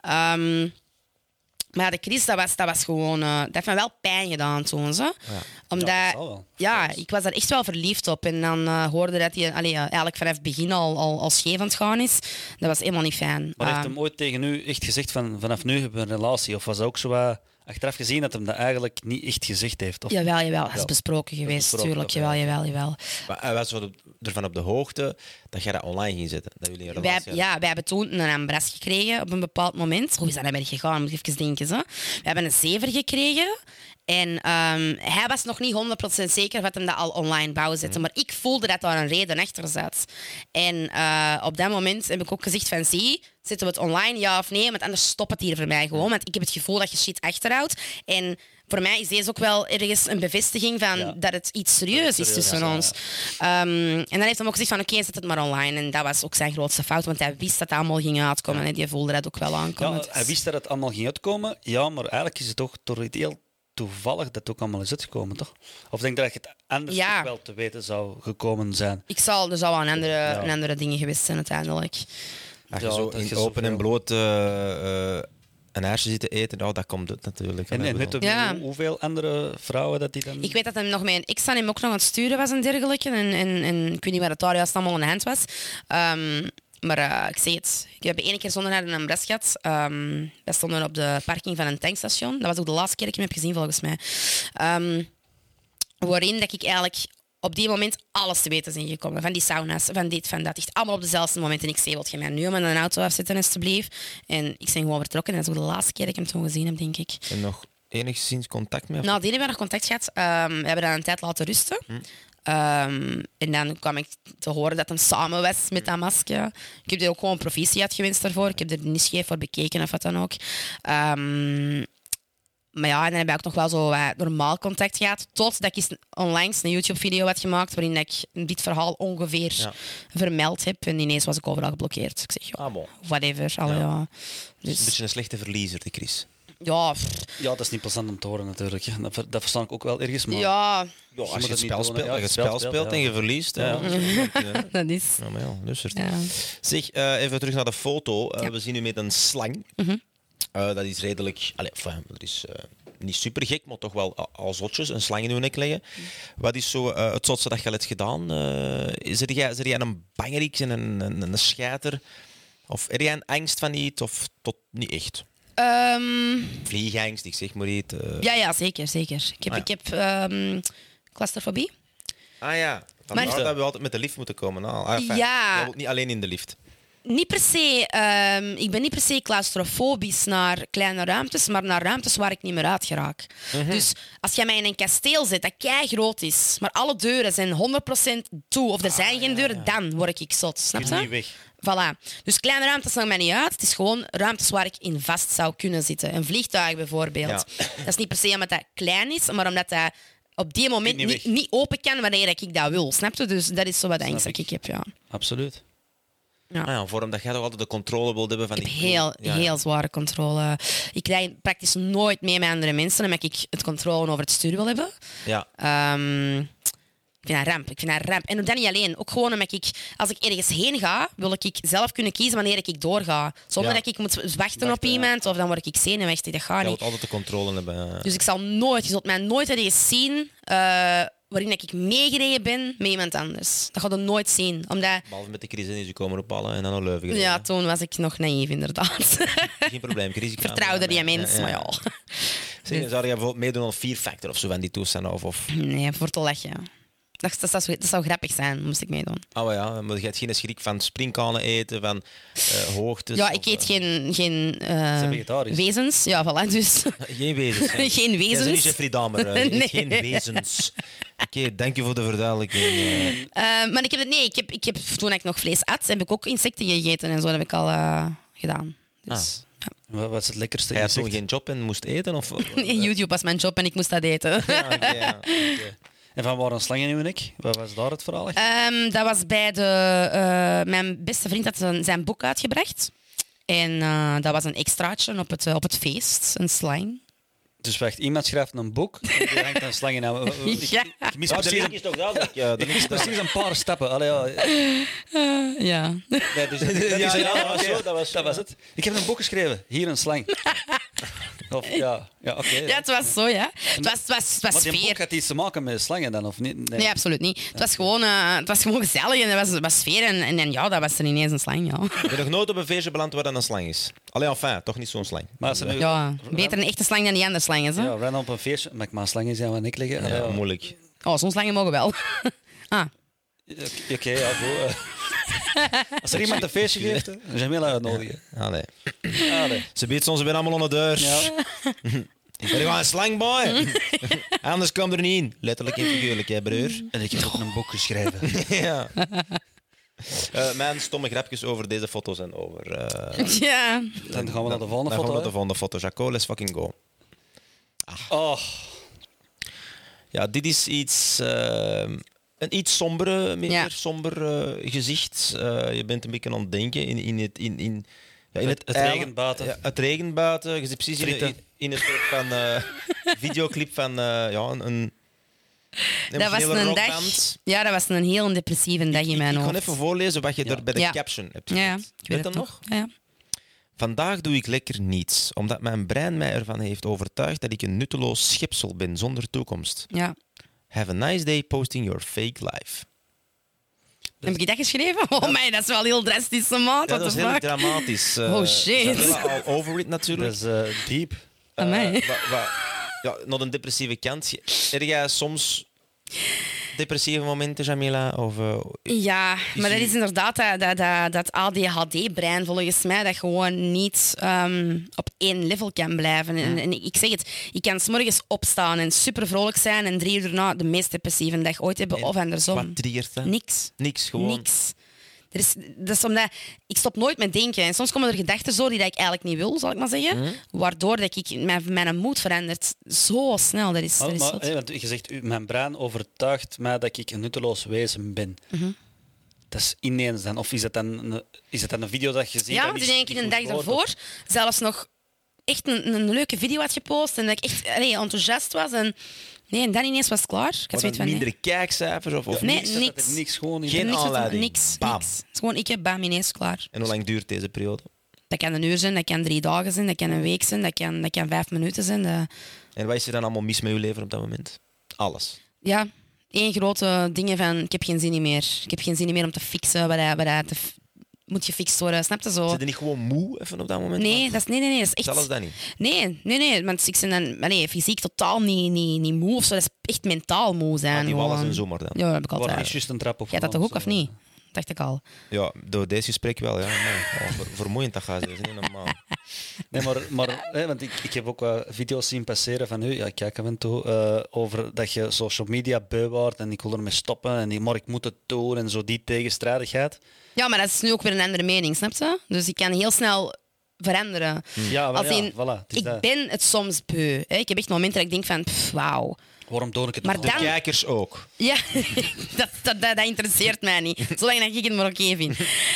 Um, maar ja, de Chris, dat was, dat was gewoon... Uh, dat heeft me wel pijn gedaan toen. Zo. Omdat... Ja, dat zal wel. Ja, ik was daar echt wel verliefd op. En dan uh, hoorde dat hij allee, uh, eigenlijk vanaf het begin al, al, al scheef aan het gaan is. Dat was helemaal niet fijn. Maar heeft Uh, hem ooit tegen u echt gezegd van vanaf nu hebben we een relatie? Of was dat ook zo wat achteraf gezien dat hem dat eigenlijk niet echt gezegd heeft? Of? Jawel, jawel. Dat is Ja. besproken geweest, besproken, tuurlijk. ja. Jawel, jawel, jawel. Maar hij was zo ervan op de hoogte dat jij dat online ging zetten. Dat jullie een Wij, relatie hadden. ja, wij hebben toen een ambras gekregen op een bepaald moment. Hoe is dat nou weer gegaan? Moet ik even denken. Zo. We hebben een zever gekregen. En um, hij was nog niet honderd procent zeker wat hem dat al online wou zetten. Maar ik voelde dat daar een reden achter zat. En uh, op dat moment heb ik ook gezegd van... Zie, zetten we het online, ja of nee? Want anders stopt het hier voor mij gewoon. Want ik heb het gevoel dat je shit achterhoudt. En voor mij is deze ook wel ergens een bevestiging van Ja. dat het iets serieus is serieus tussen is, ja. ons. Um, en dan heeft hij ook gezegd van oké, zet het maar online. En dat was ook zijn grootste fout, want hij wist dat het allemaal ging uitkomen. En die voelde dat ook wel aankomen. Ja, Dus- hij wist dat het allemaal ging uitkomen. Ja, maar eigenlijk is het toch door het heel toevallig dat het ook allemaal is uitgekomen, toch? Of denk je dat je het anders Ja. toch wel te weten zou gekomen zijn? Ik zal, er zou wel een andere, een andere dingen geweest zijn uiteindelijk. Als je Ja, zo dat in je open zoveel- en bloot uh, uh, een ijsje zit te eten, nou, dat komt het natuurlijk. En, en weet je Ja. hoe- hoeveel andere vrouwen dat die dan... Ik weet dat hij nog met een ex aan hem ook nog aan het sturen was en dergelijke. En, en, en ik weet niet waar het daar juist allemaal aan de hand was. Um, maar uh, ik zeg het, ik heb één keer zonder haar een ambras gehad. Um, wij stonden op de parking van een tankstation. Dat was ook de laatste keer dat ik hem heb gezien, volgens mij. Um, waarin dat ik eigenlijk op die moment alles te weten zijn gekomen. Van die sauna's, van dit, van dat. Echt allemaal op dezelfde moment. En ik zei, wat je mij nu met een auto afzetten, alsjeblieft. En ik ben gewoon vertrokken. En dat is ook de laatste keer dat ik hem toen gezien heb, denk ik. En nog enigszins contact mee? Nou, die hebben we nog contact gehad. Um, we hebben dat een tijd laten rusten. Um, en dan kwam ik te horen dat hij samen was met dat masker. Ik heb er ook gewoon proficiat gewenst daarvoor. Ik heb er niet scheef voor bekeken of wat dan ook. Um, maar ja, en dan heb ik ook nog wel zo wat normaal contact gehad. Totdat ik eens onlangs een YouTube-video had gemaakt waarin ik dit verhaal ongeveer Ja. vermeld heb. En ineens was ik overal geblokkeerd. Ik zeg, joh, Ah, bon. whatever. Allee, Ja. ja. Dus Dus, een beetje een slechte verliezer, die Chris. Ja, pff, Ja, dat is niet plezant om te horen natuurlijk. hè. Dat, ver- dat versta ik ook wel ergens, maar... ja, Ja, als moet je het het niet spel doen, speelt, hè. als je het spel speelt ja. en je verliest... Ja. dan is het ook, ja. dat is... Ja, maar ja, lustert. Ja. Zeg, eh, even terug naar de foto. Eh, Ja. We zien u met een slang. Mhm. Eh, dat is redelijk... Allee, enfin, dat is eh, niet super gek, maar toch wel a- al zotjes. Een slang in uw nek leggen. Wat is zo eh, het zotste dat je al hebt gedaan? Uh, zit jij, zit jij een bangerik en een, een, een scheiter? Of heb jij een angst van iets? Of tot niet echt? Ehm, Vliegangst, ik zeg maar iets. eh. ja, ja, zeker, zeker. Ik heb, Ah, ik heb ehm, claustrofobie. Ah ja, vandaar Maar- dat we altijd met de lift moeten komen. Ah, ah, enfin, Ja. jij woont niet alleen in de lift. Niet per se, ehm, ik ben niet per se claustrofobisch naar kleine ruimtes, maar naar ruimtes waar ik niet meer uit geraak. Dus als jij mij in een kasteel zet dat kei groot is, maar alle deuren zijn honderd procent toe of er zijn geen deuren, dan word ik zot. Snap Je je? niet weg. Voilà. Dus kleine ruimtes gaan mij niet uit. Het is gewoon ruimtes waar ik in vast zou kunnen zitten. Een vliegtuig bijvoorbeeld. Ja. Dat is niet per se omdat dat klein is, maar omdat dat op die moment niet niet, weg. niet open kan wanneer ik dat wil. Snap je? Dus dat is zo wat de angst dat ik heb. Ja. Absoluut. Ja. Ah ja, voor omdat jij toch altijd de controle wil hebben van Ik heb die... heel, Ja, heel zware controle. Ik krijg praktisch nooit mee met andere mensen omdat ik het controle over het stuur wil hebben. Ja. Ehm, ik vind dat ramp. Ik vind dat ramp. En dat niet alleen. Ook gewoon omdat ik, als ik ergens heen ga, wil ik zelf kunnen kiezen wanneer ik doorga. Zonder Ja. dat ik moet wachten, Wachten, op iemand of dan word ik zenuwachtig. Dat gaat Jij niet. wilt altijd de controle hebben. Dus ik zal nooit, je zult mij nooit ergens zien uh, waarin ik meegereden ben met iemand anders. Dat gaat je nooit zien. Omdat, Behalve met de crisis die ze komen ophalen en dan een leuven. ja, toen was ik nog naïef, inderdaad. Geen probleem. Crisis Ik vertrouwde die mensen, maar ja. Zeg, zou je bijvoorbeeld meedoen aan Fear Factor of zo van die toestanden? Of, of... Nee, voor te lachen. Dat, dat, dat, zou, dat zou grappig zijn, moest ik meedoen. Oh maar ja, maar je hebt geen schrik van springkanen eten, van uh, hoogtes. Ja, of, ik eet uh, geen, geen uh, Zijn vegetarisch. wezens. Ja, voilà, dus... Geen wezens. hè. Geen Jij wezens. bent niet Jeffrey Dahmer. uh, je eet Nee. Geen wezens. Oké, okay, dank je voor de verduidelijking. Uh, Uh, maar ik heb het, nee, ik heb, ik heb, toen ik nog vlees at, heb ik ook insecten gegeten en zo. Dat heb ik al uh, gedaan. Dus, Wat wat is het lekkerste Hij had toen insect? geen job en moest eten? Of, ja. YouTube was mijn job en ik moest dat eten. Ja, okay, ja. En van waar een slang in uw nek? Wat was daar het verhaal? Um, dat was bij de... Uh, mijn beste vriend had zijn, zijn boek uitgebracht. En uh, dat was een extraatje op het, uh, op het feest. Een slang. Dus wacht, iemand schrijft een boek en die hangt een slang in. Nou, ik, Ja. ik mis Ja, de precies, link een, is toch duidelijk? Ja, de link is precies een paar stappen. Allee, ja. Uh, ja. Nee, dus, dat, is- Ja, ja, dat was oké, zo, dat was zo. dat was het. Ik heb een boek geschreven. Hier een slang. Of, ja, ja oké. Ja, het was zo, ja. Het was, het was, het was Maar die sfeer. boek had iets te maken met slangen dan, of niet? Nee. Nee, absoluut niet. Het was gewoon, uh, het was gewoon gezellig en er was, was sfeer. En, en, en ja, dat was er ineens een slang, ja. Ik ben nog nooit op een feestje beland waar dat een slang is. Allee, enfin, toch niet zo'n slang. Maar als ze nu Ja, beter een echte slang dan die andere slangen, hè? ja, random op een feestje, mag ik maar slangen zijn aan nek liggen? Ja, Ja, moeilijk. Oh, zo'n slangen mogen wel. ah. Oké, okay, ja, goed. eh. Als er iemand een feestje geeft, hè, dan Jamila uitnodigen. Allee. Allee. Ze biedt ons weer allemaal onder de deur. Ja. Ben je gewoon een slangboy? Anders komt er niet in. Letterlijk en figuurlijk, hè, broer. En ik heb ook een boek geschreven. Ja. Uh, mijn stomme grapjes over deze foto's en over... Uh, Ja. Dan gaan we naar de volgende dan gaan we foto. naar de volgende foto. Jaco, let's fucking go. Oh, Ja, dit is iets... Uh, een iets sombere, meer Ja. somber uh, gezicht. Uh, je bent een beetje aan het denken in, in het... In, in, ja, in Het- het eiland- regent buiten. Ja, het regent buiten. Je zit precies in, Frieten. in, in een soort van uh, videoclip van uh, ja, een, een Dat was emotionele een dag. rockband. Ja, dat was een heel depressieve dag in Ik, mijn ik ga hoofd. even voorlezen wat je Ja. er bij de Ja. caption hebt Ja, ja, gezet. ik weet Weet het dat nog? Ja, ja. Vandaag doe ik lekker niets, omdat mijn brein mij ervan heeft overtuigd dat ik een nutteloos schepsel ben zonder toekomst. Ja. Have a nice day posting your fake life. Heb ik dat geschreven? Oh, mij, dat is wel heel drastisch, maat. Ja, What dat the is heel fuck? dramatisch. Uh, Oh, shit. Jamila all over it natuurlijk. dat is uh, diep. Eh, Amai. wa- wa- ja, naar een depressieve kant. Heb jij soms depressieve momenten, Jamila? Of, uh, Ja, maar dat u- is inderdaad dat, dat, dat, dat A D H D-brein volgens mij dat gewoon niet ehm, op één level kan blijven. En, en ik zeg het, ik kan 's morgens opstaan en super vrolijk zijn en drie uur daarna de meest depressieve dag ooit hebben En of andersom. wat triggert dat? Niks. Niks, gewoon. Niks. Er is, dat is omdat ik stop nooit met denken. En soms komen er gedachten zo die dat ik eigenlijk niet wil, zal ik maar zeggen. Mhm. Waardoor dat ik mijn, mijn moed verandert zo snel. Dat is, dat Maar, is maar, zot. hè, want je zegt, u- mijn brein overtuigt mij dat ik een nutteloos wezen ben. Mhm. Dat is ineens dan. Of is het dan een, is het dan een video dat je ziet? Ja, dat want niet- dan denk ik niet een dag goed hoort, daarvoor zelfs nog echt een, een leuke video had gepost en dat ik echt allee, enthousiast was. En, nee, en dan ineens was het klaar. Ik had Maar zoiets dan van, nee. mindere kijkcijfers of, of Nee, niks? niks. Dat er niks gewoon in. Geen Niks, wat- aanleiding. niks, Bam. niks. Het is gewoon, ik heb bam, ineens klaar. En hoe lang duurt deze periode? Dat kan een uur zijn, dat kan drie dagen zijn, dat kan een week zijn, dat kan, dat kan vijf minuten zijn. Dat... En wat is er dan allemaal mis met uw leven op dat moment? Alles. Ja, één grote ding van, ik heb geen zin meer. Ik heb geen zin meer om te fixen wat dat, wat dat te f- moet gefixt worden. Snap je zo? Zit je niet gewoon moe even op dat moment? Nee, dat is, nee, nee, nee, dat is echt... Zelfs dat niet. Nee, nee, nee, want ik ben dan allee, fysiek totaal niet, niet, niet moe of zo. Dat is echt mentaal moe zijn. Ah, die gewoon. wallen zijn zomer dan. Ja, dat heb ik Waar altijd. is juist een trap op. Jij dat toch ook, of niet? Dacht ik al. Ja, door deze gesprek wel. Ja. Man, oh, ver- vermoeiend dat gaat. Dat is niet normaal. Nee, maar, maar hè, want ik, ik heb ook wat video's zien passeren van u, ja, ik kijk af en toe, eh, over dat je social media beu wordt en ik wil ermee stoppen en die, maar ik moet het doen en zo die tegenstrijdigheid. Ja, maar dat is nu ook weer een andere mening, snap je? Dus ik kan heel snel veranderen. Ja, wel, Als ja, in, voilà, het is ik dat. ben het soms beu. Hè. Ik heb echt momenten dat ik denk van, pff, wauw. Waarom doe ik het Maar nog? dan- De kijkers ook. Ja, dat, dat, dat, dat interesseert mij niet. Zolang dat ik het maar oké vind.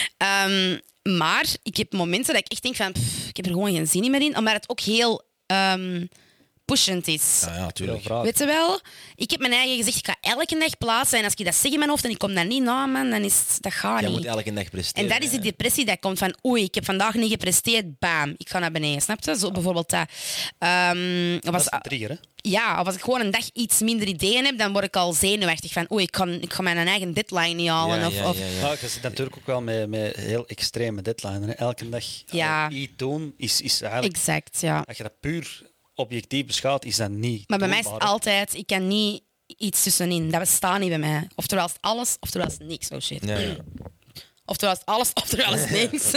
Ehm, maar ik heb momenten dat ik echt denk van, pff, ik heb er gewoon geen zin meer in. Omdat het ook heel ehm, pushend is. Ja, ja, Veel tuurlijk. vragen. Weet je wel? Ik heb mijn eigen gezegd, ik ga elke dag plaatsen. En als ik dat zeg in mijn hoofd en ik kom daar niet na, man, dan is het- dat gaat Jij niet. moet elke dag presteren. En dat is die hè. depressie dat komt van oei, ik heb vandaag niet gepresteerd, bam, ik ga naar beneden, snap je? Zo bijvoorbeeld dat. Ehm, of Dat als, is een trigger, hè? ja, of als ik gewoon een dag iets minder ideeën heb, dan word ik al zenuwachtig van oei, ik, kan, ik ga mijn eigen deadline niet halen. Ja, of, ja, of, ja, ja. Ja, je zit natuurlijk ook wel met, met heel extreme deadlines. Hè. Elke dag Ja. iets doen is, is eigenlijk... Exact, ja. Als je dat puur objectief beschouwt, is dat niet Maar bij mij is het doenbaar, hè. altijd, ik kan niet iets tussenin. Dat bestaat niet bij mij. Oftewel is het alles, oftewel is het niks. Oh shit. Ja, ja. Oftewel is het alles, oftewel is het niks.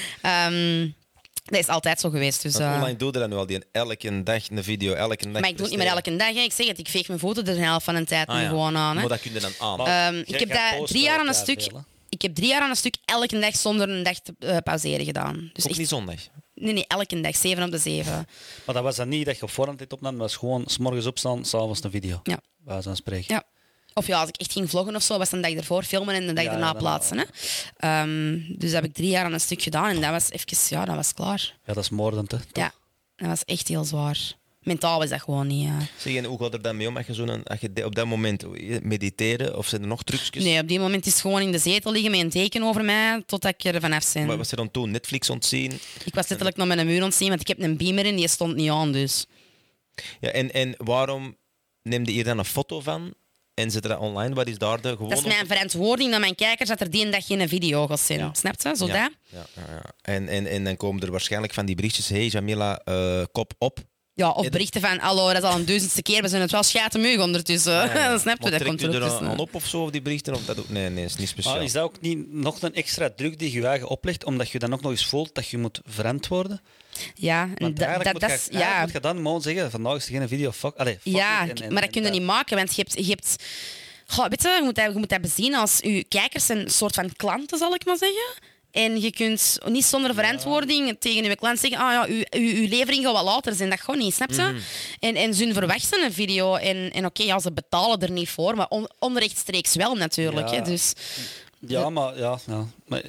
Ehm, dat is altijd zo geweest. Dus, Want eh, hoe lang doe je dat nu al? Die elke dag een video, elke dag maar ik doe het niet meer presteren? elke dag. Hè. Ik zeg het, ik veeg mijn voeten er een helft van de tijd Ah, nu ja. gewoon aan. Hè. Maar dat kun je dan aan. Maar- Ehm, Jij- ik heb jij dat post drie jaar aan een wel stuk. veel, hè? Ik heb drie jaar aan een stuk elke dag zonder een dag te eh, pauzeren gedaan. Dus Ook echt, niet zondag. nee, nee, elke dag, zeven op de zeven. Maar dat was dan niet dat je op voorhand dit opnam, dat was gewoon 's morgens opstaan, s'avonds een video. Ja. Waar ze aan spreken. Ja. Of ja, als ik echt ging vloggen of zo, was het een dag ervoor filmen en de dag Ja, daarna ja, dan- plaatsen. Hè. Ehm, dus dat heb ik drie jaar aan een stuk gedaan en dat was even, ja, dat was klaar. Ja, dat is moordend, hè? Ja, dat was echt heel zwaar. Mentaal was dat gewoon niet. eh. Zeg, en hoe gaat er dan mee om als je, zo'n, als je de- op dat moment mediteren of zijn er nog trucjes? Nee, op die moment is het gewoon in de zetel liggen met een teken over mij totdat ik er vanaf ben. Wat was er dan toen? Netflix ontzien? Ik was letterlijk nog met een muur ontzien, want ik heb een beamer in, die stond niet aan. Dus. Ja, en, en waarom neem je hier dan een foto van en zet je dat online? Wat is daar de gewone... Dat is mijn verantwoording dat mijn kijkers dat er die dag geen video gaat zijn. Ja. Snap je? Zo Ja, dat? ja, ja, ja. En, en, en dan komen er waarschijnlijk van die berichtjes. Hey Jamila, eh, kop op. Ja, of Ja, berichten van, hallo, dat is al een duizendste keer, we zijn het wel schatenmeug ondertussen. Ja, ja. Snap je? Maar Dat trekt komt u er er ook aan, tussen. aan op of zo, of die berichten? Of dat ook? Nee, nee, is niet speciaal. Ah, is dat ook niet nog een extra druk die je je eigen oplegt, omdat je dan ook nog eens voelt dat je moet verantwoorden? Ja, en Want dat, eigenlijk dat, moet, dat je, is... eigenlijk Ja, moet je dan gewoon zeggen, vandaag is er geen video, fuck, allee, fuck ja it, en- en- maar dat en kun je niet maken, want je hebt... Je hebt Goh, weet je, je moet, dat, je moet dat bezien als je kijkers zijn een soort van klanten, zal ik maar zeggen. En je kunt niet zonder verantwoording tegen je klant zeggen, ah ja, uw, uw, uw levering gaat wat later zijn. Dat gaat niet, snap je? En, en ze verwachten een video. En, en oké, ja, ze betalen er niet voor, maar on, onrechtstreeks wel natuurlijk. Ja. Hè, dus, Ja, maar, ja, ja. maar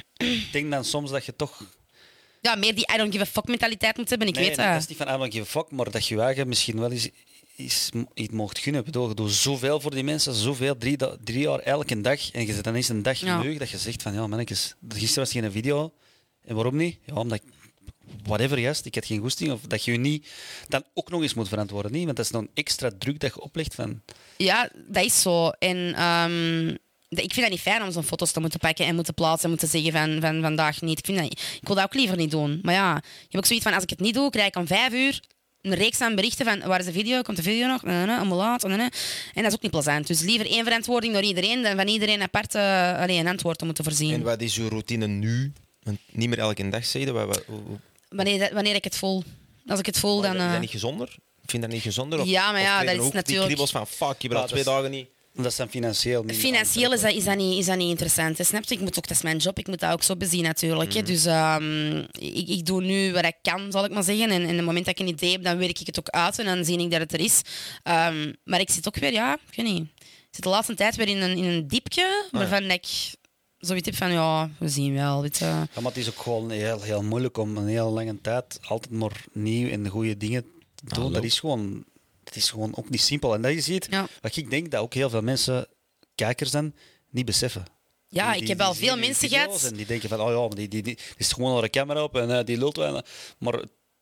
ik denk dan soms dat je toch... ja, meer die I don't give a fuck mentaliteit moet hebben, ik Nee, weet nee, dat dat. is niet van I don't give a fuck, maar dat je je eigen misschien wel eens iets, iets mocht gunnen. Ik bedoel, je doet zoveel voor die mensen, zoveel, drie, da- drie jaar elke dag. En je zit dan eens een dag Ja. leuk dat je zegt van ja, mannetjes, gisteren was geen video. En waarom niet? Ja, omdat ik, whatever, juist, ik had geen goesting. Of dat je je niet dan ook nog eens moet verantwoorden. Niet? Want dat is dan extra druk dat je oplegt van... Ja, dat is zo. En ehm, de- ik vind dat niet fijn om zo'n foto's te moeten pakken en moeten plaatsen en moeten zeggen van, van vandaag niet. Ik, vind dat, niet- ik wil dat ook liever niet doen. Maar ja, je hebt ook zoiets van, als ik het niet doe, krijg ik om vijf uur een reeks aan berichten van waar is de video, komt de video nog, nee, nee, allemaal laat. Nee, nee. En dat is ook niet plezant. Dus liever één verantwoording door iedereen dan van iedereen apart uh, alleen een antwoord te moeten voorzien. En wat is uw routine nu? Want niet meer elke dag zeggen. Wat, wat, hoe- hoe- Wanneer, dat- wanneer ik het voel. Als ik het voel, dan... is eh, dat niet gezonder? Ik vind dat niet gezonder. Of, Ja, maar of ja, krijg je dat dan is ook natuurlijk- die kriebels van fuck, je bent Ja, al twee dat is- dagen niet... Dat is dan financieel niet... Financieel is dat, is, dat niet, is dat niet interessant. Hè? Snap je? Ik moet ook, dat is mijn job, ik moet dat ook zo bezien natuurlijk. Hè? Dus ehm, ik, ik doe nu wat ik kan, zal ik maar zeggen. En, en op het moment dat ik een idee heb, dan werk ik het ook uit en dan zie ik dat het er is. Ehm, maar ik zit ook weer, ja, ik weet niet. Ik zit de laatste tijd weer in een, in een diepje waarvan ik zoiets heb van, ja, we zien wel. Weet je. Ja, maar het is ook gewoon heel, heel moeilijk om een hele lange tijd altijd maar nieuw en goede dingen te doen. Hallo. Dat is gewoon, dat is gewoon ook niet simpel. En dat je ziet, Ja. wat ik denk dat ook heel veel mensen, kijkers dan, niet beseffen. Ja, Die- ik die- heb die al zien veel die mensen video's gehad. En die denken van, oh ja, maar die, die, die, die is gewoon naar de camera op en uh, die lult wel. Maar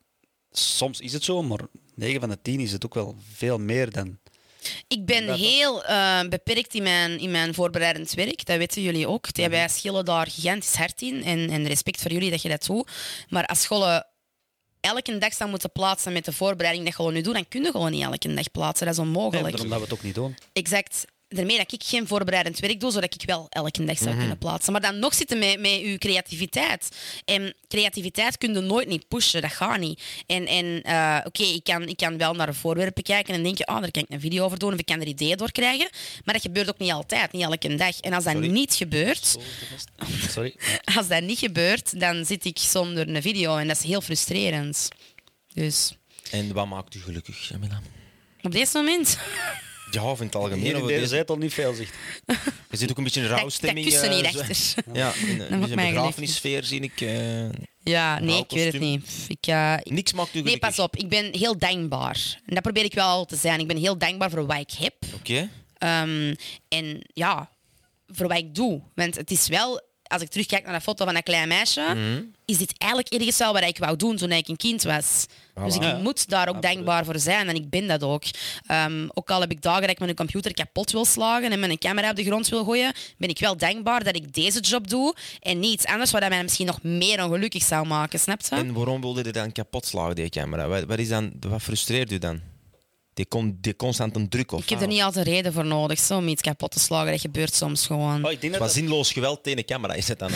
soms is het zo, maar negen van de tien is het ook wel veel meer dan... Ik ben Dat toch? heel uh, beperkt in mijn, in mijn voorbereidend werk. Dat weten jullie ook. Mhm. Wij schillen daar gigantisch hard in. En, en respect voor jullie dat je dat doet. Maar als scholen elke dag zou moeten plaatsen met de voorbereiding dat je nu doet, dan kun je gewoon niet elke dag plaatsen. Dat is Nee, onmogelijk. daarom dat we het ook niet doen. Exact. Daarmee dat ik geen voorbereidend werk doe, zodat ik wel elke dag zou kunnen plaatsen. Maar dan nog zitten met, met je creativiteit. En creativiteit kun je nooit niet pushen, dat gaat niet. En, en uh, oké, okay, ik, kan, ik kan wel naar voorwerpen kijken en denken, oh, daar kan ik een video over doen of ik kan er ideeën door krijgen. Maar dat gebeurt ook niet altijd, niet elke dag. En als dat Sorry. niet gebeurt, Sorry. Ja. als dat niet gebeurt, dan zit ik zonder een video en dat is heel frustrerend. Dus En wat maakt u gelukkig, Jamila? op dit moment... Ja, of in het algemeen. Hier in of deze deze- zetel niet veel zicht. Er zit ook een beetje een Dat, dat rouwstemming. kussen eh, niet zo- achter. Ja, in, Dat in maakt een mij begrafenissfeer zie ik. eh, Ja, nee, ik weet het Rouwkostuum. niet. Ik, uh, ik- niks maakt u Nee, gelukkig. pas op. Ik ben heel dankbaar. En dat probeer ik wel te zijn. Ik ben heel dankbaar voor wat ik heb. Oké. Ehm, en ja, voor wat ik doe. Want het is wel, als ik terugkijk naar dat foto van dat klein meisje, Mhm. is dit eigenlijk ergens wel wat ik wou doen toen ik een kind was. Dus ik Ja. moet daar ook Absoluut. dankbaar voor zijn. En ik ben dat ook. Ehm, ook al heb ik dagen dat ik mijn computer kapot wil slagen en mijn camera op de grond wil gooien, ben ik wel dankbaar dat ik deze job doe en niet iets anders wat mij misschien nog meer ongelukkig zou maken. Snap je? En waarom wilde je dan kapot slagen, die camera? Wat, wat, is dan, wat frustreert u dan? Die, con, die constante druk of Ik heb er niet altijd reden voor nodig zo, om iets kapot te slagen. Dat gebeurt soms gewoon. Oh, ik denk dat Wat dat- zinloos geweld tegen de camera is het dan.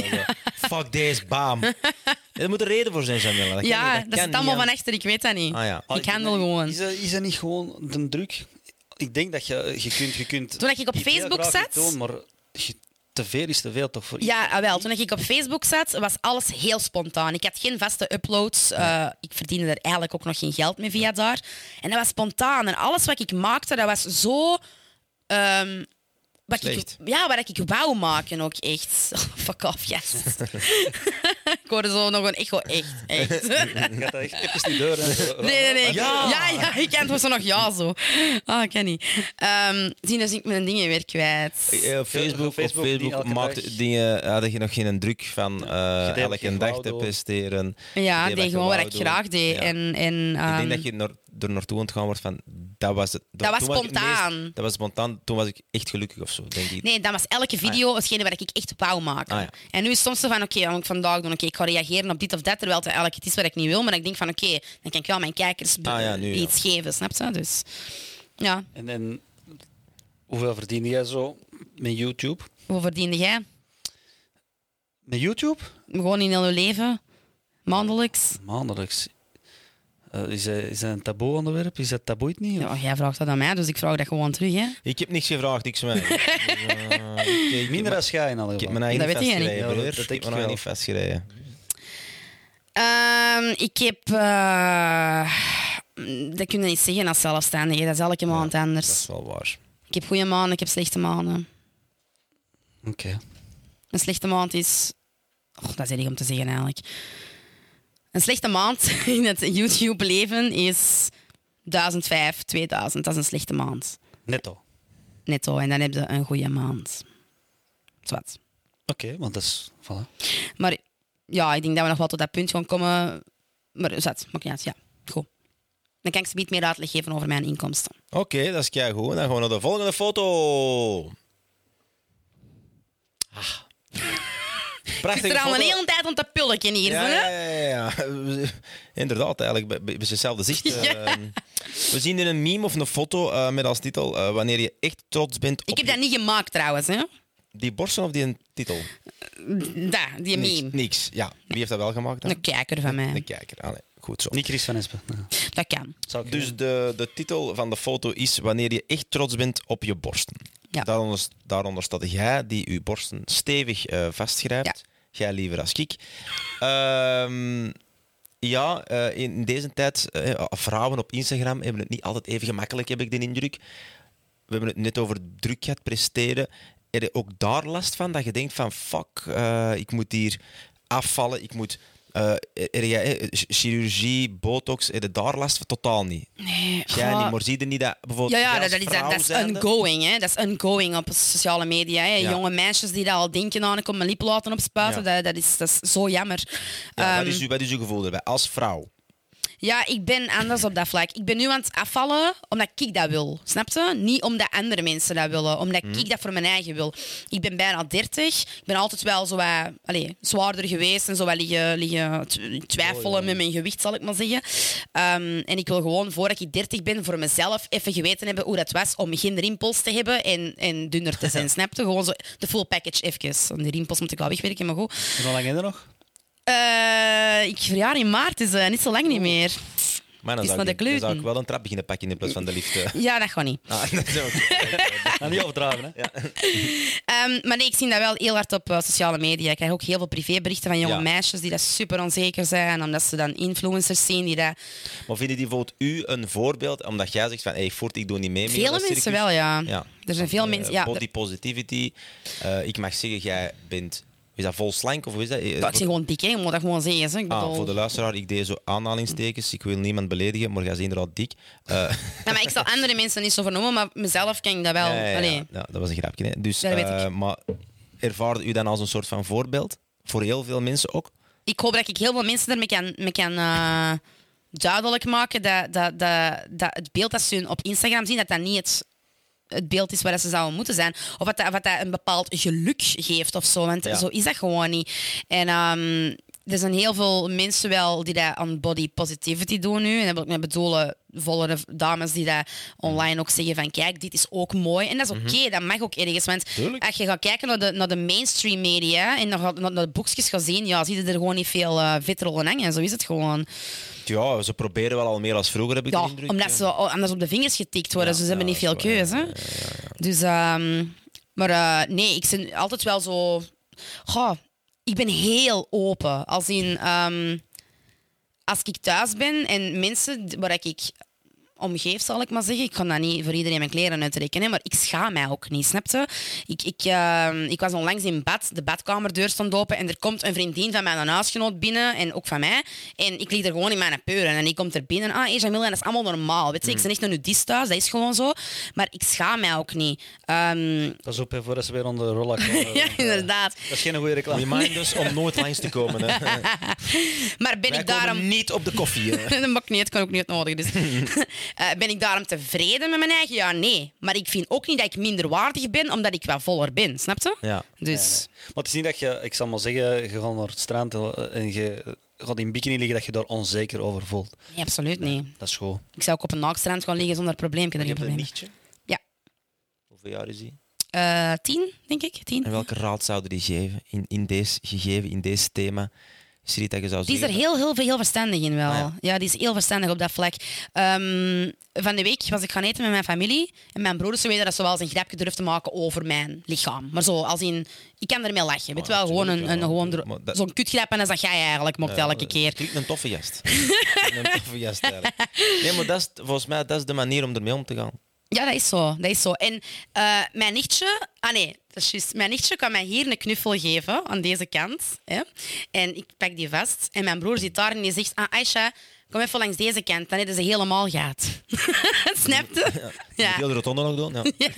Fuck deze, bam. Er moet een reden voor zijn, Jamila. Dat Ja, kan, dat, kan zit niet allemaal aan- van achter. Ik weet dat niet. Ah, ja. Oh, Ik denk handel dat- gewoon. Is dat, is dat niet gewoon de druk? Ik denk dat je, je kunt... Je kunt Toen ik op iets heel Facebook graag zat- doen, maar je- te veel is te veel toch voor Ja, ah, wel. Toen ik op Facebook zat, was alles heel spontaan. Ik had geen vaste uploads. Uh, ik verdiende er eigenlijk ook nog geen geld mee via daar. En dat was spontaan. En alles wat ik maakte, dat was zo... ehm, wat ik, Slecht. ja, wat ik wou maken ook echt. Fuck off, yes. Ik hoorde zo nog een echo. Echt, echt. Je gaat dat echt even niet door. Hè. Nee, nee, nee. Ja. ja, ja ik antwoord zo nog ja zo. Ah, ik kan niet. Um, zien, dus ik mijn dingen weer kwijt. Eh, Op Facebook, Op Facebook op niet Facebook elke maakte dag. dingen, had je nog geen druk van eh deed elke geen dag wou te doen. presteren. Ja, Je ik deed deed wat gewoon je wat wou ik doen. graag deed. Ja. En, en, Ik um, denk dat je naar, er naartoe aan het gaan wordt van, dat was het. Dat was toen ik het spontaan. meest- dat was spontaan. Toen was ik echt gelukkig of zo, denk ik. Nee, dat was elke video hetgene wat ik echt wou maken. Ah, ja. En nu is het soms zo van, oké, wat moet ik vandaag doen? Oké, ik ga reageren op dit of dat, terwijl het eigenlijk het is wat ik niet wil. Maar ik denk van, oké, dan kan ik wel mijn kijkers be- Ah, ja, nu, ja. iets geven, snap je? Dus, ja. En, en hoeveel verdien jij zo met YouTube? Hoe verdiende jij? Met YouTube? Gewoon in heel je leven? Maandelijks? Maandelijks. Uh, is, dat, is dat een taboe onderwerp? Is dat taboe het niet? Ja, jij vraagt dat aan mij, dus ik vraag dat gewoon terug, hè? Ik heb niks gevraagd, niks van mij. Dus, eh, ik- ik- Minder als jij in alle Ik heb geval. mijn eigen Dat niet weet jij niet. vastgereden, Ja, broer. dat- dat Ik denk heb ik mijn wel. eigen niet vastgereden. Ehm, ik heb... eh, dat kun je niet zeggen als zelfstandige. Dat is elke maand Dat anders. is wel waar. Ik heb goede maanden, ik heb slechte maanden. Oké. Een slechte maand is... Oh, dat is erg om te zeggen eigenlijk. Een slechte maand in het YouTube-leven is duizend vijf, tweeduizend. Dat is een slechte maand. Netto. Netto. En dan heb je een goede maand. Zwat. Oké, want dat is... Voilà. Maar ja, ik denk dat we nog wel tot dat punt gaan komen. Maar zat, maakt niet uit. Ja, goed. Dan kan ik zometeen meer uitleg geven over mijn inkomsten. Oké, dat is keigoed. Dan gaan we naar de volgende foto. Ah. Ik Prachtige zit er al een foto. hele tijd om te pulken hier. Ja, zo, ja, hè? ja, ja. Inderdaad, eigenlijk bij, bij hetzelfde zicht. Ja. Uh, we zien hier een meme of een foto uh, met als titel uh, wanneer je echt trots bent op Ik heb je- dat niet gemaakt trouwens. Hè? die borsten of die een titel? Dat, die Niks, meme. niks. Ja, wie heeft dat wel gemaakt dan? Een kijker van mij. De kijker. Allee, goed zo. Niet Chris van Espen. Nee. Dat kan. Zou ik Dus de, de titel van de foto is wanneer je echt trots bent op je borsten. Ja. Daaronder, daaronder staat jij die je borsten stevig uh, vastgrijpt. Ja. Jij liever als ik. Ehm, ja, uh, in deze tijd, uh, vrouwen op Instagram hebben het niet altijd even gemakkelijk, heb ik de indruk. We hebben het net over druk gehad, presteren. heb je ook daar last van? Dat je denkt van, fuck, uh, ik moet hier afvallen, ik moet... Uh, er jij, chirurgie, botox, heb je daar last van? Totaal niet. Nee. Jij goh. niet, maar zie je niet dat bijvoorbeeld... Ja, ja jij dat, als dat is, vrouw dat is zijnde- ongoing. Hè. Dat is ongoing op sociale media. Hè. Ja. Jonge meisjes die dat al denken aan, ik kom mijn lip laten opspuiten. Ja. Dat, dat, is, dat is zo jammer. Ja, Ehm, wat, is uw, wat is uw gevoel erbij? Als vrouw? Ja, ik ben anders op dat vlak. Ik ben nu aan het afvallen omdat ik dat wil. Snap je? Niet omdat andere mensen dat willen. Omdat Mhm. ik dat voor mijn eigen wil. Ik ben bijna dertig. Ik ben altijd wel zo wat, allez, zwaarder geweest en zo wat liggen, liggen t- twijfelen Oh, ja. met mijn gewicht, zal ik maar zeggen. Ehm, en ik wil gewoon, voordat ik dertig ben, voor mezelf even geweten hebben hoe dat was om geen rimpels te hebben en, en dunner te zijn. Snap je? Gewoon zo de full package even. Die rimpels moet ik wel wegwerken, maar goed. En hoe lang heb je nog? Eh, ik verjaar in maart, dus eh, niet zo lang niet meer. Maar dan Is zou, naar ik, de dan zou kleuten. ik wel een trap beginnen pakken in plaats van de lift. eh. Ja, dat gaat niet. Ah, dat is ook... En niet overdrijven, hè? Ehm, maar nee, ik zie dat wel heel hard op eh, sociale media. Ik krijg ook heel veel privéberichten van jonge Ja. meisjes die dat super onzeker zijn, omdat ze dan influencers zien die dat... Maar vinden die bijvoorbeeld u een voorbeeld, omdat jij zegt van, hey, Fort, ik doe niet mee met Vele dat mensen circus? wel, ja. Ja. Er zijn veel Eh, mensen... Ja, body positivity. Eh, ik mag zeggen, jij bent... Is dat vol slank of hoe is dat? Eh, dat is gewoon dik, hè. Je moet dat gewoon zeggen. Hè. Ik bedoel... Ah, voor de luisteraar, ik deed zo aanhalingstekens. Ik wil niemand beledigen, maar jij is inderdaad dik. Eh, Ja, maar ik zal andere mensen niet zo vernoemen, maar mezelf kan ik dat wel... ja, ja, ja. Allee. Ja, dat was een grapje. Hè. Dus, Ja, dat weet eh, ik. maar ervaarde u dan als een soort van voorbeeld? Voor heel veel mensen ook? Ik hoop dat ik heel veel mensen ermee kan, mee kan eh, duidelijk maken dat, dat, dat, dat het beeld dat ze op Instagram zien, dat dat niet het, het beeld is waar ze zouden moeten zijn. Of dat dat, wat dat een bepaald geluk geeft of zo. Want Ja. zo is dat gewoon niet. En ehm, er zijn heel veel mensen wel die dat aan body positivity doen nu. En dat wil ik met bedoelen, vollere dames die dat online ook zeggen van kijk, dit is ook mooi. En dat is oké, dat mag ook ergens. Want Tuurlijk. als je gaat kijken naar de, naar de mainstream media en naar, naar de boekjes gaat zien, ja, zie je er gewoon niet veel uh, vitrol en hangen. Zo is het gewoon. Ja, ze proberen wel al meer als vroeger, heb ik Ja, de indruk. omdat ze anders op de vingers getikt worden. Ja, dus ze hebben ja, niet veel dat is keuze. waar, hè. Dus, ehm, maar eh, nee, ik ben altijd wel zo... Goh, ik ben heel open. Als in... ehm, als ik thuis ben en mensen waar ik omgeef, zal ik maar zeggen. Ik kan dat niet voor iedereen mijn kleren uittrekken, hè, maar ik schaam mij ook niet, snap je? Ik, ik, ehm, ik was onlangs in bad, de badkamerdeur stond open en er komt een vriendin van mijn huisgenoot binnen en ook van mij. En ik lig er gewoon in mijn peuren en die komt er binnen. Ah, hey Jamila, dat is allemaal normaal. Weet je? Ik ben echt een nudist thuis, dat is gewoon zo. Maar ik schaam mij ook niet. Ehm, Pas op, hè, voordat ze weer onder de rollen komen. ja, inderdaad. Dat is geen goede reclame. Remind us om nooit langs te komen. Hè. Maar ben Wij ik komen daarom... niet op de koffie. Hè. dat maakt niet, het kan ook niet nodig. Dus. Uh, ben ik daarom tevreden met mijn eigen? Ja, nee. Maar ik vind ook niet dat ik minder waardig ben, omdat ik wel voller ben. Snap je? Ja. Dus... Maar het is niet dat je, ik zal maar zeggen, je gaat naar het strand en je gaat in bikini liggen dat je daar onzeker over voelt. Nee, absoluut niet. Dat is goed. Ik zou ook op een naakstrand gaan liggen zonder probleem. Ik heb er Je geen hebt een probleem mee. nichtje. Ja. Hoeveel jaar is hij? Uh, tien, denk ik. Tien. En welke raad zouden die geven in, in deze, gegeven in deze thema? Is er iets dat je zou Die is er zeggen? heel, heel, heel verstandig in wel. Ah, ja. ja. die is heel verstandig op dat vlak. Um, van de week was ik gaan eten met mijn familie. En mijn broers weten dat ze wel eens een grapje durft te maken over mijn lichaam. Maar zo, als in... Ik kan ermee lachen. Weet Ah, wel, gewoon een, natuurlijk, een, ja. gewoon Maar dro- dat- zo'n kutgrap en dat is dat jij eigenlijk mocht elke keer. Klinkt een toffe gast. een toffe gast eigenlijk. Nee, maar dat is, volgens mij dat is de manier om ermee om te gaan. Ja, dat is zo. Dat is zo. En uh, mijn nichtje... Ah nee, dat is juist. Mijn nichtje kan mij hier een knuffel geven, aan deze kant. Hè? En ik pak die vast. En mijn broer zit daar en die zegt... Ah, Aisha, kom even langs deze kant. Dan hebben ze helemaal gaat. Snap je? Ja. Heel de rotonde nog doen. Ja.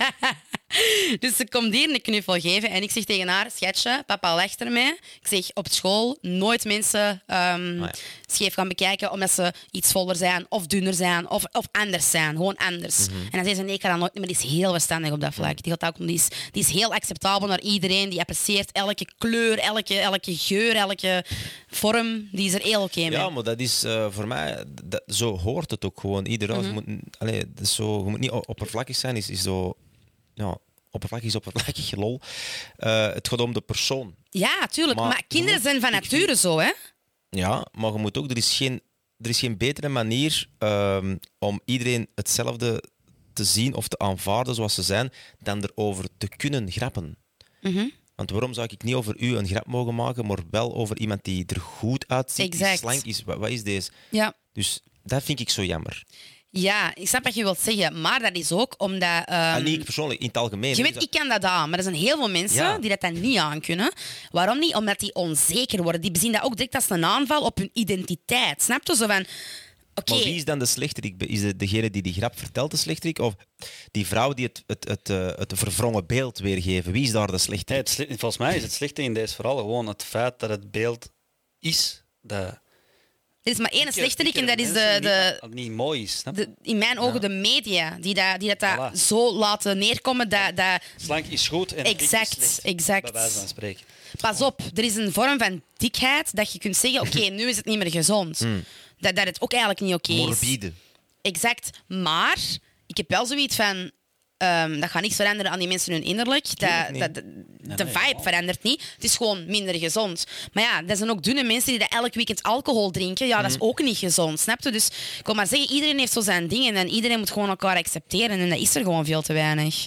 Dus ze komt hier een knuffel geven en ik zeg tegen haar, schatje, papa lacht ermee. Ik zeg, op school nooit mensen um, Ah, ja. scheef gaan bekijken omdat ze iets voller zijn of dunner zijn of, of anders zijn. Gewoon anders. Mhm. En dan zei ze, nee, ik kan dat nooit, maar die is heel verstandig op dat vlak. Die, gaat ook, die, is, die is heel acceptabel naar iedereen. Die apprecieert elke kleur, elke, elke geur, elke vorm. Die is er heel oké mee. Ja, maar dat is uh, voor mij, dat, zo hoort het ook gewoon. Iedereen Mhm. moet, allee, dat is zo, je moet niet o- oppervlakkig zijn, is, is zo, ja, oppervlakkig is oppervlakkig, lol. Uh, het gaat om de persoon. Ja, tuurlijk. Maar, Maar kinderen je zijn van ik nature vind- zo, hè? Ja, maar je moet ook, er is geen, er is geen betere manier um, om iedereen hetzelfde te zien of te aanvaarden zoals ze zijn, dan erover te kunnen grappen. Mhm. Want waarom zou ik niet over u een grap mogen maken, maar wel over iemand die er goed uitziet, die Exact. slank is? Wat, wat is deze? Ja. Dus dat vind ik zo jammer. Ja, ik snap wat je wilt zeggen, maar dat is ook omdat... Um, en niet ik persoonlijk, in het algemeen. Je hè, weet, is ik kan dat aan, maar er zijn heel veel mensen Ja. die dat dan niet aan kunnen. Waarom niet? Omdat die onzeker worden. Die bezien dat ook direct als een aanval op hun identiteit. Snap je? Zo van... Oké, Maar wie is dan de slechterik? Is het degene die die grap vertelt de slechterik? Of die vrouw die het, het, het, eh, het verwrongen beeld weergeven? Wie is daar de Nee, slechterik? het sle- volgens mij is het slechte in deze vooral gewoon het feit dat het beeld is dat... er is maar één slechterik en dat is de, mensen de, Niet, niet mooi is, snap je? de, in mijn ogen de media, die dat, die dat, dat Voilà. zo laten neerkomen. Dat, dat, Slank is goed en dik is Exact, slecht, exact. bij wijze van spreken. Pas op, er is een vorm van dikheid dat je kunt zeggen, oké, nu is het niet meer gezond. Dat, dat het ook eigenlijk niet oké is. Morbide. Exact. Maar ik heb wel zoiets van... ehm, dat gaat niks veranderen aan die mensen hun innerlijk. Dat, niet. dat, de de nee, vibe helemaal. verandert niet. Het is gewoon minder gezond. Maar ja, dat zijn ook dunne mensen die dat elk weekend alcohol drinken. Ja, dat is ook niet gezond, snap je? Dus ik wil maar zeggen, iedereen heeft zo zijn dingen en iedereen moet gewoon elkaar accepteren. En dat is er gewoon veel te weinig.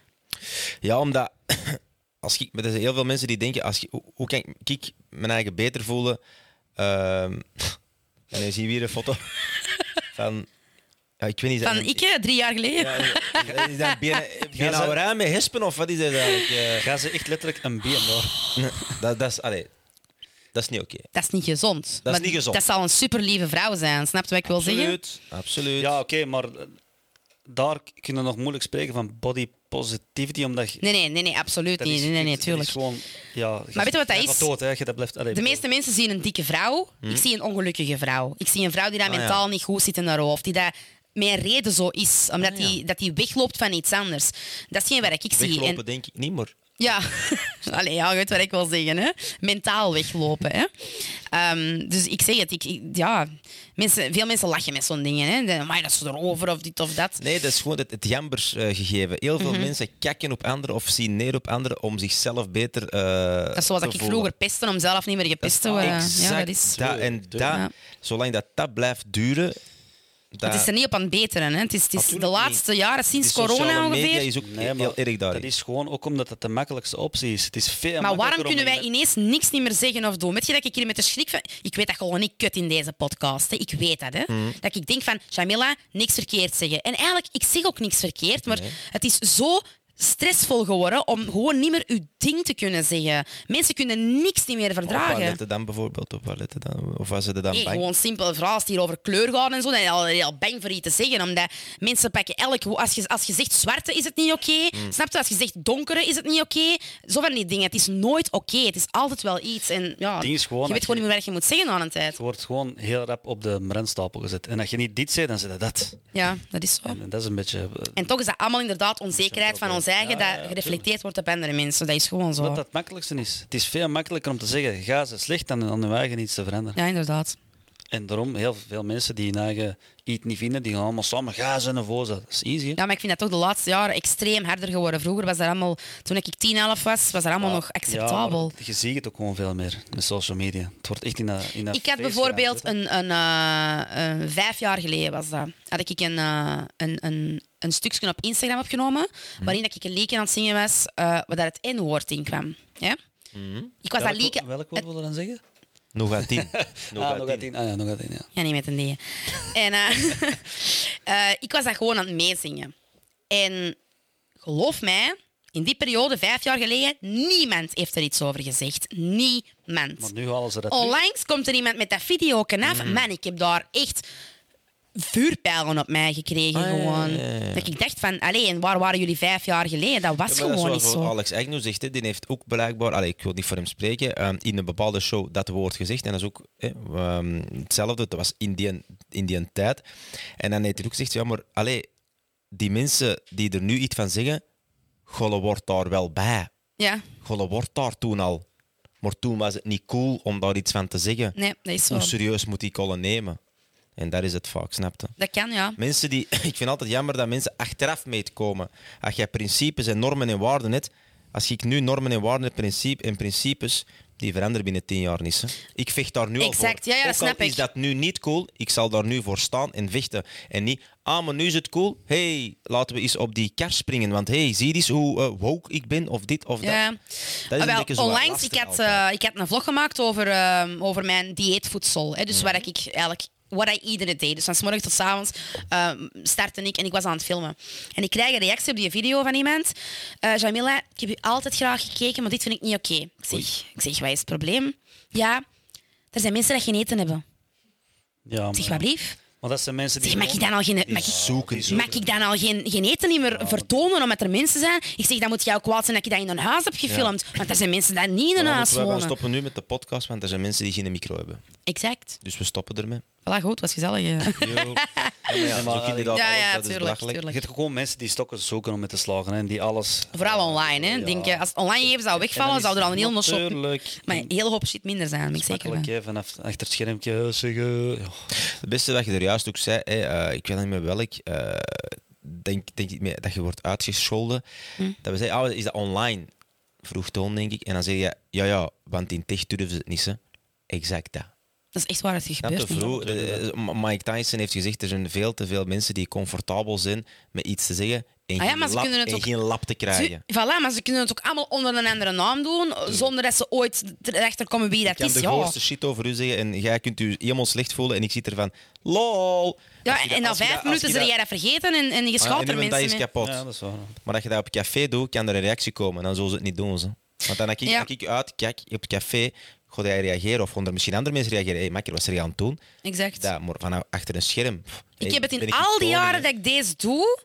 Ja, omdat... Als ik, maar er zijn heel veel mensen die denken... Als je, hoe, hoe kan ik, ik mijn eigen beter voelen? Ehm en dan zie je hier een foto van... Ja, ik weet niet... Van een- ik, hè, drie jaar geleden. Ja, is- is dat benen- Ja, benen ruim met hespen of wat is dat eigenlijk? Eh, Gaan ze echt letterlijk een been door? dat, dat is... Allee, dat is niet oké. Dat is niet gezond. is Maar niet gezond. Dat zal een super lieve vrouw zijn. Snap je wat ik wil zeggen? Absoluut. Absoluut. Ja, oké, maar eh, daar kunnen we nog moeilijk spreken van body positivity, omdat je... Nee, nee, nee, nee, absoluut dat niet. is- Nee, nee, nee, dat tuurlijk. is gewoon, ja, Maar weet je wat dat gaat is? dood, hè, je dat blijft, allee, De bedoel- meeste mensen zien een dikke vrouw. Ik zie een ongelukkige vrouw. Ik zie een vrouw die dat Ah, ja. mentaal niet goed zit in haar hoofd. Die dat met een reden zo is. Omdat Ah, ja. die, dat die wegloopt van iets anders. Dat is geen werk ik zie. Weglopen En, denk ik niet, maar... ja, Allee, ja, je weet wat ik wil zeggen. Hè? Mentaal weglopen. Hè? Ehm, dus ik zeg het. Ik, ik- ja, mensen, veel mensen lachen met zo'n dingen. Hè? De, maar dat is erover of dit of dat. Nee, dat is gewoon het, het jambers eh, gegeven. Heel Mhm. veel mensen kakken op anderen of zien neer op anderen om zichzelf beter eh Dat is zoals te dat ik voelen. vroeger pestte om zelf niet meer gepest te worden. Exact Ja, dat is, dat. En dat, Ja. zolang dat, dat blijft duren... Dat, het is er niet op aan het beteren. Hè? Het is, het is de Natuurlijk laatste jaren, sinds die sociale corona media ongeveer. is ook Nee, heel maar erg daarin. dat is gewoon ook omdat het de makkelijkste optie is. Het is veel Maar waarom makkelijker om kunnen wij in- ineens niks niet meer zeggen of doen? Weet je dat ik hier met de schrik van... Ik weet dat gewoon niet kut in deze podcast. Hè. Ik weet dat. Hè. Mhm. Dat ik denk van, Jamila, niks verkeerd zeggen. En eigenlijk, ik zeg ook niks verkeerd, maar het is zo stressvol geworden om gewoon niet meer uw ding te kunnen zeggen. Mensen kunnen niks niet meer Of waar verdragen. letten dan bijvoorbeeld? Of, waar letten dan? Of was ze er dan Nee, bang? gewoon simpel verhaal. Als het hier over kleur gaat en zo, dan ben je al heel bang voor iets te zeggen. Omdat mensen pakken elk... Als je, als je zegt zwarte, is het niet oké. Mm. Snap je? Als je zegt donkere, is het niet oké. Zo van die dingen. Het is nooit oké. Het is altijd wel iets. En ja, ding is gewoon je weet dat gewoon je- niet meer wat je moet zeggen aan een tijd. Je wordt gewoon heel rap op de brandstapel gezet. En als je niet dit zegt, dan zeg je dat. Ja, dat is zo. En dat is een beetje... eh, En toch is dat allemaal inderdaad onzekerheid van ons eigen, Ja, ja, dat gereflecteerd wordt op andere mensen. Dat is gewoon zo. Wat dat het makkelijkste is. Het is veel makkelijker om te zeggen, ga ze slecht, dan aan je eigen iets te veranderen. Ja, inderdaad. En daarom, heel veel mensen die hun eigen iets niet vinden, die gaan allemaal samen gaan ze en voor. Dat is easy. hè? Ja, maar ik vind dat toch de laatste jaren extreem harder geworden. Vroeger was dat allemaal... Toen ik tien, elf was, was dat allemaal nog acceptabel. Ja, maar je ziet het ook gewoon veel meer met social media. Het wordt echt in dat in dat Ik had face bijvoorbeeld geraakt, een, een, eh, een vijf jaar geleden was dat, had ik een, eh, een, een, een stukje op Instagram opgenomen waarin dat ik een liedje aan het zingen was eh, waar dat het N-woord in kwam. Ja? Ik was hè. dat liedje... Welk, welk woord wil je dan zeggen? Nog aan tien. Nog Ah, aan nog tien. uit tien. Ah ja, nog uit tien, ja. Ja, niet met een D. En eh, eh, ik was dat gewoon aan het meezingen. En geloof mij, in die periode, vijf jaar geleden, niemand heeft er iets over gezegd. Niemand. Maar nu halen ze dat terug. Onlangs komt er iemand met dat video af. Man, ik heb daar echt vuurpijlen op mij gekregen. Ah, ja, gewoon. ja, ja, ja. Dat ik dacht van, allee, en waar waren jullie vijf jaar geleden? Dat was Ja, maar dat is gewoon wat niet voor zo. Alex Agnew zegt, hè, die heeft ook blijkbaar, allee, ik wil niet voor hem spreken, ehm, in een bepaalde show dat woord gezegd. En dat is ook hè, ehm, hetzelfde, dat was in die, in die tijd. En dan heeft hij ook gezegd, ja, maar allee, die mensen die er nu iets van zeggen, Golle wordt daar wel bij. Ja, Golle wordt daar toen al. Maar toen was het niet cool om daar iets van te zeggen. nee, dat is zo. Hoe serieus moet die Golle nemen? En daar is het vaak, snapte? Dat kan, ja. Mensen die, ik vind altijd jammer dat mensen achteraf meekomen. Als jij principes en normen en waarden hebt, als ik nu normen en waarden heb principe, en principes, die veranderen binnen tien jaar niet. Hè. Ik vecht daar nu Exact. al voor. Ja, ja, dat Ook al snap is ik. dat nu niet cool, ik zal daar nu voor staan en vechten. En niet, ah, maar nu is het cool. hey, laten we eens op die kar springen. Want hey, zie eens hoe uh, woke ik ben, of dit of Ja. dat. Dat is Ah, een wel, beetje zo wat onlangs, lastig ik had, altijd. eh, ik had een vlog gemaakt over, eh, over mijn dieetvoedsel. Hè, dus Mhm. waar ik eigenlijk what I eat in a day. Dus van 's morgens tot 's avonds uh, startte ik en ik was aan het filmen. En ik krijg een reactie op die video van iemand. Uh, Jamila, ik heb u altijd graag gekeken, maar dit vind ik niet oké. Okay. Ik, zeg, ik zeg, wat is het probleem? Ja, er zijn mensen die geen eten hebben. Ja, Ik zeg, wat blief? Maar dat zijn mensen die... Zeg, mag ik dan al geen, mag ik, zoeken, mag ik dan al geen, geen eten niet meer vertonen omdat er mensen zijn? Ik zeg, dan moet jij ook kwaad zijn dat je dat in een huis hebt gefilmd. Ja. Want er zijn mensen die niet in een huis we wonen. stoppen nu met de podcast, want er zijn mensen die geen micro hebben. Exact. Dus we stoppen ermee. Voilà, goed, was gezellig. Ja, maar ja, maar, zoek inderdaad ja, alles, ja, dat is tuurlijk, belachelijk. tuurlijk. Je hebt gewoon mensen die stokken zoeken om met te slagen hè, en die alles... Vooral online. Hè. Ja. Denk je, als het online gegeven zou wegvallen, zou er al een heel shop... Natuurlijk. Maar een hele hoop shit minder zijn, ben ik zeker Makkelijk, van. hè, vanaf achter het schermpje zeggen... Ja. Het beste dat je er juist ook zei, hè, uh, ik weet niet meer welk, uh, denk, denk ik meer dat je wordt uitgescholden. Hm. Dat we zeiden, ah, is dat online? Vroeg Toon, denk ik. En dan zeg je, ja, ja, want in tech durven ze het niet. Hè. Exact dat. Dat is echt waar, het Snap gebeurt je, niet. vroeg, uh, Mike Tyson heeft gezegd, er zijn veel te veel mensen die comfortabel zijn met iets te zeggen en, Ah ja, geen, maar ze lap, kunnen het en ook- geen lap te krijgen. Ze- Voilà, maar ze kunnen het ook allemaal onder een andere naam doen, zonder dat ze ooit erachter komen wie dat Ik kan is. de Ja. grootste shit over u zeggen en jij kunt u helemaal slecht voelen en ik zit ervan, lol. Ja, Als je dat- en na als je vijf dat- als minuten je zeg dat- jij dat vergeten en, en je Ah, schaalt en er uw dag mensen is mee. kapot. Ja, dat is waar. Maar als je dat op café doet, kan er een reactie komen. En dan zullen ze het niet doen. Ze. Want dan als ik, Ja. als ik uitkijk op het café, ga jij reageren. Of gaan er misschien andere mensen reageren. Hé, hey, makker, wat is er aan het doen? Exact. Dat, maar vanaf achter een scherm. pff, Ik hey, heb het in ben ik al die koning, jaren hè. dat ik deze doe,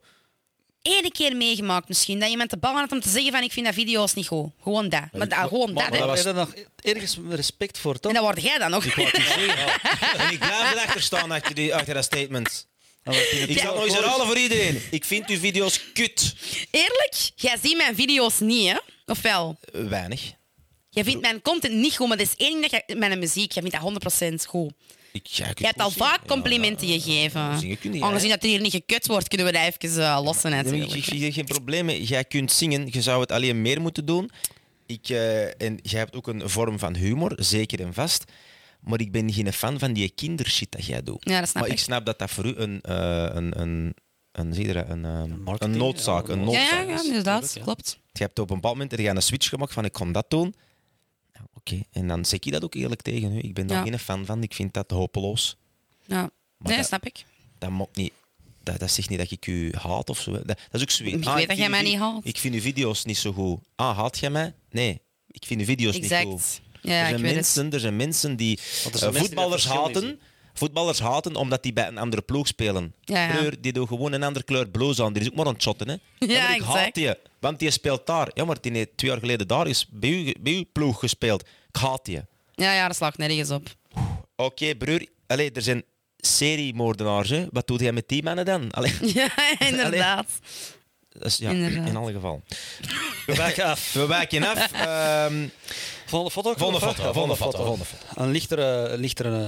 één keer meegemaakt misschien. Dat iemand de bal had om te zeggen van ik vind dat video's niet goed. Gewoon dat. Maar dat, gewoon Maar, dat, maar hè. daar heb je nog ergens respect voor, toch? En dat word jij dan nog. Ik wou het niet zeggen. En ik blijf erachter staan achter, die, achter dat statement. Ik zal nog eens herhalen voor iedereen. Ik vind uw video's kut. Eerlijk, jij ziet mijn video's niet, hè? Of wel? Uh, weinig. Jij vindt mijn content niet goed, maar dat is één ding dat je... Mijn muziek, jij vindt dat honderd procent goed. Ik, ja, ik Je hebt al vaak complimenten gegeven. zingen kun je, Aangezien hè? dat er hier niet gekut wordt, kunnen we dat even uh, lossen. Nee, maar ik, Natuurlijk. ik zie hier geen probleem mee. Jij kunt zingen, je zou het alleen meer moeten doen. Ik, uh, en jij hebt ook een vorm van humor, zeker en vast. Maar ik ben geen fan van die kindershit dat jij doet. Ja, dat snap maar ik. ik snap dat dat voor u een, uh, een, een, een, zie je dat, een, um, marketing, een noodzaak ja, een Ja, noodzaak ja, ja, is. inderdaad. ja. Klopt. Je hebt op een bepaald moment er gaan een switch gemaakt van ik kon dat doen. Ja, Oké, okay. En dan zeg je dat ook eerlijk tegen u. Ik ben daar Ja. geen fan van, ik vind dat hopeloos. Ja. Nee, dat- snap ik. Dat mag niet. Dat, dat zegt niet dat ik u haat of zo. hè. Dat, dat is ook zoiets. Ik Ah, weet dat vind jij uw mij vi- niet haat. Ik vind uw video's niet zo goed. Ah, haat jij mij? Nee, ik vind uw video's niet goed. Exact. Ja, er, ik zijn weet mensen, het. er zijn mensen die er eh, zijn mensen die voetballers dat verschil niet haten. Voetballers haten omdat die bij een andere ploeg spelen. Ja, ja. Kleur, die doen gewoon een andere kleur blouse aan. Die is ook maar aan het shotten. Hè. Ja, maar ik haat exact. die, want die speelt daar. Ja, maar die heeft twee jaar geleden daar is bij uw, bij uw ploeg gespeeld. Ik haat die. Ja, ja, dat slaagt nergens op. Oké, broer. Allee, er zijn seriemoordenaars. Hè. Wat doe jij met die mannen dan? Allee, Ja, inderdaad. dat is, ja, Inderdaad. in alle geval. We wijken af. We wijken af. Ehm, Volgende foto? volgende Of, foto. eh, Volgende foto. Volgende foto. Een lichtere... lichtere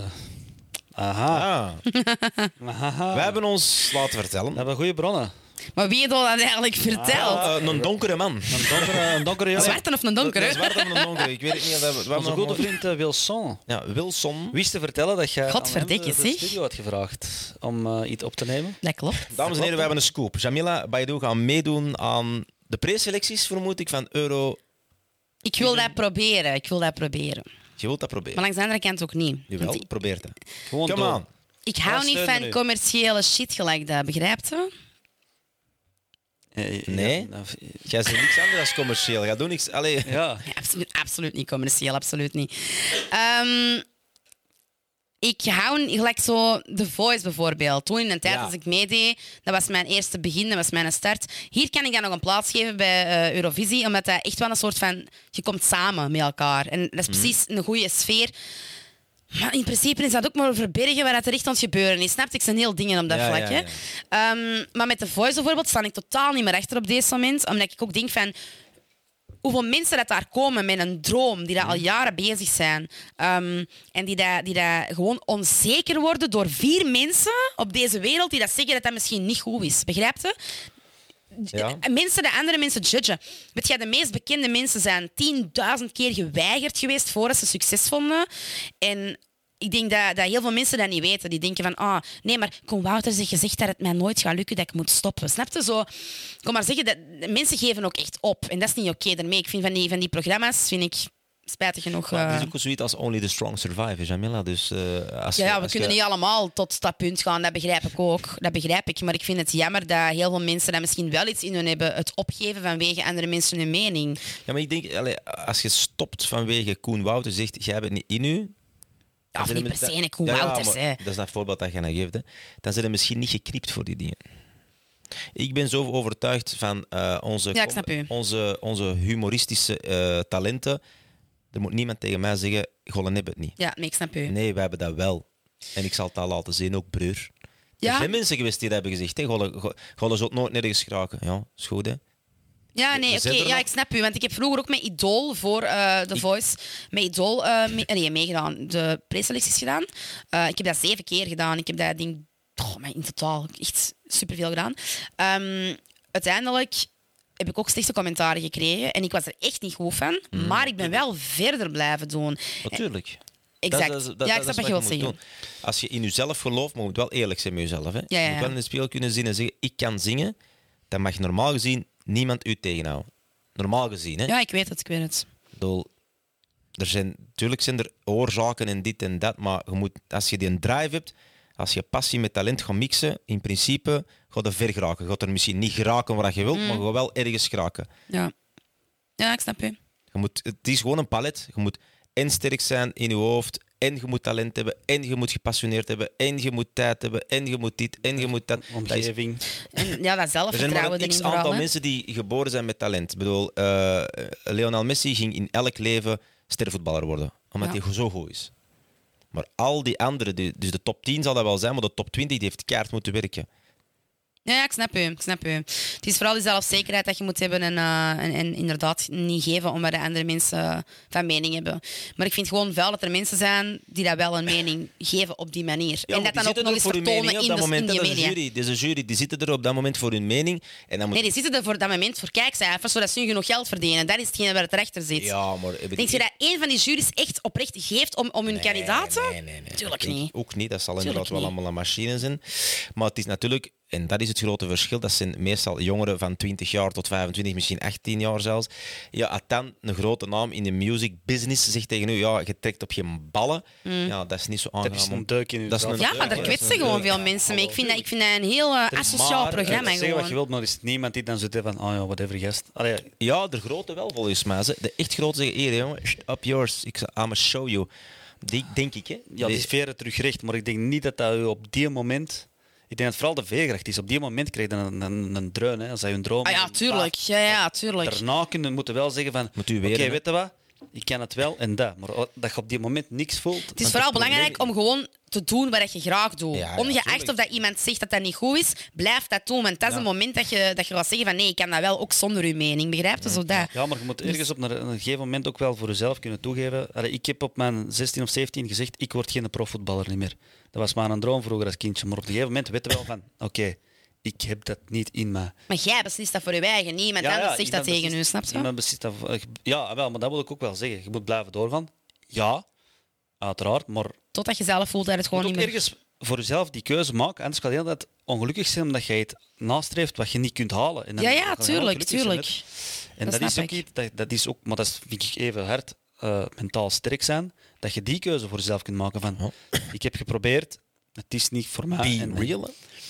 aha. Ah, aha. we hebben ons laten vertellen. We hebben goede bronnen. Maar wie heeft dat eigenlijk verteld? Ah, een donkere man. Een donkere, een donkere Een jongen. zwarte of een donkere? Een zwarte of een donkere. Ik weet het niet. We hebben Onze nog- goede vriend eh, Wilson Ja, Wilson. wist te vertellen dat jij aan hem Godverdikke, de, de zeg. studio had gevraagd om eh, iets op te nemen. Dat klopt. Dames en heren, we hebben een scoop. Jamila Baidoo gaat meedoen aan de preselecties, vermoed ik, van Euro. Ik wil dat proberen. Ik wil dat proberen. Je wilt dat Maar proberen. langs de andere kant ook niet. Jawel, Want ik- probeer het. Gewoon Come door. on. Ik hou Ja, niet steun van u. commerciële shit gelijk dat, begrijpt je? Eh, eh, Nee? Ja, nou, Jij zegt niks anders dan commercieel. Ga doen niks. Allee. ja. Ja, absoluut, absoluut niet commercieel, absoluut niet. Ehm, ik hou gelijk zo The Voice bijvoorbeeld. Toen in een tijd Ja. als ik meedeed, dat was mijn eerste begin, dat was mijn start. Hier kan ik dan nog een plaats geven bij eh, Eurovisie, omdat dat echt wel een soort van... Je komt samen met elkaar. En dat is precies een goede sfeer. Maar in principe is dat ook maar verbergen waar het er echt aan het gebeuren is. Snap je? Ik zijn heel dingen op dat Ja, vlak. ja, hè. ja. Ehm, maar met The Voice bijvoorbeeld sta ik totaal niet meer achter op deze moment. Omdat ik ook denk van... Hoeveel mensen dat daar komen met een droom, die daar al jaren bezig zijn. Ehm, en die, dat, die dat gewoon onzeker worden door vier mensen op deze wereld die dat zeggen dat dat misschien niet goed is. Begrijp je? Ja. Mensen die andere mensen judgen. Weet je, de meest bekende mensen zijn tienduizend keer geweigerd geweest voordat ze succes vonden. En ik denk dat, dat heel veel mensen dat niet weten. Die denken van, ah, nee, maar Koen Wouters heeft gezegd dat het mij nooit gaat lukken, dat ik moet stoppen. Snap je? Zo, kom maar zeggen, dat, mensen geven ook echt op. En dat is niet oké daarmee. Ik vind van die, van die programma's, vind ik... spijtig genoeg... Maar het Uh... is ook zoiets als only the strong survive, Jamila. Dus, uh, als Ja, je, ja, we als kunnen je... niet allemaal tot dat punt gaan, dat begrijp ik ook. Dat begrijp ik, maar ik vind het jammer dat heel veel mensen dat misschien wel iets in hun hebben, het opgeven vanwege andere mensen hun mening. Ja, maar ik denk, allee, als je stopt vanwege Koen Wouters, zegt, jij hebt het niet in u... Ja, of dan niet zit per je se met- een Koen Ja, ja, Wouters, maar hè. dat is dat voorbeeld dat je dan geeft. Hè. Dan zijn ze misschien niet geknipt voor die dingen. Ik ben zo overtuigd van uh, onze, Ja, ik snap u. onze, onze humoristische uh, talenten. Er moet niemand tegen mij zeggen, Gollen hebben het niet. Ja, nee, ik snap u. Nee, wij hebben dat wel. En ik zal het al laten zien, ook Breur. Ja. Er zijn mensen geweest die dat hebben gezegd. Hè, Gollen, Go- Gollen zult nooit nergens geraken. Ja, is goed, hè. Ja, nee, We oké, zijn er ja, nog. ik snap u. Want ik heb vroeger ook met Idol voor uh, The Ik- Voice, met Idol uh, mee, nee, meegedaan, de preselecties gedaan. Uh, ik heb dat zeven keer gedaan. Ik heb dat ding, oh, maar in totaal echt superveel gedaan. Um, uiteindelijk heb ik ook slechte commentaren gekregen en ik was er echt niet goed van. Mm, maar ik ben wel verder blijven doen. Natuurlijk. Exact. Dat is- dat- ja, dat ik is snap wat je wilt moet zeggen. doen. Als je in jezelf gelooft, maar je moet wel eerlijk zijn met jezelf. Hè. Ja, ja, Je moet wel ja. in de spiegel kunnen zien en zeggen, ik kan zingen. Dan mag normaal gezien niemand u tegenhouden. Normaal gezien. Hè. Ja, ik weet het, ik weet het. Ik bedoel, er zijn, natuurlijk zijn er oorzaken en dit en dat, maar je moet, als je die een drive hebt, als je passie met talent gaat mixen, in principe gaat er ver geraken. Je gaat er misschien niet geraken waar je wilt, Mm. maar je gaat wel ergens geraken. Ja, ja ik snap u. Je moet, het is gewoon een palet. Je moet en sterk zijn in je hoofd, en je moet talent hebben, en je moet gepassioneerd hebben, en je moet tijd hebben, en je moet dit, en je moet dat. Dat is- Omgeving. En ja, dat er zijn maar zelfvertrouwen een erin x-aantal vooral. hè. mensen die geboren zijn met talent. Ik bedoel, eh, Lionel Messi ging in elk leven stervoetballer worden, omdat Ja. hij zo goed is. Maar al die anderen, die- dus de top tien zal dat wel zijn, maar de top twintig die heeft keihard moeten werken. Ja, ja, ik snap u. Ik snap u. Het is vooral die zelfzekerheid dat je moet hebben en, uh, en, en inderdaad niet geven omdat de andere mensen van mening hebben. Maar ik vind gewoon wel dat er mensen zijn die dat wel een mening geven op die manier. Ja, en maar dat die dan ook zitten nog er eens voor hun mening vertonen op in dat de, moment. in hè. die Dat is een media. jury. Deze jury die zitten er op dat moment voor hun mening. En dan moet... Nee, die zitten er voor dat moment voor kijkcijfers, zodat ze nu genoeg geld verdienen. Dat is hetgene waar het rechter zit. Ja, maar... Denk je dat één van die juries echt oprecht geeft om, om hun kandidaten? Nee, nee, nee. Tuurlijk Ik denk niet. Ook niet, dat zal Tuurlijk inderdaad wel niet. allemaal een machine zijn. Maar het is natuurlijk, en dat is het grote verschil, dat zijn meestal jongeren van twintig jaar tot vijfentwintig, misschien achttien jaar zelfs. Ja, als dan een grote naam in de music business zegt tegen u, ja, je trekt op je ballen, ja, dat is niet zo Dat aangenaam. is een om- deuk in je Dat is vel. een- Ja, Ja, maar daar dat kwetsen is een gewoon deuk. veel mensen mee. Ik vind dat, ik vind dat een heel uh, asociaal maar, programma. Zeg wat je Gewoon. wilt, maar er is niemand die dan zo van, oh ja, whatever, gast. Allee, Ja, de grote wel, volgens mij. Ze. De echt grote zeggen, hier jongen, shh, up yours, ik ga I'm show you. Die, denk ik, hè. ja, die is verre terugrecht, maar ik denk niet dat dat u op die moment... Ik denk dat het vooral de veerkracht is. Op die moment krijg je een, een, een dreun, hè, als hij een droom... Ah ja, tuurlijk. Ja, ja, tuurlijk. Daarna kunnen we moeten wel zeggen van... Moet u Oké, weer, hè? weet je wat? Ik kan het wel en dat. Maar dat je op die moment niks voelt... Het is vooral belangrijk om gewoon te doen wat je graag doet. Ja, ja, Ongeacht tuurlijk. of dat iemand zegt dat dat niet goed is, blijf dat doen. Want dat is Ja. een moment dat je, dat je gaat zeggen van nee, ik kan dat wel ook zonder uw mening. Begrijp je? Zo dat. Ja, maar je moet ergens op een, een gegeven moment ook wel voor jezelf kunnen toegeven. Allee, ik heb op mijn zestien of zeventien gezegd, ik word geen profvoetballer niet meer. Dat was maar een droom vroeger als kindje. Maar op een gegeven moment weten we wel van, oké, ik heb dat niet in mij. Maar jij beslist dat voor je eigen. Niemand anders zegt dat iemand tegen beslist- u, snap je? iemand beslist dat voor- Ja, wel, maar dat wil ik ook wel zeggen. Je moet blijven doorgaan. Ja, uiteraard. Maar Totdat je zelf voelt dat het je gewoon moet niet ook meer... ergens voor jezelf die keuze maken. Anders ga je de hele tijd ongelukkig zijn omdat je het nastreeft wat je niet kunt halen. En dan Ja, ga ja, je wel tuurlijk, gelukkig zijn tuurlijk. met- En Dat dat, is snap ook ik. iets, dat, dat is ook, maar dat is, vind ik even hard, eh, mentaal sterk zijn, dat je die keuze voor jezelf kunt maken van, ik heb geprobeerd, het is niet voor mij. Be En- real, hè.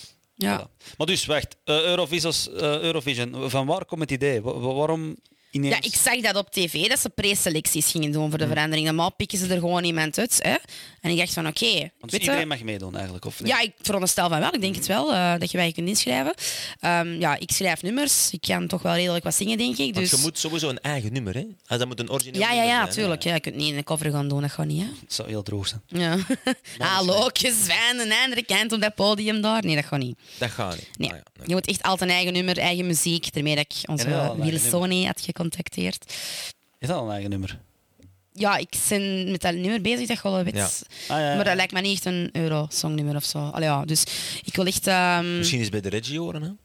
Ja. Voilà. Maar dus, wacht, eh, Eurovision, eh, Eurovision, van waar komt het idee? Wa- wa- waarom ineens... Ja, ik zag dat op tv, dat ze preselecties gingen doen voor de verandering. Normaal pikken ze er gewoon iemand uit. Hè? En ik dacht van, oké, Want weet dus je... iedereen mag meedoen eigenlijk, of niet? Ja, ik veronderstel van wel. Ik denk het wel, eh, dat je bij je kunt inschrijven. Ehm, ja, ik schrijf nummers. Ik kan toch wel redelijk wat zingen, denk ik. Want Dus... je moet sowieso een eigen nummer, hè. Als dat moet een origineel Ja, ja, nummer ja, zijn, hè. tuurlijk. Ja, je kunt niet in een cover gaan doen, dat gaat niet, hè. Het zou heel droog zijn. Ja. Hallo, zwijn, aan de andere kant op dat podium daar. Nee, dat gaat niet. Dat gaat niet. Nee. Ah, ja, nee. Je moet echt altijd een eigen nummer, eigen muziek. Daarmee dat ik onze Ja, ja, een eigen Wilsoni had gecontacteerd. Is dat al een eigen nummer? Ja, ik ben met dat nummer bezig, dat je wel weet. Ja. Ah, ja, ja. Maar dat lijkt me niet echt een Euro-songnummer of zo. Allee, ja, dus ik wil echt... ehm, Misschien is het bij de Reggie horen, hè.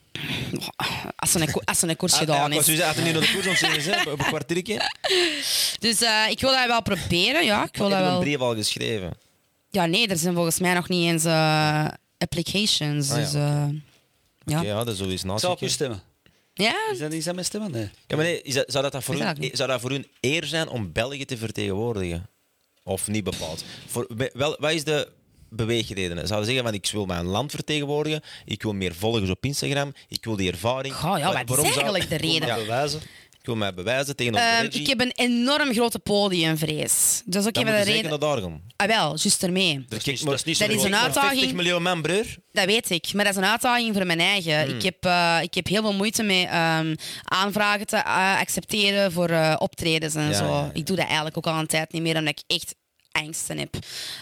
als ze een, ko- als ze een koers Ah, gedaan ja, is. ik had er nu naar de koers aan het zingen, hè, op een kwartiertje. Dus eh, ik wil dat wel proberen, ja. Ik wil Ik dat heb een wel... brief al geschreven. Ja, nee, er zijn volgens mij nog niet eens eh, applications. Ah, ja, dus, eh, ja. Oké, ja, dat is sowieso Ik naast. zou op u stemmen. Ja? Is dat, is dat mijn stemmen? Nee. Ja, maar nee, is dat, zou, dat dat voor Is dat hun, ook niet? zou dat voor hun eer zijn om België te vertegenwoordigen? Of niet bepaald? Voor, wel, wat is de beweegreden? Zouden ze zeggen van ik wil mijn land vertegenwoordigen, ik wil meer volgers op Instagram, ik wil die ervaring. Goh, ja, wat is Waarom zou- eigenlijk de reden? Ja, Bewijzen. ik wil mij bewijzen tegen onze Ehm, Reggie. ik heb een enorm grote podiumvrees. Dus ook Dan even moet de je zeker reden... naar daar gaan. Ah, wel, juist ermee. Er Dat is kijk niet- maar- dat is niet zo Dat is groot. een maar uitdaging. vijftig miljoen man, broer. Dat weet ik, maar dat is een uitdaging voor mijn eigen. Hmm. Ik, heb, eh, ik heb heel veel moeite met ehm, aanvragen te eh, accepteren voor eh, optredens en Ja, zo. ja, ja. Ik doe dat eigenlijk ook al een tijd niet meer, omdat ik echt angsten heb.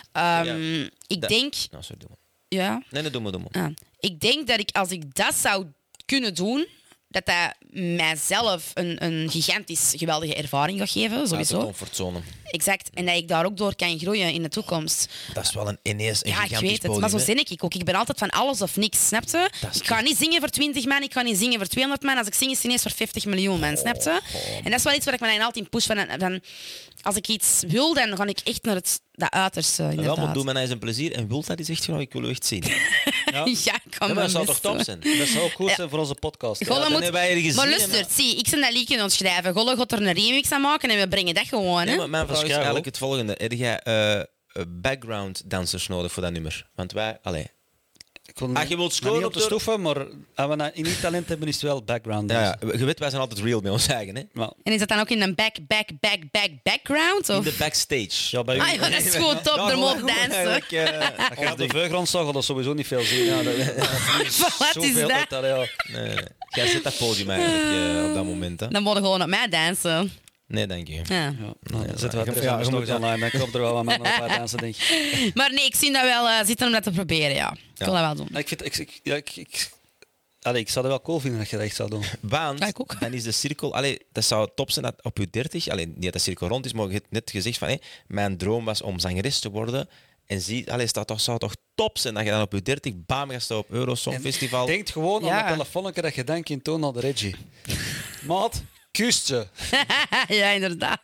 Ehm, ik Dat- denk... Nou, sorry, doe maar. Ja, Nee, nee, doe maar, doe maar. ah, ik denk dat ik, als ik dat zou kunnen doen, dat dat mijzelf een, een gigantisch geweldige ervaring gaat geven, Uit de sowieso. comfortzone. Exact. En dat ik daar ook door kan groeien in de toekomst. Dat is wel een ineens een Ja, ik gigantisch weet het. podium, Maar zo hè. zin ik ook. Ik ben altijd van alles of niks, snap je? Dat is Ik ga niet zingen voor twintig man, ik ga niet zingen voor tweehonderd man. Als ik zing, is het ineens voor vijftig miljoen man, snap je? En dat is wel iets waar ik me dan altijd in push. Van, van, als ik iets wil, dan ga ik echt naar het dat uiterste, Wel, inderdaad. maar doe mij nou eens een plezier. En wilt dat eens echt gewoon, ik wil u echt zien. Ja. Ja, ik kan Ja, maar dat zou toch best doen. top zijn? Dat zou ook goed zijn voor onze podcast. Golle Ja, dan moet... hebben wij er gezien, Maar hè, luister, maar- zie, ik ben dat liedje aan het schrijven. Golle gaat er een remix aan maken en we brengen dat gewoon. Nee, Hè? maar mijn vraag is Pascal. eigenlijk het volgende. Heb jij eh, background dansers nodig voor dat nummer? Want wij, allee. Ik wil Als je wilt niet scoren op op de de- stoffen, maar als we nou in niet talent hebben, is het wel background. Ja, dansen. ja, je weet, wij zijn altijd real met ons eigen. Hè? Maar, En is dat dan ook in een back, back, back, back, background? In Of? de backstage. ja, bij u, Ah ja, dat is gewoon top, er moet dansen. Eigenlijk, eh, als je op de veugrond zag, had dat sowieso niet veel zien. Ja, dat, Wat is zoveel dat? uit dat, ja. nee, nee, nee. Jij zit dat podium eigenlijk eh, op dat moment. Hè? Dan moet je gewoon op mij dansen. Nee, dank je. Ja. Ja, nou, dan zetten we Ja, het ja, er je nog moet- eens online. Ik hoop er wel wat mannen op haar dansen, denk ik. Maar nee, ik zie dat wel eh, zitten om dat te proberen, ja. Ik wil dat wel doen. Nou, ik, vind, ik, ik, ja, ik, ik, allee, ik zou het wel cool vinden dat je dat echt zou doen. Want Ja, ik ook. dan is de cirkel... Allee, dat zou top zijn dat op je dertig... Allee, niet dat de cirkel rond is, maar je hebt net gezegd van... Hé, mijn droom was om zangeres te worden. En zie, allee, dat toch, zou toch top zijn dat je dan op je dertig... Bam, gaat staan op Eurosong Festival. Denk gewoon Ja. aan dat telefoonnetje dat je denkt in toon naar de Reggie. Maat, kust ze. Ja, inderdaad.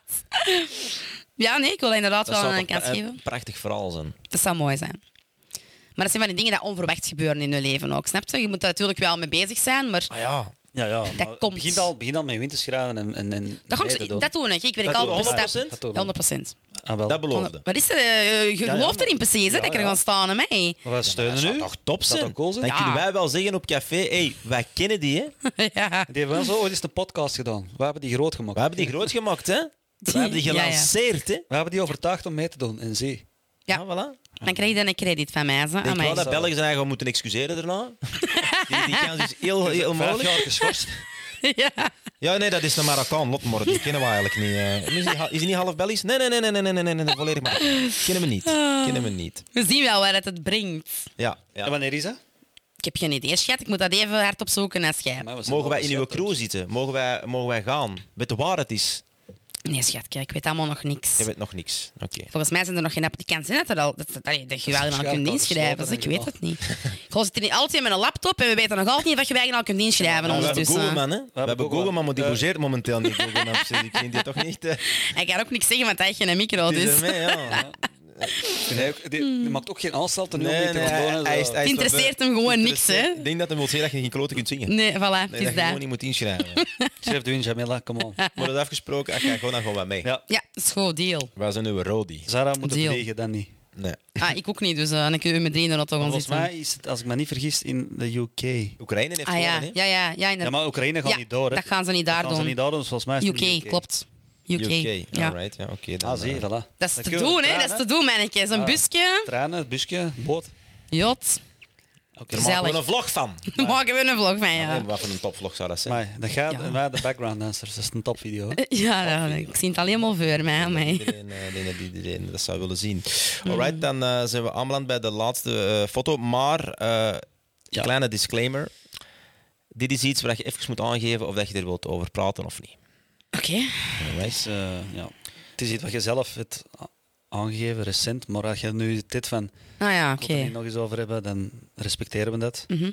Ja, nee, ik wil inderdaad dat wel zou een toch kans een geven. prachtig verhaal zijn. Dat zou mooi zijn. Maar dat zijn van die dingen die onverwacht gebeuren in je leven ook, snap je? Je moet daar natuurlijk wel mee bezig zijn, maar Ah ja. Ja, ja. maar komt. Begin al, begin al met win te schrijven en, en, en dat, mee gaat, te doen. dat doe ik. Ik werk Dat doe al je per honderd stap. procent? Dat doe je. honderd procent. Ah, wel. Dat beloofde. Wat is er? eh, Je ja, gelooft maar- erin precies, hè, ja, dat ik er ja. ga staan, hè, mij. Maar wij steunen Dat zou nu. toch top Dat zijn? toch cool zijn? Dan Ja. kunnen wij wel zeggen op café... Hé, wij kennen die, hè. Ja. Die hebben wel zo ooit eens een podcast gedaan. We hebben die groot gemaakt. We hebben die groot gemaakt, hè. We hebben die Ja, ja. gelanceerd, hè. We hebben die overtuigd om mee te doen. En zie. Ja. Ah, voilà. Dan krijg je dan een credit van mij. Zo, Ik aan denk mij. wel dat Belgen zijn eigen moeten excuseren daarna. die, die kans is heel, heel Vijf mogelijk. jaar geschorst. Ja. Ja, nee, dat is een Marokkaan, lot maar die kennen we eigenlijk niet. eh. Is hij ha- is hij niet half Belgisch? Nee, nee, nee, nee, nee, nee, nee, nee, nee, volledig maar. Kennen we niet. Kennen we niet. We zien wel waar het het brengt. Ja, En ja. wanneer is dat? Ik heb geen idee, schat. Ik moet dat even hard opzoeken als jij. Maar we zijn Mogen wij wel in uw beschut, crew zitten? Mogen wij, mogen wij gaan? Weet je waar het is? Nee, schat, kijk, ik weet allemaal nog niks. Je weet nog niks. Oké. Volgens mij zijn er nog geen app. Die kan zijn dat er al. Dat, dat, allee, dat je wel al kunt inschrijven. Dus ik weet het niet. Gewoon zitten hier altijd met een laptop en we weten nog altijd niet of je eigenlijk al kunt inschrijven. We hebben ondertussen. Google, man, hè? We hebben Google. Google, man, maar die Eh. bougeert momenteel niet. Google, man. Dus ik vind die toch niet... eh, Hij kan ook niks zeggen, want hij heeft geen micro. het is Dus. ermee, ja. Nee, die, die maakt ook geen aanstel nu om Nee, mee te nee, gaan hij, wonen, hij, is, zo. hij is Het interesseert hem gewoon niks, hè? Ik denk dat hij wil zeggen dat je geen kloten kunt zingen. Nee, voilà, Nee, het dat is je gewoon dat. niet moet inschrijven. Schrijf de win, Jamila, come on. Maar dat is afgesproken, als jij gewoon dan gewoon wat mee. Ja. Ja, dat is gewoon deal. Wij zijn nu een Rodi. Zara moet Deal. vliegen, dan niet. Nee. Ah, ik ook niet, dus uh, dan kun je met drieën er nog toch gaan Volgens zitten. mij is het, als ik me niet vergis, in de U K. Oekraïne heeft Ah ja, gewonnen, hè? ja, ja. Ja, Ja, inderdaad. maar Oekraïne gaat Ja, niet door, hè. dat gaan ze niet Dat daar gaan ze doen. niet daar doen, dus volgens mij is het U K, in de U K. klopt. U K. U K, Ja. alright. Ja, oké. dan, Ah, zie, eh, voilà. Dat is Dan te kunnen we doen, hè? treinen. Dat is te doen, mannetjes. Een Ah. busje, Treinen, busje, boot. jot. Oké. Daar maken we Gezellig. een vlog van. Daar maken we een vlog van, Ja. ja. Wat voor een topvlog zou dat zijn? Maar dat gaat, Ja. en wij de background dancers, dat is een topvideo. hè. Ja, dat- ik zie het alleen maar voor mij. aan mij. Iedereen, eh, ik denk dat iedereen dat zou willen zien. Alright, dan eh, zijn we aanbeland bij de laatste eh, foto. Maar, eh Ja. kleine disclaimer. Dit is iets waar je even moet aangeven of dat je er wilt over praten of niet. Oké. Alright. Dus, eh, ja. Het is iets wat je zelf hebt a- aangegeven, recent. Maar als je nu dit van, Nou ja, ik oké. wil het er niet nog eens over hebben, dan respecteren we dat. Mhm.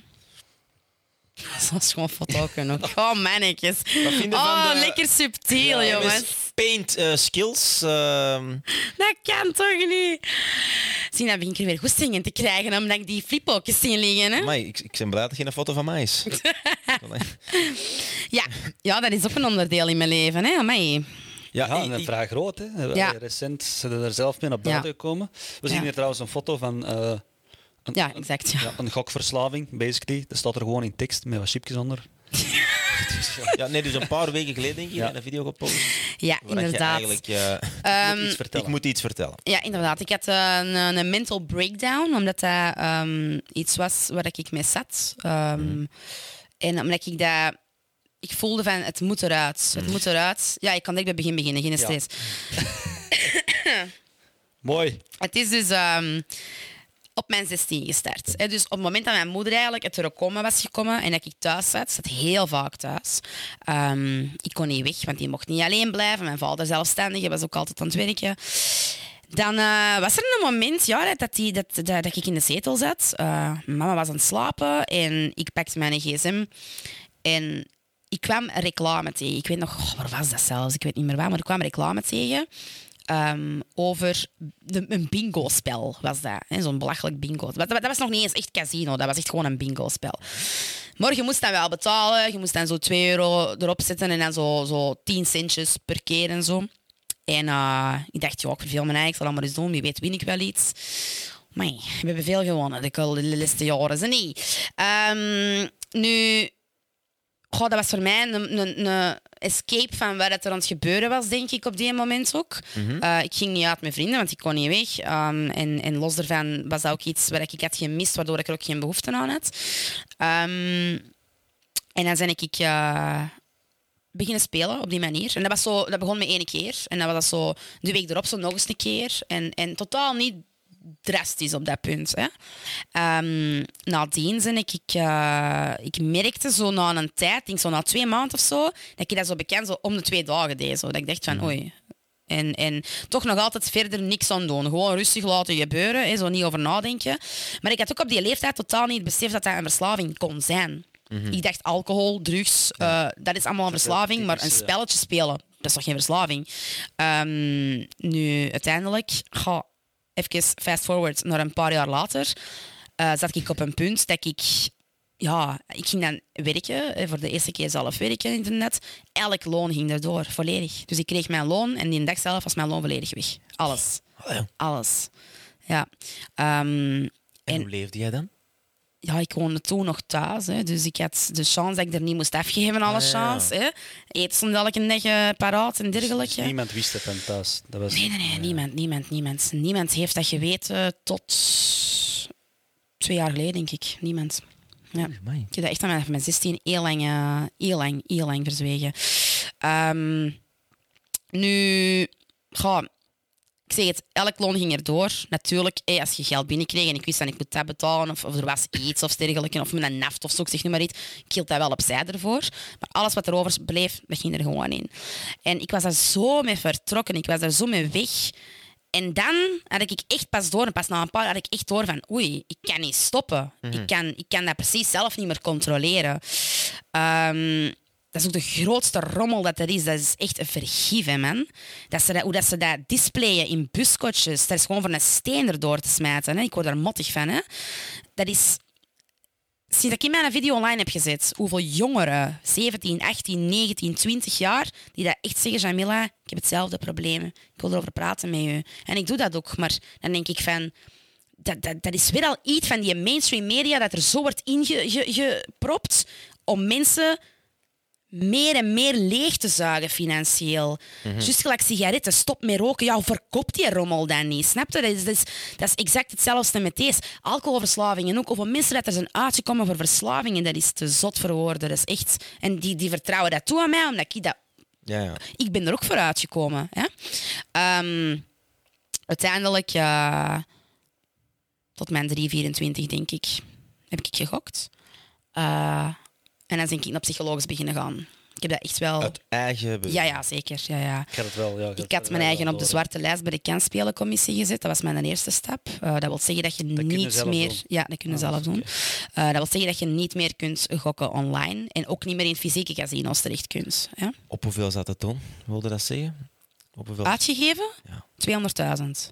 Dat is gewoon foto kunnen. Oh, mannetjes. Wat vind je Oh, van de lekker subtiel, Ja, jongens. met Paint eh, skills? ehm, Dat kan toch niet? Zie, dan begin ik er weer goesting in te krijgen, omdat ik die flipokjes zie liggen. Hè? amai, ik, ik ben blij dat geen foto van mij is. Ja. ja, dat is ook een onderdeel in mijn leven. Hè? Amai. Ja, ik- en een ik- vraag groot. Hè. Ja. Recent zijn er zelf mee naar buiten Ja. gekomen. We zien Ja. hier trouwens een foto van eh, een, Ja, exact. Ja. ja, een gokverslaving, basically. Dat staat er gewoon in tekst met wat chipjes onder. Ja, nee, dus een paar weken geleden denk ik, Ja. een video gepost. Ja, waar je inderdaad. eigenlijk... eh, Ehm, Iets vertellen. ik moet iets vertellen. Ja, inderdaad. Ik had eh, een, een mental breakdown, omdat dat ehm, iets was waar ik mee zat. Ehm, En omdat ik dat... Ik voelde van, het moet eruit. Het moet eruit. Ja, ik kan direct bij het begin beginnen, geen Ja. stress. Mooi. Het is dus ehm, op mijn zestien gestart. Hè. Dus op het moment dat mijn moeder eigenlijk het terugkomen was gekomen en dat ik thuis zat, zat heel vaak thuis. Ehm, ik kon niet weg, want die mocht niet alleen blijven. Mijn vader zelfstandig, hij was ook altijd aan het werken. Dan eh, was er een moment ja, dat, die, dat, dat, dat ik in de zetel zat. Uh, mama was aan het slapen en ik pakte mijn gsm. En ik kwam een reclame tegen. Ik weet nog, oh, waar was dat zelfs? Ik weet niet meer waar, maar ik kwam een reclame tegen. Um, over de, een bingo-spel was dat. Hè? Zo'n belachelijk bingo. Dat, dat was nog niet eens echt casino, dat was echt gewoon een bingo-spel. Maar je moest dan wel betalen. Je moest dan zo twee euro erop zetten en dan zo, zo tien centjes per keer en zo. En uh, ik dacht, ja, ik verveel me eigenlijk, ik zal dat maar eens doen. Wie weet win ik wel iets. Maar we hebben veel gewonnen de laatste jaren. Ze niet. Um, nu... Goh, dat was voor mij een, een, een escape van wat er aan het gebeuren was, denk ik, op die moment ook. Mhm. Uh, ik ging niet uit met vrienden, want ik kon niet weg. Um, en, en los daarvan was dat ook iets waar ik had gemist, waardoor ik er ook geen behoefte aan had. Um, en dan ben ik uh, beginnen spelen op die manier. En dat, was zo, dat begon met één keer. En dan was dat zo de week erop zo nog eens een keer. En, en totaal niet drastisch op dat punt. Hè. Um, nadien ben ik, ik, uh, ik merkte zo na een tijd, denk zo na twee maanden of zo, dat ik dat zo bekend zo om de twee dagen deed. Zo. Dat ik dacht van, oei. En, en toch nog altijd verder niks aan doen. Gewoon rustig laten gebeuren, hè, zo niet over nadenken. Maar ik had ook op die leeftijd totaal niet beseft dat dat een verslaving kon zijn. Mm-hmm. Ik dacht alcohol, drugs, uh, dat is allemaal een verslaving, maar een spelletje spelen, dat is toch geen verslaving? Um, nu, uiteindelijk... Ga, even fast forward naar een paar jaar later, uh, zat ik op een punt dat ik... Ja, ik ging dan werken, voor de eerste keer zelf werken in internet. Elk loon ging erdoor, volledig. Dus ik kreeg mijn loon en die dag zelf was mijn loon volledig weg. Alles. Alles. Ja. Um, En, en hoe leefde jij dan? Ja, ik woonde toen nog thuis. Hè. Dus ik had de chance dat ik er niet moest afgeven, alle Ah, ja. chance. Hè. Eten stond elke dag uh, paraat en dergelijke. Dus niemand wist het van thuis. Dat was... Nee, nee, nee, niemand, niemand, niemand. Niemand heeft dat geweten tot twee jaar geleden, denk ik. Niemand. Ja. Amai. Ik heb dat echt aan mijn, mijn zestien heel lang, uh, heel lang, heel lang verzwegen. Um, nu, ga, ik zeg het, elk loon ging erdoor. Natuurlijk, hey, als je geld binnenkreeg en ik wist dat ik moet dat betalen, of, of er was iets of dergelijke, of met een naft of zo, ik zeg nu maar iets, ik hield dat wel opzij ervoor. Maar alles wat erover bleef, dat ging er gewoon in. En ik was daar zo mee vertrokken, ik was daar zo mee weg. En dan had ik echt pas door, en pas na een paar had ik echt door van oei, ik kan niet stoppen. Mm-hmm. Ik, kan, ik kan dat precies zelf niet meer controleren. Um, dat is ook de grootste rommel dat er is. Dat is echt een vergif, hè, man. Dat ze dat, hoe dat ze dat displayen in buskotjes, dat is gewoon voor een steen erdoor te smijten. Hè. Ik word daar mottig van. Hè. Dat is... Sinds ik in mijn video online heb gezet, hoeveel jongeren, zeventien, achttien, negentien, twintig jaar, die dat echt zeggen, Jamila, ik heb hetzelfde probleem. Ik wil erover praten met u. En ik doe dat ook, maar dan denk ik van... Dat, dat, dat is weer al iets van die mainstream media dat er zo wordt ingepropt om mensen meer en meer leeg te zuigen financieel. Mm-hmm. Juist gelijk sigaretten, stop met roken. Ja, verkoop die rommel dan niet. Snap je? Dat is, dat is, dat is exact hetzelfde met deze. Alcoholverslavingen ook. Hoeveel mensen dat er zijn uitgekomen voor verslavingen, dat is te zot voor woorden. Dat is echt... En die, die vertrouwen dat toe aan mij, omdat ik dat... Ja, ja. Ik ben er ook voor uitgekomen. Hè? Um, uiteindelijk... Uh, tot mijn drie vierentwintig, denk ik, heb ik gegokt. Uh, en dan ben ik naar psychologisch beginnen gaan. Ik heb dat echt wel... Uit eigen beweging. Ja, ja, zeker. Ja, ja. Ik had het wel, ja, Ik had mijn eigen op de zwarte lijst bij de kansspelencommissie gezet. Dat was mijn eerste stap. Uh, dat wil zeggen dat je dat niet meer... Doen. Ja, dat kunnen ah, zelf doen. Okay. Uh, dat wil zeggen dat je niet meer kunt gokken online. En ook niet meer in fysieke casino's terecht kunt. Ja? Op hoeveel zat het toen? Wilde dat zeggen? Op hoeveel? Uitgegeven? Ja. tweehonderdduizend.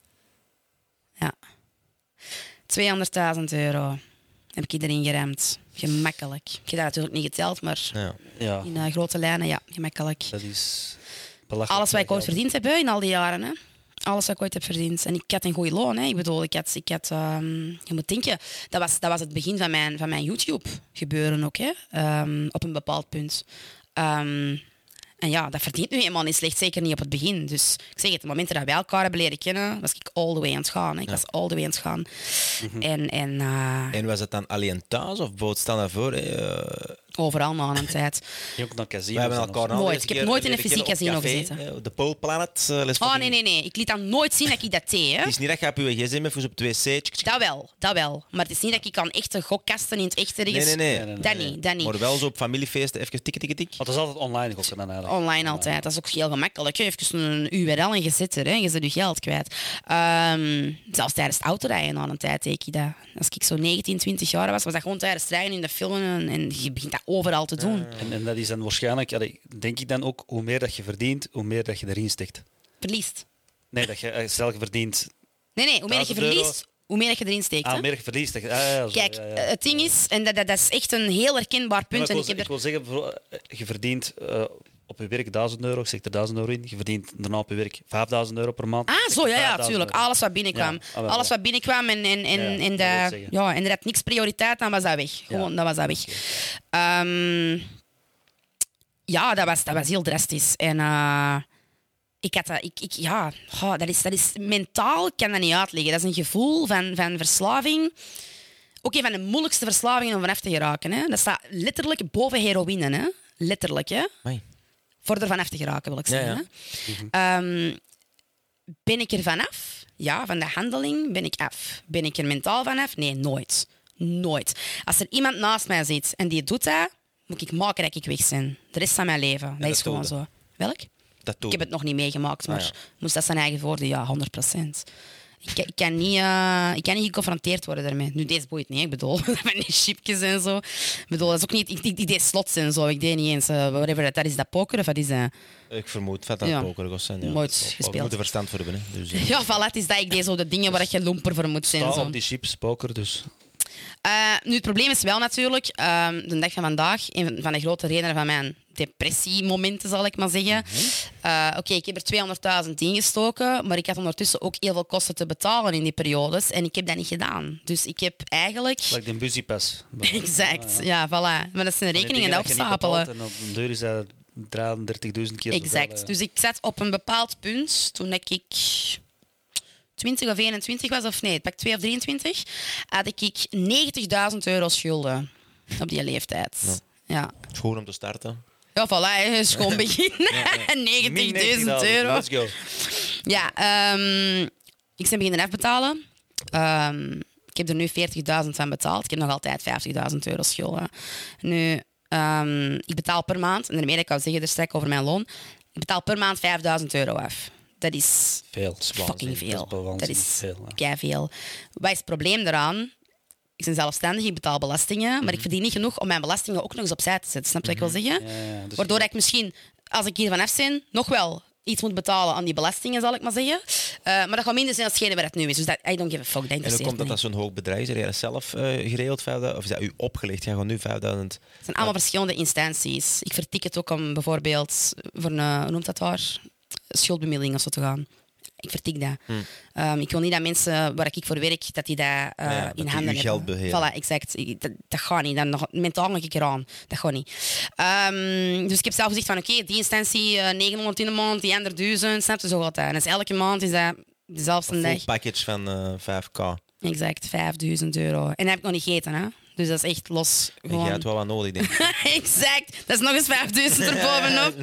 Ja. tweehonderdduizend euro heb ik erin geramd. Gemakkelijk. Ik heb dat natuurlijk niet geteld, maar Ja. Ja, in uh, grote lijnen, ja, gemakkelijk. dat is belachelijk. Alles wat ik ooit veel verdiend heb hè, in al die jaren. Hè. Alles wat ik ooit heb verdiend. En ik had een goede loon. Hè. Ik bedoel, ik had... Ik had um, je moet denken, dat was, dat was het begin van mijn, van mijn YouTube-gebeuren ook. Hè. Um, op een bepaald punt. Um, en ja, dat verdient nu helemaal niet slecht. Zeker niet op het begin. Dus ik zeg het, de momenten dat wij elkaar hebben leren kennen, was ik all the way aan het gaan. Hè. Ik Ja. was all the way aan het gaan. Mm-hmm. En... en uh, En was het dan alleen thuis of boot staan daarvoor? Hè? Uh, overal na een tijd. Je ook naar casinos we hebben en elkaar of zo. al Nooit. eens Ik heb keer nooit in een leren fysiek kennen op casino café, gezeten. hè, De Pole Planet. Uh, les Oh, fucking- nee, nee, nee. Ik liet dat nooit zien dat ik dat deed. Hè. Het is niet dat je op je gsm even op het wc... Dat wel, dat wel. Maar het is niet dat ik kan echte gokkasten in het echte Nee, ergens... nee, nee. Nee, nee, Dat niet, dat niet. Maar wel zo op familiefeesten even tik, tik, tik. Want dat is altijd online gokken dan eigenlijk. Online altijd. Dat is ook heel gemakkelijk. Hè. Even een U R L en je zit er. Hè. Je zet je geld kwijt. Um, zelfs tijdens het autorijden aan een tijd deed ik dat. Als ik zo negentien, twintig jaar was, was dat gewoon tijdens het rijden in de film. En, en je begint dat overal te doen. En, en dat is dan waarschijnlijk, allee, denk ik dan ook, hoe meer dat je verdient, hoe meer dat je erin steekt. Verliest. Nee, dat je, eh, stel je verdient, Nee, nee. Hoe meer dat je duizend euro. verliest, hoe meer dat je erin steekt. ah, Hè. hoe meer je verliest. Dat je, ah, ja, ja, zo, Kijk, ja, ja. het ding is, en dat, dat, dat is echt een heel herkenbaar Maar punt. ik, En wil, ik heb ik er... wil zeggen, bijvoorbeeld, eh, je verdient uh, op je werk duizend euro, ik zeg er duizend euro in, je verdient daarna op je werk vijfduizend euro per maand. Ah, Ik zeg zo, ja, ja, vijfduizend natuurlijk. euro. Alles wat binnenkwam. Ja, ah, wel, Alles ja. wat binnenkwam en, en, en, Ja, ja, en, dat wil ik dat, zeggen. ja, en er had niks prioriteit, dan was dat weg. Gewoon, dat was dat weg. Ehm, ja, dat was, dat was heel drastisch. En uh, ik had dat, ik, ik, ja, oh, dat, is, dat is mentaal, ik kan dat niet uitleggen. Dat is een gevoel van, van verslaving. Ook een van de moeilijkste verslavingen om vanaf te geraken. Hè. Dat staat letterlijk boven heroïne. Hè. Letterlijk, hè. Amai. Voor er vanaf te geraken, wil ik Ja, zeggen. Hè. Um, ben ik er vanaf? Ja, van de handeling ben ik af. Ben ik er mentaal vanaf? Nee, nooit. Nooit. Als er iemand naast mij zit en die doet dat, moet ik maken dat ik weg ben. De rest van mijn leven. Dat dat is gewoon doe zo. Welk? Dat Ik heb het nog niet meegemaakt, maar Ah, ja. moest dat zijn eigen woorden? Ja, honderd procent. Ik, ik, kan niet, uh, ik kan niet geconfronteerd worden daarmee. Nu, deze boeit niet. Ik bedoel, met die chipjes en zo. Ik bedoel, dat is ook niet... Ik, ik, ik deed slots en zo. Ik deed niet eens... Uh, whatever dat, dat is, dat poker of wat is dat? Ik vermoed dat dat Ja. poker zijn. Ja. Nooit Of- of gespeeld. Je moet er verstand voor hebben. Hè. Dus, uh, Ja, voilà, het is dat. Ik deed zo de dingen waar je lomper voor moet zijn. Sta Zo. op die chips, poker, dus. Uh, nu, het probleem is wel natuurlijk, uh, de dag van vandaag, een van de grote redenen van mijn depressiemomenten, zal ik maar zeggen. Uh, Oké, okay, ik heb er tweehonderdduizend ingestoken, maar ik had ondertussen ook heel veel kosten te betalen in die periodes en ik heb dat niet gedaan. Dus ik heb eigenlijk... Like de busiepas. Exact, ja, voilà. Maar dat zijn rekeningen die opstapelen. En op de deur is dat drieëndertigduizend keer Exact. betalen. Dus ik zat op een bepaald punt toen ik twintig of eenentwintig was, of nee, pak twee of drieëntwintig, had ik negentigduizend euro schulden op die leeftijd. Ja. Ja. het is goed om te starten. Ja, voilà, hè, schoon begin. negentigduizend euro. Let's go. Ja, um, ik ben beginnen afbetalen. Um, ik heb er nu veertigduizend van betaald. Ik heb nog altijd vijftigduizend euro schulden. Nu, um, ik betaal per maand, en daarmee dat ik wou zeggen, er straks over mijn loon, ik betaal per maand vijfduizend euro af. Dat is Veel. fucking veel. Dat is, Dat is veel. Ja. keiveel. Wat is het probleem daaraan? Ik ben zelfstandig, ik betaal belastingen, maar ik verdien niet genoeg om mijn belastingen ook nog eens opzij te zetten. Snap je wat ik wil zeggen? Ja, ja, dus Waardoor ik misschien, als ik hier vanaf ben, nog wel iets moet betalen aan die belastingen, zal ik maar zeggen. Uh, maar dat gaat minder zijn als hetgene waar het nu is. Dus dat, I don't give a fuck, dat En hoe interesseert komt me dat dat niet. zo'n hoog bedrijf is? Heb je dat zelf uh, geregeld, vijfduizend? Of is dat u opgelegd? Ja, gewoon nu vijfduizend. Het zijn allemaal verschillende instanties. Ik vertik het ook om bijvoorbeeld voor een, hoe noemt dat daar? Schuldbemiddeling of zo te gaan. Ik vertik dat. Hmm. Um, ik wil niet dat mensen waar ik voor werk, dat die dat uh, ja, dat in die handen uw geld hebben. beheren. Voilà, exact. Ik- Dat, dat gaat niet. Dan nog, mentaal nog een keer aan. Dat gaat niet. Um, dus ik heb zelf gezegd van, oké, okay, die instantie uh, negenhonderd in de maand, die andere duizend, snap je, zo gaat dat. En dus elke maand is dat dezelfde Een dag. full package van uh, vijf k. En Exact, vijfduizend euro. En dat heb ik nog niet gegeten, hè. Dus dat is echt los. Gewoon. jij hebt wel wat nodig, denk ik. Exact. Dat is nog eens vijfduizend erbovenop.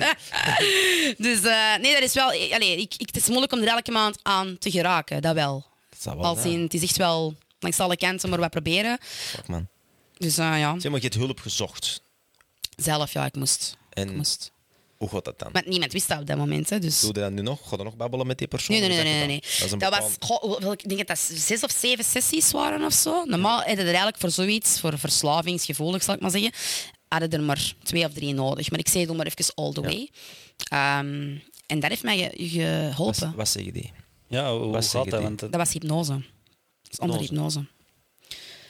Dus uh, nee, dat is wel... Allee, ik, ik, het is moeilijk om er elke maand aan te geraken. Dat wel. Dat zou wel Als zijn. in, het is echt wel... Langs alle kanten maar wat proberen. Fuck, man. Dus uh, ja, Zeg maar, je hebt hulp gezocht. zelf, ja, ik moest. Ik En moest. hoe gaat dat dan? Maar niemand wist dat op dat moment, hè, dus... Doe je dat nu nog? Ga je nog babbelen met die persoon? Nee, nee, Hoe nee, zeg nee, je nee. Dat, is een Dat bepaald- was, goh, wel, ik denk dat dat zes of zeven sessies waren of zo. Normaal hadden er eigenlijk voor zoiets, voor verslavingsgevoelig zal ik maar zeggen, hadden er maar twee of drie nodig. Maar ik zei, doe maar even all the Ja. way. Um, en dat heeft mij ge- geholpen. Wat, wat zeggen die? Ja, hoe Wat gaat zeggen dat? die? Want, eh, Dat was hypnose. Dat is onder Hypnose. hypnose.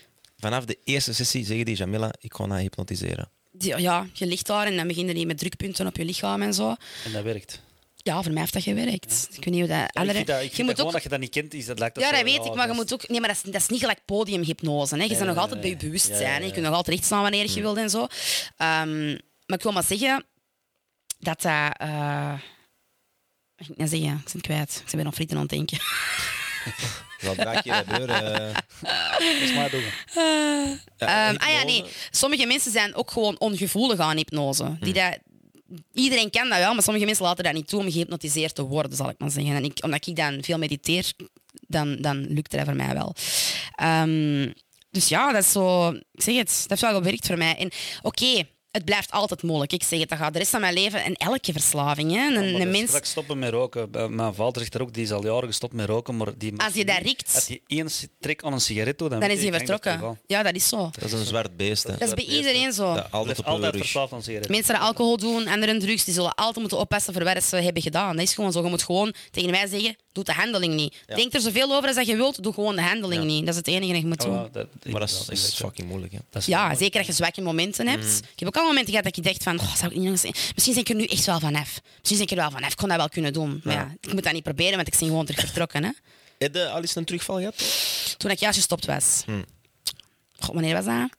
vanaf de eerste sessie zeggen die Jamila, ik ga haar hypnotiseren. Die- Ja, je ligt daar en dan beginnen die met drukpunten op je lichaam en zo. En dat werkt. Ja, voor mij heeft dat gewerkt. Ik weet niet hoe dat... Ja, ik andere- vind dat, ik je vind moet dat gewoon ook... dat je dat niet kent, is dat lijkt Ja, zo, dat weet ik, maar je dat moet is- ook... Nee, maar dat is, dat is niet gelijk podiumhypnose. Hè. Je bent nog altijd bij je bewustzijn. ja, ja, hè. Je ja. kunt nog altijd recht staan wanneer je wilt en zo. Ehm, maar ik wil maar zeggen dat dat... eh, wat ging ik nou zeggen? Ik ben het kwijt. Ik ben nog frieten aan het denken. Wat draag je gebeuren? Dat is maar doen. Ehm, ah ja, nee. Sommige mensen zijn ook gewoon ongevoelig aan hypnose. Die dat, iedereen kan dat wel, maar sommige mensen laten dat niet toe om gehypnotiseerd te worden, zal ik maar zeggen. En ik, omdat ik dan veel mediteer, dan, dan lukt dat voor mij wel. Ehm, dus ja, dat is zo... Ik zeg het, dat heeft wel gewerkt voor mij. En oké, het blijft altijd moeilijk. Ik zeg het, dat gaat de rest van mijn leven en elke verslaving. Hè. Een, Maar een dus mens... straks stoppen met roken. Bij Mijn vader zegt er ook, die is al jaren gestopt met roken, maar die Als je dat riekt, als je één trek aan een sigaret doet, dan, dan weet is hij je, ik denk dat vertrokken. het Ja, dat is zo. Dat is een zwart beest. Hè. Dat is bij iedereen zo. Ja, wel. altijd Dat op is altijd de rug. verslaafd aan sigaretten. Mensen die alcohol doen, anderen drugs, die zullen altijd moeten oppassen voor wat ze hebben gedaan. Dat is gewoon zo. Je moet gewoon tegen mij zeggen, doe de handeling niet. Ja. Denk er zoveel over als dat je wilt, doe gewoon de handeling Ja. niet. Dat is het enige dat je moet doen. Ja, dat, Maar dat is, inderdaad, is inderdaad. fucking moeilijk. Hè. Dat is Ja, wel- zeker als je zwakke momenten hebt. Ik heb ook al momenten gehad dat ik dacht van, oh, zou ik niet nog eens... Misschien ben ik er nu echt wel vanaf. Misschien ben ik er wel vanaf. Ik kon dat wel kunnen doen. Maar Ja. ja, ik moet dat niet proberen, want ik ben gewoon terug vertrokken. Hè. Heb je al eens een terugval gehad? Toen ik juist gestopt was. Hmm. God, wanneer was dat? Een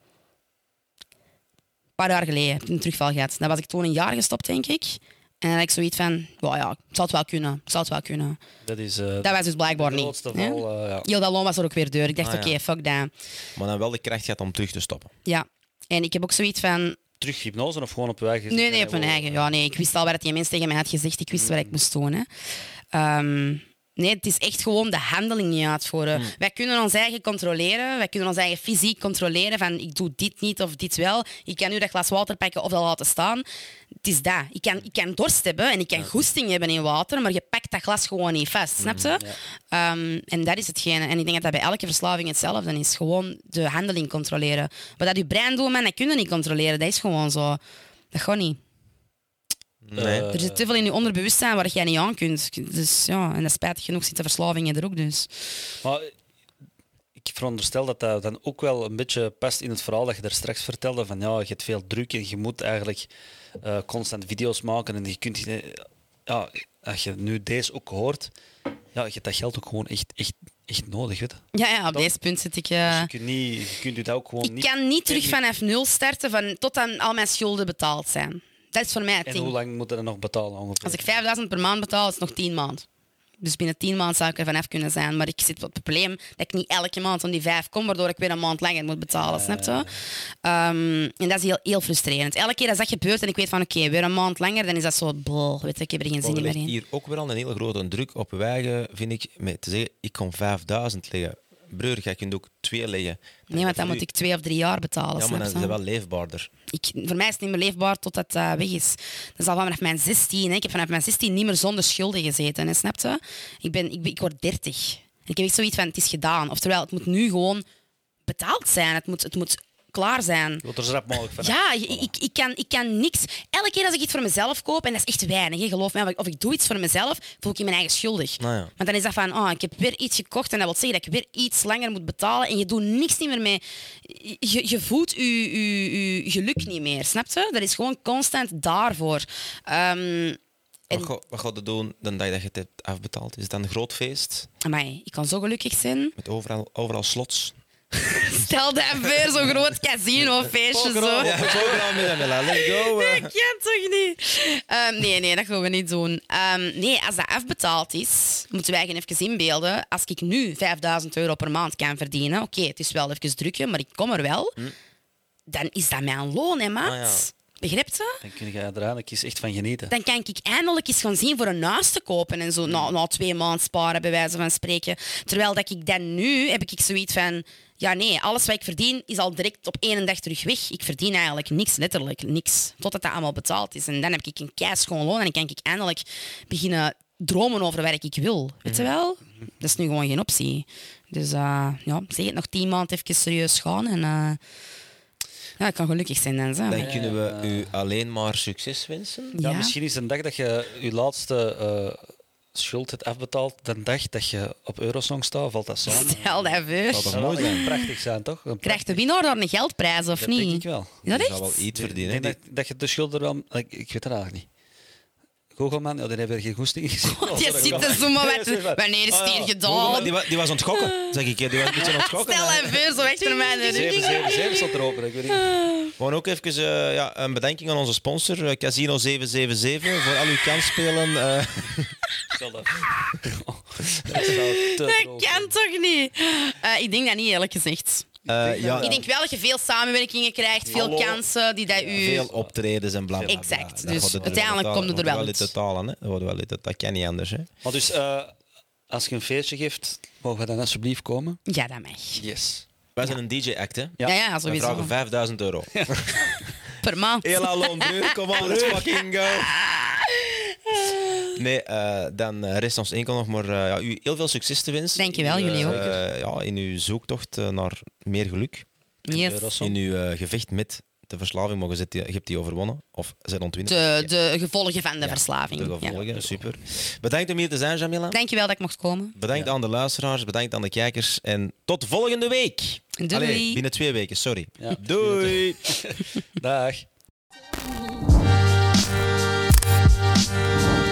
paar jaar geleden heb ik een terugval gehad. Dan was ik toen een jaar gestopt, denk ik. En dan had ik zoiets van, wow, ja, ik zal het wel kunnen. Ik zal het wel kunnen. Dat is uh, Dat was dus blijkbaar de niet. grootste hè. val. eh, ja. Heel dat loon was er ook weer deur. Ik dacht, Ah, ja. oké, fuck dat. Maar dan wel de kracht gehad om terug te stoppen. Ja. En ik heb ook zoiets van... Terug hypnose of gewoon op je eigen? Nee, nee, op mijn eigen. Ja, nee, ik wist al wat die mens tegen mij had gezegd. Ik wist wat ik moest doen. Hè. Ehm, nee, het is echt gewoon de handeling niet uitvoeren. Wij kunnen ons eigen controleren. Wij kunnen ons eigen fysiek controleren. Van, ik doe dit niet of dit wel. Ik kan nu dat glas water pakken of dat laten staan. Het is dat. Ik kan, ik kan dorst hebben en ik kan goesting hebben in water, maar je pakt dat glas gewoon niet vast. Snap je? Ehm, en dat is hetgene. En ik denk dat dat bij elke verslaving hetzelfde is. Gewoon de handeling controleren. Wat dat je brein doet, man, dat kun je niet controleren. Dat is gewoon zo. Dat gaat niet. Nee. Eh, Er zit te veel in je onderbewustzijn waar jij niet aan kunt. Dus ja, en dat spijtig genoeg zitten verslavingen er ook dus. Maar ik veronderstel dat dat dan ook wel een beetje past in het verhaal dat je daar straks vertelde. Van ja, je hebt veel druk en je moet eigenlijk eh, constant video's maken. En je kunt, eh, ja, als je nu deze ook hoort, ja, je hebt dat geld ook gewoon echt, echt, echt nodig. Weet je? Ja, ja op Toch? deze punt zit ik... eh, Dus je kunt, niet, je kunt je dat ook gewoon ik niet... kan niet terug niet- vanaf nul starten van, tot dan al mijn schulden betaald zijn. Dat is voor mij het En ding. hoe lang moet je dat nog betalen ongeveer? Als ik vijfduizend per maand betaal, is het nog tien maanden. Dus binnen tien maanden zou ik er vanaf kunnen zijn. Maar ik zit op het probleem dat ik niet elke maand van die vijf kom, waardoor ik weer een maand langer moet betalen. Snap je? Ehm, en dat is heel, heel frustrerend. Elke keer als dat gebeurt en ik weet van oké, weer een maand langer, dan is dat zo, bleh, weet je, ik heb er geen zin Maar er meer ligt in. hier ook wel een hele grote druk op wijgen, vind ik, met te zeggen, ik kon vijfduizend leggen. Broer, jij kunt ook twee leggen. Nee, want dan moet ik twee of drie jaar betalen. Ja, maar dan snap is je? het wel leefbaarder. Ik, voor mij is het niet meer leefbaar totdat het uh, weg is. Dat is al vanaf mijn zestien. Hè. Ik heb vanaf mijn zestien niet meer zonder schulden gezeten. Hè, snap je? Ik, ben, ik, ben, ik word dertig. En ik heb echt zoiets van, het is gedaan. Oftewel, het moet nu gewoon betaald zijn. Het moet, het moet klaar zijn. Je wilt er zo rap mogelijk van. Ja, ik, ik, ik, kan, ik kan niks. Elke keer als ik iets voor mezelf koop, en dat is echt weinig, hè, geloof mij, of ik, of ik doe iets voor mezelf, voel ik je mijn eigen schuldig. Nou ja. Want dan is dat van, oh, ik heb weer iets gekocht en dat wil zeggen dat ik weer iets langer moet betalen en je doet niks niet meer mee. Je, je voelt je, je, je geluk niet meer, snap je? Dat is gewoon constant daarvoor. Ehm Wat, en, ga, wat ga je doen de dag dat je het hebt afbetaald? Is het dan een groot feest? amai, ik kan zo gelukkig zijn. Met overal, overal slots? Stel dat voor zo'n groot casino-feestje. Zo. Ja, overal met Jamila. Let's go. Dat eh. kan toch niet? Ehm, nee, nee, dat gaan we niet doen. Ehm, nee, als dat afbetaald is, moeten wij even inbeelden. Als ik nu vijfduizend euro per maand kan verdienen, oké, het is wel even drukje, maar ik kom er wel, dan is dat mijn loon, hè, maat? Ah, ja. Begrijp je? Dan kun je er eigenlijk eens echt van genieten. Dan kan ik eindelijk eens gaan zien voor een huis te kopen en zo na, na twee maanden sparen, bij wijze van spreken. Terwijl dat ik dan nu, heb ik zoiets van, ja nee, alles wat ik verdien is al direct op één dag terug weg. Ik verdien eigenlijk niks, letterlijk niks, totdat dat allemaal betaald is. En dan heb ik een keischoon loon en dan kan ik eindelijk beginnen dromen over waar ik wil. Weet je wel? Dat is nu gewoon geen optie. Dus uh, ja, zeg het nog tien maanden even serieus gaan en uh, ja, ik kan gelukkig zijn dan. Zo. Dan kunnen we u alleen maar succes wensen. Ja, Ja. misschien is een dag dat je je laatste schuld hebt afbetaald de dag dat je op Eurosong staat, valt dat samen? Stel dat voor. Dat zou mooi zou zijn. prachtig zijn, toch? Een Krijgt de winnaar daar een geldprijs of Dat niet? denk ik wel. Is dat Die echt? zal wel iets Ik verdienen. denk dat, dat je de schuld er wel... Ik, ik weet het eigenlijk niet. Goochelman, ja, die heeft er geen goesting gezien. Je zit te zoomen met... Wanneer is het hier Die, gedaan? wa- die was aan het gokken, zeg ik. hè. Die was een beetje aan het gokken. Stel dat voor, zo achter mij. zeven zeven zeven stond er open, ik weet niet. Gewoon ook even uh, ja, een bedenking aan onze sponsor, uh, Casino zeven zeven zeven, voor al uw kansspelen. Uh, Stel dat. Dat zou te Dat droog kan toch niet? Uh, ik denk dat niet, eerlijk gezegd. uh, ja, Ik denk wel dat je veel samenwerkingen krijgt, veel Hallo. kansen die dat u... veel optredens en bla bla bla. Exact, Daar dus gaat het uiteindelijk totaal- komt het er wordt wel in uit. totaal aan, hè. Dat, wordt wel in totaal- dat kan niet anders. Hè. Maar dus, uh, als je een feestje geeft, mogen we dan alsjeblieft komen? Ja, dat mag. Yes. Wij zijn een D J-act, hè. Ja. Ja, ja, We sowieso. vragen vijfduizend euro. Per maand. Hela Londen, kom on, let's fucking go. Nee, uh, dan uh, rest ons enkel nog maar uh, ja, u heel veel succes te wensen. Dankjewel, in, jullie uh, ook. ja, in uw zoektocht uh, naar meer geluk. Yes. In uw uh, gevecht met de verslaving, maar je, zet die, je hebt die overwonnen. Of zijn ontwinnen. De, de gevolgen van de Ja, verslaving. De Ja. gevolgen, super. Bedankt om hier te zijn, Jamila. Dankjewel dat ik mocht komen. Bedankt aan de luisteraars, bedankt aan de kijkers. En tot volgende week. Doei. Allee, binnen twee weken, sorry. Ja. Doei. Dag.